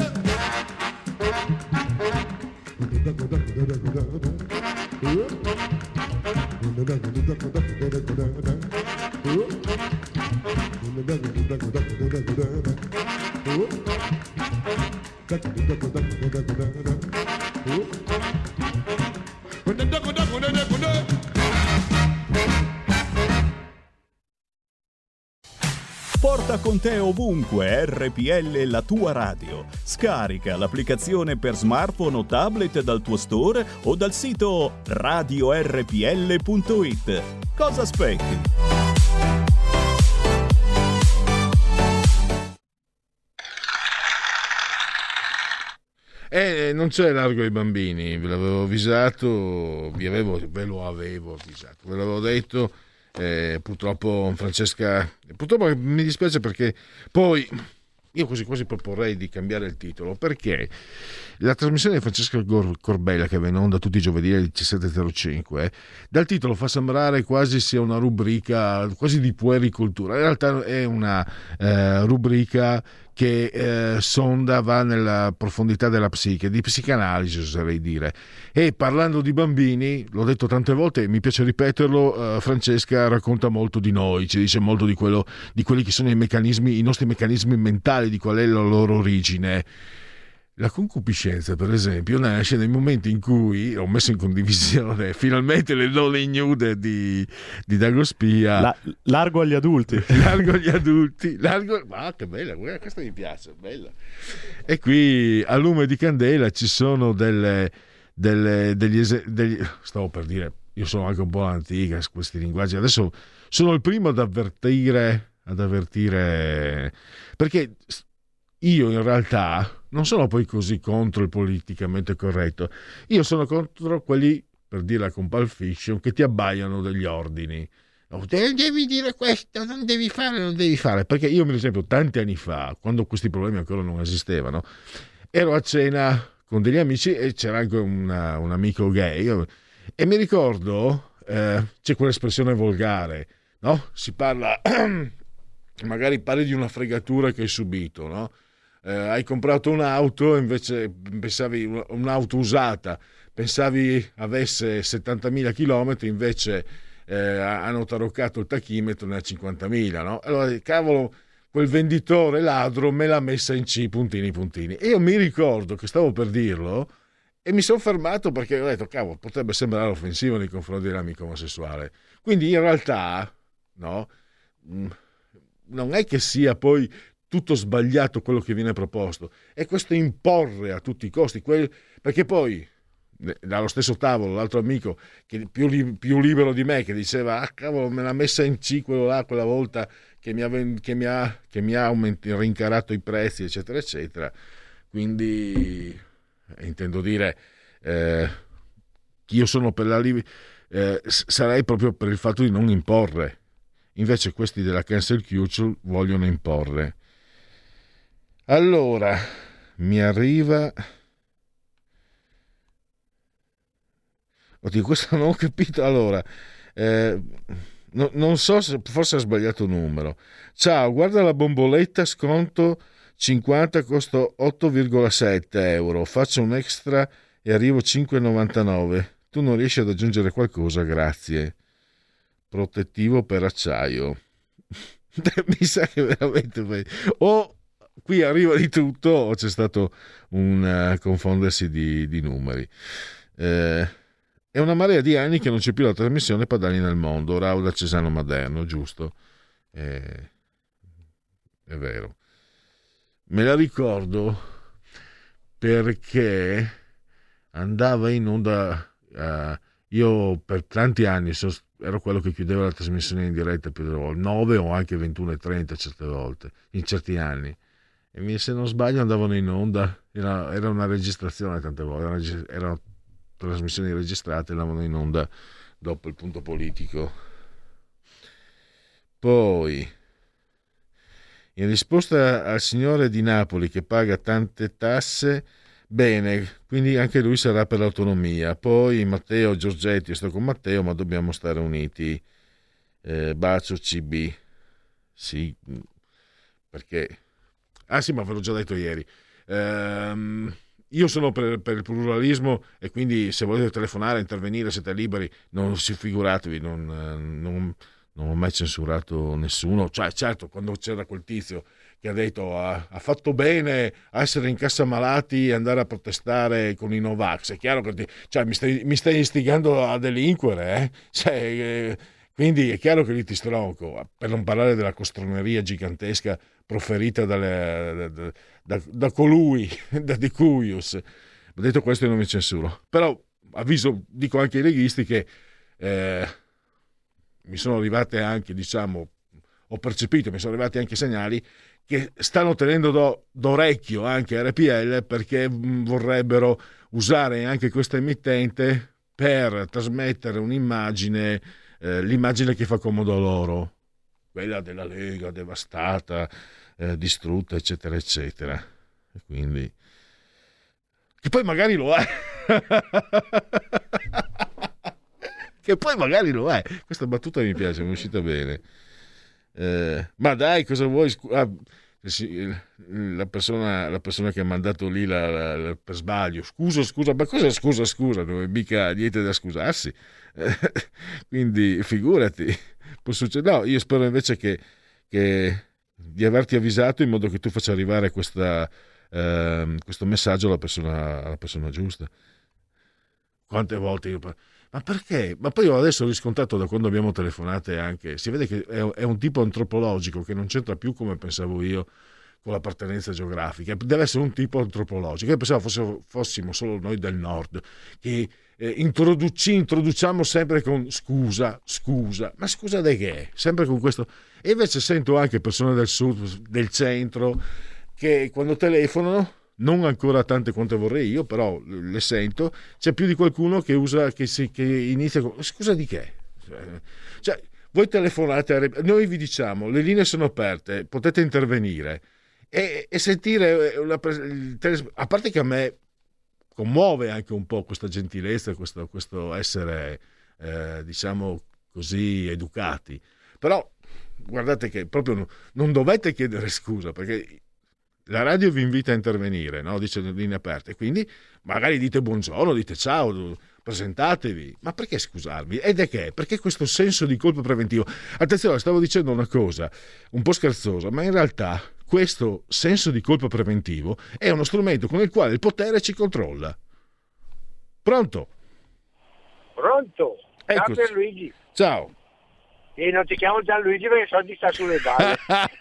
Good. Porta con te ovunque R P L, la tua radio. Scarica l'applicazione per smartphone o tablet dal tuo store o dal sito radio r p l punto i t. Cosa aspetti? Eh, non c'è largo ai bambini, ve l'avevo avvisato, vi avevo, ve lo avevo avvisato, ve l'avevo detto. Eh, purtroppo Francesca, purtroppo mi dispiace perché poi io quasi quasi proporrei di cambiare il titolo, perché la trasmissione di Francesca Corbella, che va in onda tutti i giovedì alle diciassette e zero cinque, eh, dal titolo fa sembrare quasi sia una rubrica quasi di puericultura. In realtà è una eh, rubrica che eh, sonda, va nella profondità della psiche, di psicanalisi oserei dire. E parlando di bambini, l'ho detto tante volte, mi piace ripeterlo, eh, Francesca racconta molto di noi, ci dice molto di quello, di quelli che sono i meccanismi, i nostri meccanismi mentali, di qual è la loro origine. La concupiscenza, per esempio, nasce nei momenti in cui ho messo in condivisione finalmente le donne ignude di, di Dago Spia. La, largo agli adulti. Largo agli adulti. Largo... Ah, che bella, questa mi piace, bella. E qui a lume di candela ci sono delle, delle, degli, es... degli... Stavo per dire, io sono anche un po' antica su questi linguaggi. Adesso sono il primo ad avvertire, ad avvertire... Perché io in realtà non sono poi così contro il politicamente corretto, io sono contro quelli, per dirla con Pulp Fiction, che ti abbaiano degli ordini. No, devi dire questo, non devi fare, non devi fare, perché io per esempio tanti anni fa, quando questi problemi ancora non esistevano, ero a cena con degli amici e c'era anche una, un amico gay e mi ricordo eh, c'è quell'espressione volgare, no? Si parla magari parli di una fregatura che hai subito, no? Eh, hai comprato un'auto, invece pensavi un'auto usata, pensavi avesse settantamila chilometri, invece eh, hanno taroccato il tachimetro ne ha cinquantamila, no? Allora, cavolo, quel venditore ladro me l'ha messa in C, puntini puntini. E io mi ricordo che stavo per dirlo e mi sono fermato perché ho detto, cavolo, potrebbe sembrare offensivo nei confronti dell'amico omosessuale. Quindi in realtà, no, non è che sia poi tutto sbagliato quello che viene proposto, è questo imporre a tutti i costi, quel, perché poi dallo stesso tavolo l'altro amico che più, più libero di me che diceva ah cavolo me l'ha messa in C quello là quella volta che mi ha, che mi ha, che mi ha aumenti, rincarato i prezzi eccetera eccetera, quindi intendo dire eh, io sono per la eh, sarei proprio per il fatto di non imporre, invece questi della cancel culture vogliono imporre. Allora, mi arriva... Oddio, questo non ho capito. Allora, eh, no, non so se forse ha sbagliato numero. Ciao, guarda la bomboletta, sconto cinquanta, costo otto virgola sette euro. Faccio un extra e arrivo cinque virgola novantanove. Tu non riesci ad aggiungere qualcosa? Grazie. Protettivo per acciaio. Mi sa che veramente... O... Qui arriva di tutto o c'è stato un uh, confondersi di, di numeri. Eh, è una marea di anni che non c'è più la trasmissione Padani nel mondo, Rauda Cesano Maderno, giusto? Eh, è vero. Me la ricordo perché andava in onda, uh, io per tanti anni so, ero quello che chiudeva la trasmissione in diretta più delle volte, nove o anche ventuno e trenta certe volte, in certi anni. E se non sbaglio andavano in onda, era, era una registrazione tante volte, erano trasmissioni registrate, andavano in onda dopo il punto politico. Poi, in risposta al signore di Napoli che paga tante tasse, bene, quindi anche lui sarà per l'autonomia. Poi Matteo Giorgetti, io sto con Matteo, ma dobbiamo stare uniti. Eh, bacio C B. Sì, perché... Ah sì, ma ve l'ho già detto ieri. Ehm, io sono per, per il pluralismo e quindi se volete telefonare, intervenire, siete liberi, non si figuratevi, non, non, non ho mai censurato nessuno, cioè certo quando c'era quel tizio che ha detto ha, ha fatto bene a essere in cassa malati e andare a protestare con i Novax, è chiaro che ti, cioè, mi, stai, mi stai istigando a delinquere, eh? Cioè, eh, quindi è chiaro che lì ti stronco, per non parlare della costroneria gigantesca proferita dalle, da, da, da colui, da De Cuius. Detto questo io non mi censuro, però avviso, dico anche ai leghisti che eh, mi sono arrivate anche, diciamo, ho percepito, mi sono arrivati anche segnali che stanno tenendo do, d'orecchio anche R P L perché vorrebbero usare anche questa emittente per trasmettere un'immagine, eh, l'immagine che fa comodo loro, quella della Lega devastata, eh, distrutta, eccetera, eccetera. E quindi, che poi magari lo è, che poi magari lo è. Questa battuta mi piace, mi è uscita bene. Eh, ma dai, cosa vuoi? Ah, la, persona, la persona che ha mandato lì la, la, la, per sbaglio, scusa, scusa, ma cosa scusa, scusa? Non è mica niente da scusarsi. Eh, quindi figurati, può succedere. No, io spero invece che, che di averti avvisato in modo che tu faccia arrivare questa, eh, questo messaggio alla persona, alla persona giusta. Quante volte io... Ma perché? Ma poi io adesso ho riscontrato da quando abbiamo telefonate anche, si vede che è un tipo antropologico che non c'entra più come pensavo io con l'appartenenza geografica, deve essere un tipo antropologico. Io pensavo fosse, fossimo solo noi del nord, che eh, introduci, introduciamo sempre con scusa, scusa, ma scusa di che? Sempre con questo. E invece sento anche persone del sud, del centro, che quando telefonano, non ancora tante quante vorrei io, però le sento, c'è più di qualcuno che usa, che, si, che inizia con scusa di che? Cioè, voi telefonate, noi vi diciamo, le linee sono aperte, potete intervenire e, e sentire una, a parte che a me commuove anche un po' questa gentilezza, questo, questo essere eh, diciamo così educati, però guardate che proprio non dovete chiedere scusa, perché la radio vi invita a intervenire, no? Dice linee aperte, quindi magari dite buongiorno, dite ciao, presentatevi, ma perché scusarmi? Ed è che? Perché questo senso di colpo preventivo? Attenzione, stavo dicendo una cosa un po' scherzosa, ma in realtà questo senso di colpo preventivo è uno strumento con il quale il potere ci controlla. Pronto? Pronto? Ciao Eccoci. Pierluigi. Ciao. E non ti chiamo Gianluigi perché so di sta sulle balle.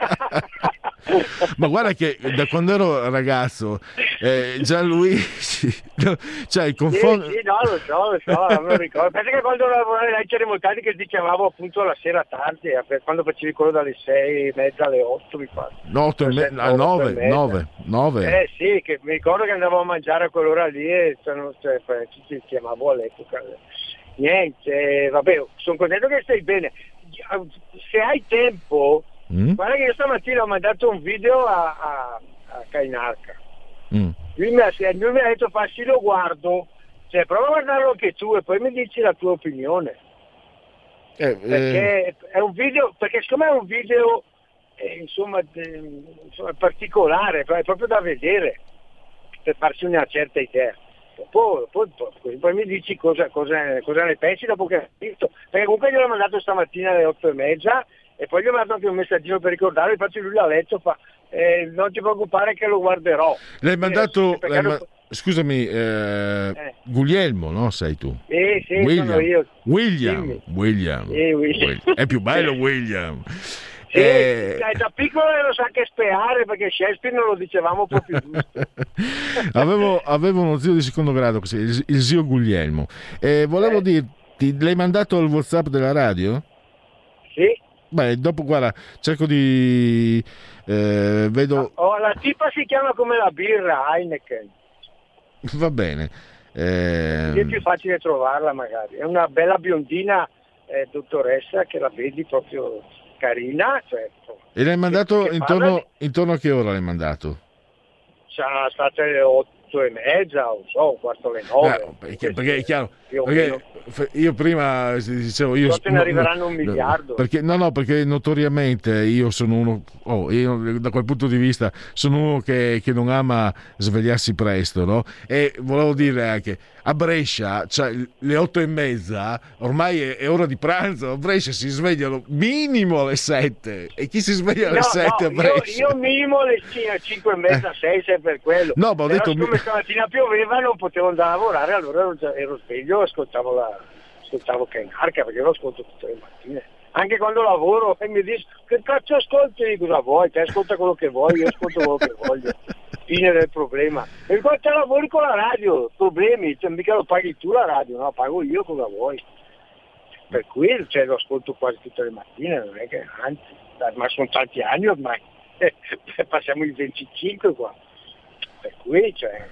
Ma guarda che da quando ero ragazzo eh, Gianluigi cioè il confondo... sì, sì, no, lo so, lo so, non lo ricordo. Pensa che quando lavorai ai Ceremoniali che ti chiamavo appunto la sera tardi, quando facevi quello dalle sei e mezza alle otto mi pare. No, otto e me- no, nove, nove, nove. Eh sì, che mi ricordo che andavo a mangiare a quell'ora lì e cioè, ti chiamavo all'epoca. Niente, vabbè, sono contento che stai bene. Se hai tempo, mm? guarda che io stamattina ho mandato un video a, a, a Cainarca. Mm. Lui, mi ha, lui mi ha detto fa sì lo guardo, cioè prova a guardarlo anche tu e poi mi dici la tua opinione. Eh, perché eh... è un video, perché siccome è un video eh, insomma, de, insomma particolare, è proprio da vedere per farsi una certa idea. Poi, poi, poi, poi mi dici cosa, cosa, cosa ne pensi dopo che hai visto, perché comunque gliel'ho mandato stamattina alle otto e mezza e poi gli ho mandato anche un messaggino per ricordarlo, infatti lui l'ha letto, fa eh, non ti preoccupare che lo guarderò. L'hai mandato, eh, l'hai lo... ma... scusami, eh, eh. Guglielmo, no? Sei tu? Eh, sì, William. sono io. William, William. Eh, William. William. È più bello William. Sì, eh... da piccolo lo sa che speare perché Shakespeare non lo dicevamo proprio giusto. avevo, avevo uno zio di secondo grado così, il, il zio Guglielmo, e volevo eh. dirti, l'hai mandato al WhatsApp della radio? Sì. Beh, dopo guarda, cerco di eh, vedo oh, la tipa si chiama come la birra Heineken. Va bene, eh... è più facile trovarla magari, è una bella biondina eh, dottoressa che la vedi proprio carina, certo. E l'hai mandato intorno, intorno a che ora l'hai mandato? Sono state le otto, otto e mezza, o so, un quarto alle nove. Eh, perché, perché è chiaro, perché io prima dicevo io te ne no, arriveranno no, un miliardo. Perché, no, no, perché notoriamente io sono uno, oh, io da quel punto di vista sono uno che, che non ama svegliarsi presto, no? E volevo dire anche a Brescia, cioè le otto e mezza, ormai è, è ora di pranzo, a Brescia si svegliano minimo alle sette, e chi si sveglia alle no, sette no, a Brescia? Io, io minimo alle cinque e mezza, sei, sei per quello. No, ma ho Però detto siccome stamattina pioveva non potevo andare a lavorare, allora ero, già, ero sveglio e ascoltavo la ascoltavo Cainarca, perché lo ascolto tutte le mattine. Anche quando lavoro e mi dici che cazzo ascolti, dico cosa vuoi, te ascolta quello che vuoi, io ascolto quello che voglio. Fine del problema. E quando te lavori con la radio, problemi, cioè, mica lo paghi tu la radio, no, pago io cosa vuoi. Per cui cioè, lo ascolto quasi tutte le mattine, non è che anzi, ma sono tanti anni ormai, passiamo i venticinque qua. Per cui cioè.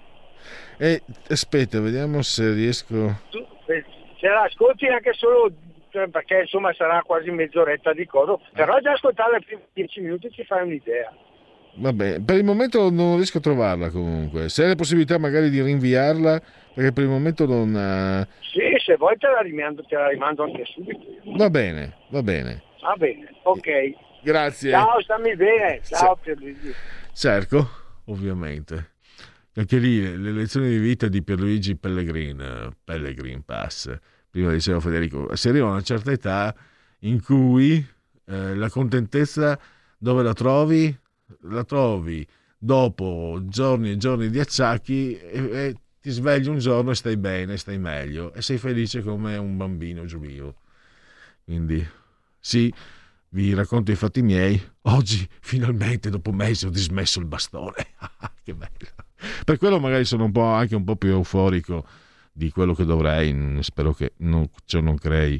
E aspetta, vediamo se riesco. Tu, se la ascolti anche solo perché insomma sarà quasi mezz'oretta di coso, però già ascoltare i primi dieci minuti ci fai un'idea. Vabbè, per il momento non riesco a trovarla comunque. Se hai la possibilità magari di rinviarla, perché per il momento non. Sì, se vuoi te la rimando, te la rimando anche subito. Va bene, va bene. Va bene, ok. Grazie. Ciao, stammi bene. Ciao, Pierluigi. Cerco, ovviamente. Anche lì le lezioni di vita di Pierluigi Pellegrin, Pellegrin Pass. Prima diceva Federico, si arriva a una certa età in cui eh, la contentezza dove la trovi? La trovi dopo giorni e giorni di acciacchi e, e ti svegli un giorno e stai bene, stai meglio e sei felice come un bambino giubilo. Quindi sì, vi racconto i fatti miei. Oggi finalmente dopo mesi ho dismesso il bastone. Che bello. Per quello magari sono un po' anche un po' più euforico di quello che dovrei. Spero che non, ciò non crei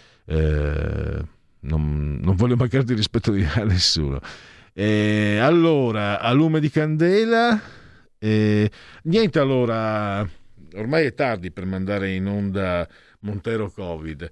eh, non, non voglio mancare di rispetto di a nessuno. E allora, a lume di candela, e niente, allora ormai è tardi per mandare in onda Montero Covid,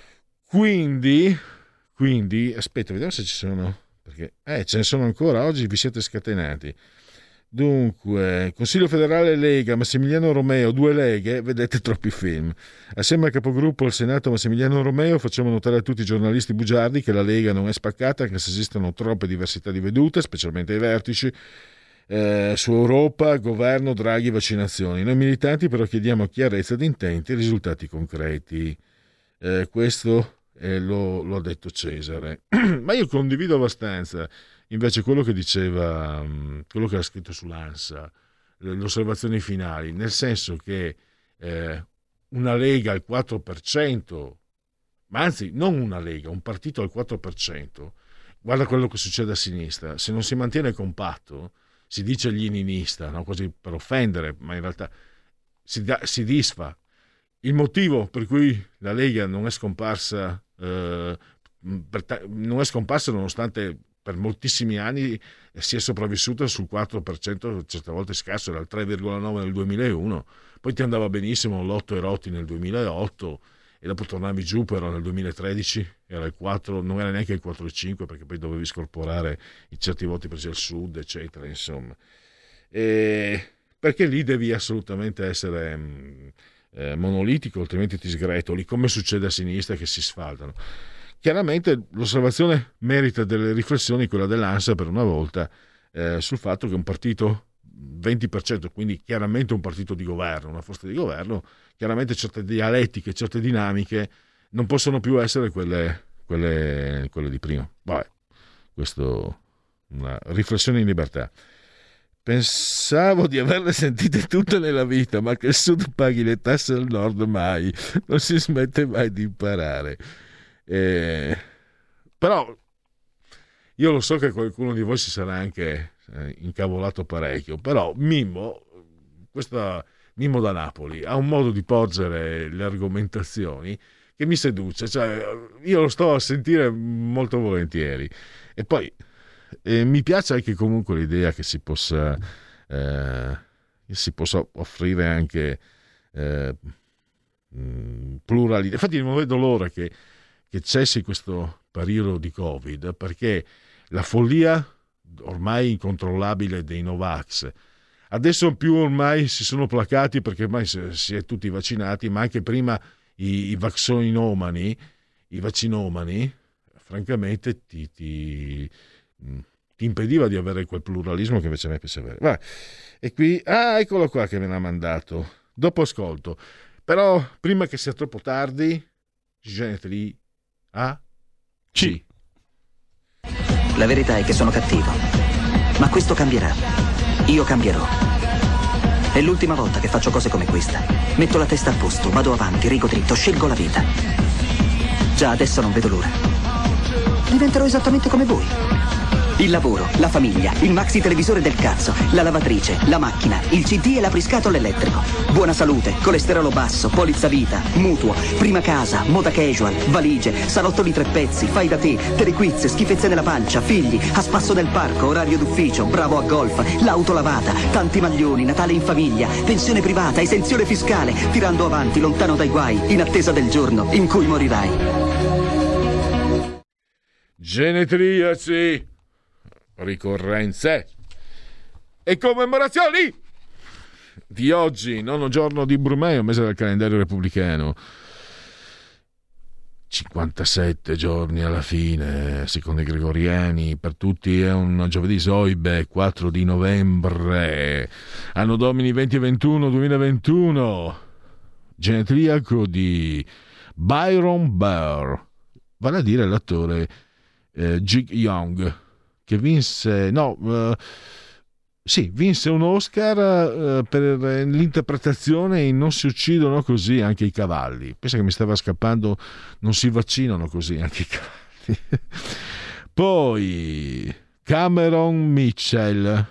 quindi quindi aspetta, vediamo se ci sono, perché eh, ce ne sono ancora, oggi vi siete scatenati. Dunque, Consiglio federale Lega, Massimiliano Romeo, due leghe, vedete troppi film. Assieme al capogruppo al Senato Massimiliano Romeo facciamo notare a tutti i giornalisti bugiardi che la Lega non è spaccata, anche se esistono troppe diversità di vedute, specialmente ai vertici, eh, su Europa, governo, Draghi, vaccinazioni. Noi militanti però chiediamo chiarezza di intenti e risultati concreti. Eh, questo eh, lo, lo ha detto Cesare. Ma io condivido abbastanza invece quello che diceva, quello che ha scritto sull'ANSA, le osservazioni finali, nel senso che eh, una Lega al quattro per cento, ma anzi non una Lega, un partito al quattro per cento, guarda quello che succede a sinistra, se non si mantiene compatto, si dice leninista, no? Quasi per offendere, ma in realtà si, da, si disfa. Il motivo per cui la Lega non è scomparsa, eh, per, non è scomparsa nonostante per moltissimi anni si è sopravvissuta sul quattro per cento, certe volte scarso, era il tre virgola nove nel duemilauno, poi ti andava benissimo l'otto e rotti nel duemilaotto e dopo tornavi giù, però nel duemilatredici era il quattro, non era neanche il quattro virgola cinque perché poi dovevi scorporare i certi voti presi al sud, eccetera, insomma. E perché lì devi assolutamente essere eh, monolitico, altrimenti ti sgretoli, come succede a sinistra che si sfaldano. Chiaramente l'osservazione merita delle riflessioni, quella dell'ANSA per una volta, eh, sul fatto che un partito venti per cento, quindi chiaramente un partito di governo, una forza di governo, chiaramente certe dialettiche, certe dinamiche non possono più essere quelle, quelle, quelle di prima. Vabbè, questo una riflessione in libertà. Pensavo di averle sentite tutte nella vita, ma che il Sud paghi le tasse al Nord mai, non si smette mai di imparare. Eh, però io lo so che qualcuno di voi si sarà anche eh, incavolato parecchio, però Mimmo, questo Mimmo da Napoli, ha un modo di porgere le argomentazioni che mi seduce, cioè io lo sto a sentire molto volentieri e poi eh, mi piace anche comunque l'idea che si possa eh, che si possa offrire anche eh, pluralità. Infatti non vedo l'ora che che cessi questo periodo di Covid, perché la follia ormai incontrollabile dei Novax Adesso più ormai si sono placati perché ormai si è tutti vaccinati, ma anche prima i, i vaccinoomani, i vaccinomani, francamente ti, ti, ti impediva di avere quel pluralismo che invece a me piace avere. Vai. E qui, ah, eccolo qua che me l'ha mandato. Dopo ascolto. Però prima che sia troppo tardi, Genetri A C. La verità è che sono cattivo, ma questo cambierà. Io cambierò. È l'ultima volta che faccio cose come questa. Metto la testa a posto, vado avanti, rigo dritto, scelgo la vita. Già adesso non vedo l'ora. Diventerò esattamente come voi. Il lavoro, la famiglia, il maxi televisore del cazzo, la lavatrice, la macchina, il C D e l'apriscatole elettrico. Buona salute, colesterolo basso, polizza vita, mutuo, prima casa, moda casual, valigie, salottoli tre pezzi, fai da te, telequiz, schifezze nella pancia, figli, a spasso nel parco, orario d'ufficio, bravo a golf, l'auto lavata, tanti maglioni, Natale in famiglia, pensione privata, esenzione fiscale, tirando avanti, lontano dai guai, in attesa del giorno in cui morirai. Genetriaci, ricorrenze e commemorazioni di oggi, nono giorno di Brumaio, mese del calendario repubblicano. cinquantasette giorni alla fine, secondo i gregoriani, per tutti è un giovedì soibe, quattro di novembre, anno domini venti ventuno duemilaventuno, genetriaco di Byron Burr, vale a dire l'attore eh, Jig Young, che vinse, no, uh, sì, vinse un Oscar uh, per l'interpretazione in Non si uccidono così anche i cavalli. Pensa che mi stava scappando, non si vaccinano così anche i cavalli. Poi Cameron Mitchell,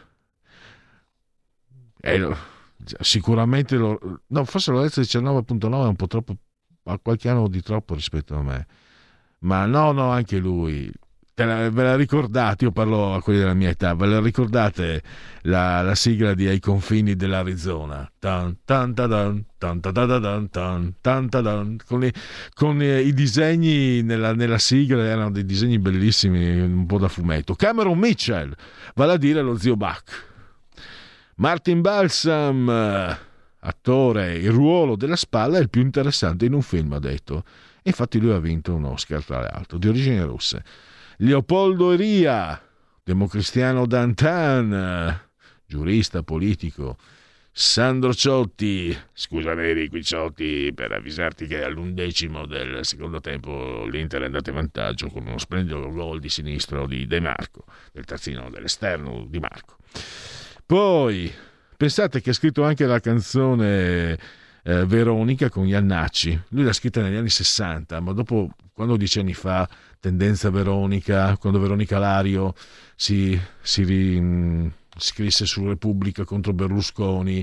eh, sicuramente lo, no, forse l'ho detto diciannove virgola nove è un po' troppo, ha qualche anno di troppo rispetto a me, ma no, no, anche lui. Ve la ricordate? Io parlo a quelli della mia età. Ve la ricordate la, la sigla di Ai confini dell'Arizona? Tan, tan, tan, tan, tan, tan, tan, tan, tan, con, i, con i disegni nella, nella sigla erano dei disegni bellissimi, un po' da fumetto. Cameron Mitchell, vale a dire lo zio Buck. Martin Balsam, attore, il ruolo della spalla è il più interessante in un film, ha detto. E infatti lui ha vinto un Oscar, tra l'altro, di origini russe. Leopoldo Eria, democristiano d'antan, giurista politico. Sandro Ciotti, scusa Neri qui Ciotti, per avvisarti che all'undecimo del secondo tempo l'Inter è andato in vantaggio con uno splendido gol di sinistro di De Marco, del terzino dell'esterno di Marco. Poi pensate che ha scritto anche la canzone eh, Veronica con Iannacci. Lui l'ha scritta negli anni sessanta, ma dopo, quando dieci anni fa, Tendenza Veronica, quando Veronica Lario si, si ri, scrisse su Repubblica contro Berlusconi,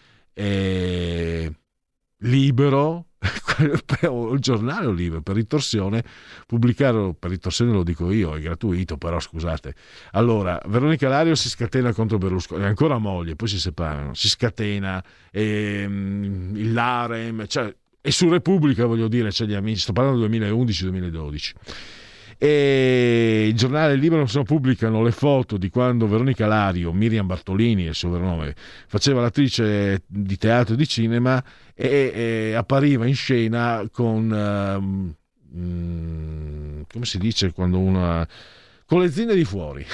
e Libero, il giornale o Libero, per ritorsione, pubblicarono, per ritorsione lo dico io, è gratuito, però scusate. Allora, Veronica Lario si scatena contro Berlusconi, è ancora moglie, poi si separano, si scatena, e, um, il Larem, cioè, e su Repubblica, voglio dire, c'è gli amici, sto parlando del duemilaundici duemiladodici. E il giornale Libero pubblicano le foto di quando Veronica Lario, Miriam Bartolini è il suo vero nome, faceva l'attrice di teatro e di cinema e, e appariva in scena con um, um, come si dice quando una con le zinne di fuori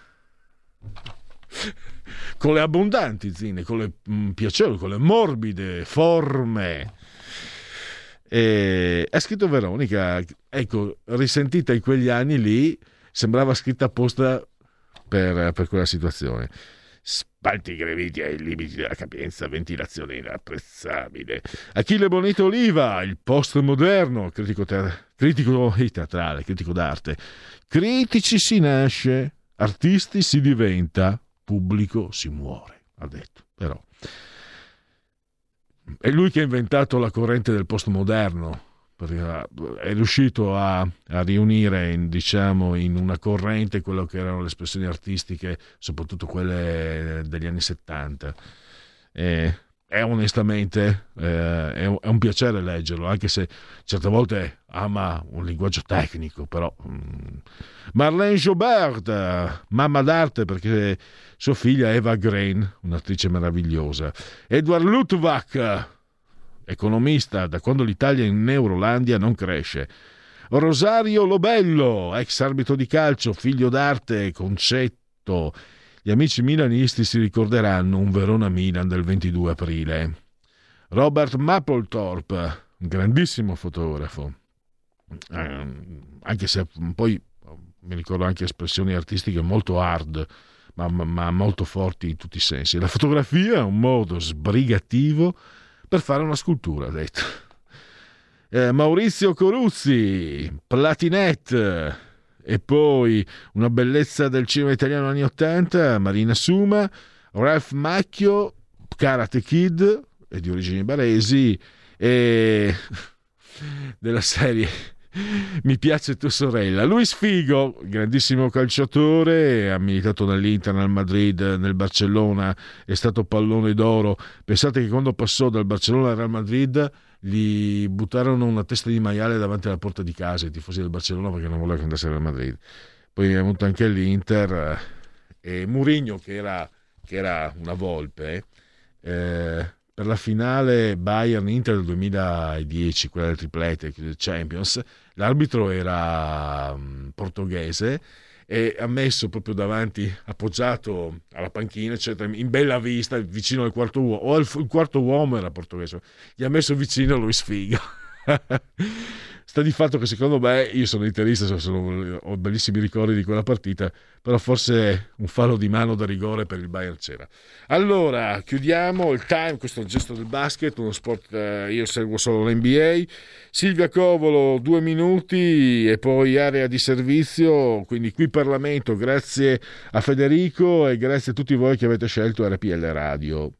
con le abbondanti zinne, con le um, piacevoli, con le morbide forme. E ha scritto Veronica, ecco, risentita in quegli anni lì, sembrava scritta apposta per, per quella situazione. Spalti greviti ai limiti della capienza, ventilazione inapprezzabile. Achille Bonito Oliva, il postmoderno, critico, te- critico teatrale, critico d'arte. Critici si nasce, artisti si diventa, pubblico si muore, ha detto, però. È lui che ha inventato la corrente del postmoderno, perché è riuscito a, a riunire in, diciamo, in una corrente quello che erano le espressioni artistiche, soprattutto quelle degli anni settanta. E, è onestamente eh, è, un, è un piacere leggerlo, anche se certe volte ama un linguaggio tecnico, però mm. Marlene Jobert, mamma d'arte, perché sua figlia Eva Green, un'attrice meravigliosa. Edward Luttwak, economista, da quando l'Italia in Eurolandia non cresce. Rosario Lobello, ex arbitro di calcio, figlio d'arte, concetto. Gli amici milanisti si ricorderanno un Verona-Milan del ventidue aprile. Robert Mapplethorpe, un grandissimo fotografo, eh, anche se poi mi ricordo anche espressioni artistiche molto hard, ma, ma, ma molto forti in tutti i sensi. La fotografia è un modo sbrigativo per fare una scultura, ha detto. Eh, Maurizio Coruzzi, Platinette, e poi una bellezza del cinema italiano anni ottanta, Marina Suma, Ralph Macchio, Karate Kid, è di origini baresi, e della serie Mi piace tua sorella. Luis Figo, grandissimo calciatore, ha militato nell'Inter, nel Madrid, nel Barcellona, è stato pallone d'oro. Pensate che quando passò dal Barcellona al Real Madrid gli buttarono una testa di maiale davanti alla porta di casa, i tifosi del Barcellona, perché non voleva che andasse al Real Madrid. Poi è venuto anche l'Inter, e Mourinho, che era, che era una volpe, eh, per la finale Bayern-Inter del duemiladieci, quella del triplete Champions, l'arbitro era um, portoghese e ha messo proprio davanti, appoggiato alla panchina, cioè in bella vista, vicino al quarto uomo, o al, il quarto uomo era portoghese, gli ha messo vicino Luis Figo. Sta di fatto che secondo me, io sono interista, sono, ho bellissimi ricordi di quella partita, però forse un fallo di mano da rigore per il Bayern c'era. Allora, chiudiamo il time, questo è il gesto del basket, uno sport, eh, io seguo solo l'N B A. Silvia Covolo, due minuti e poi area di servizio, quindi qui Parlamento, grazie a Federico e grazie a tutti voi che avete scelto R P L Radio.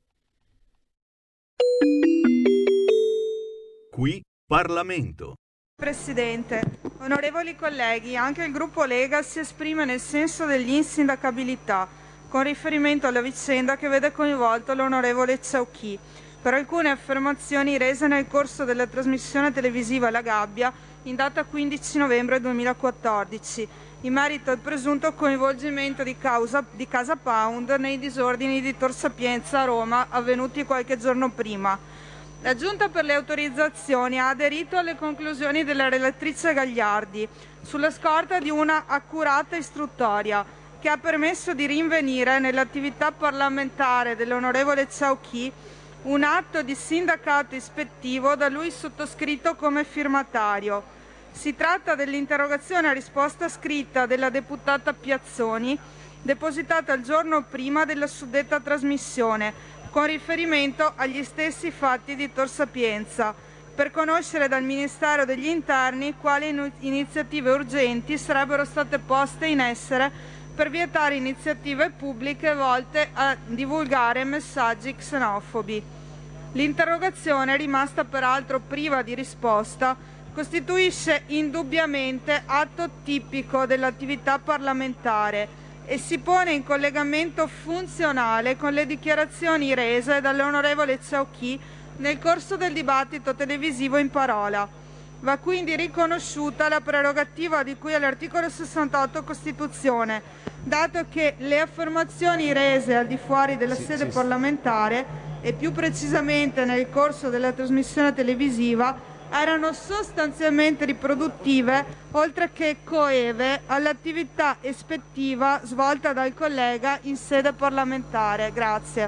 Qui Parlamento. Presidente, onorevoli colleghi, anche il gruppo Lega si esprime nel senso dell'insindacabilità con riferimento alla vicenda che vede coinvolto l'onorevole Ciauchi per alcune affermazioni rese nel corso della trasmissione televisiva La Gabbia in data quindici novembre duemilaquattordici in merito al presunto coinvolgimento di, causa, di Casa Pound nei disordini di Tor Sapienza a Roma avvenuti qualche giorno prima. La Giunta per le autorizzazioni ha aderito alle conclusioni della relatrice Gagliardi sulla scorta di una accurata istruttoria che ha permesso di rinvenire nell'attività parlamentare dell'onorevole Ciauchi un atto di sindacato ispettivo da lui sottoscritto come firmatario. Si tratta dell'interrogazione a risposta scritta della deputata Piazzoni, depositata il giorno prima della suddetta trasmissione, con riferimento agli stessi fatti di Tor Sapienza, per conoscere dal Ministero degli Interni quali iniziative urgenti sarebbero state poste in essere per vietare iniziative pubbliche volte a divulgare messaggi xenofobi. L'interrogazione, rimasta peraltro priva di risposta, costituisce indubbiamente atto tipico dell'attività parlamentare e si pone in collegamento funzionale con le dichiarazioni rese dall'onorevole Ciauchi nel corso del dibattito televisivo in parola. Va quindi riconosciuta la prerogativa di cui all'articolo sessantotto Costituzione, dato che le affermazioni rese al di fuori della sì, sede sì, parlamentare e più precisamente nel corso della trasmissione televisiva erano sostanzialmente riproduttive, oltre che coeve, all'attività ispettiva svolta dal collega in sede parlamentare. Grazie.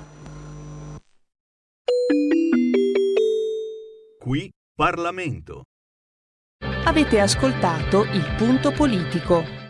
Qui Parlamento. Avete ascoltato Il Punto Politico.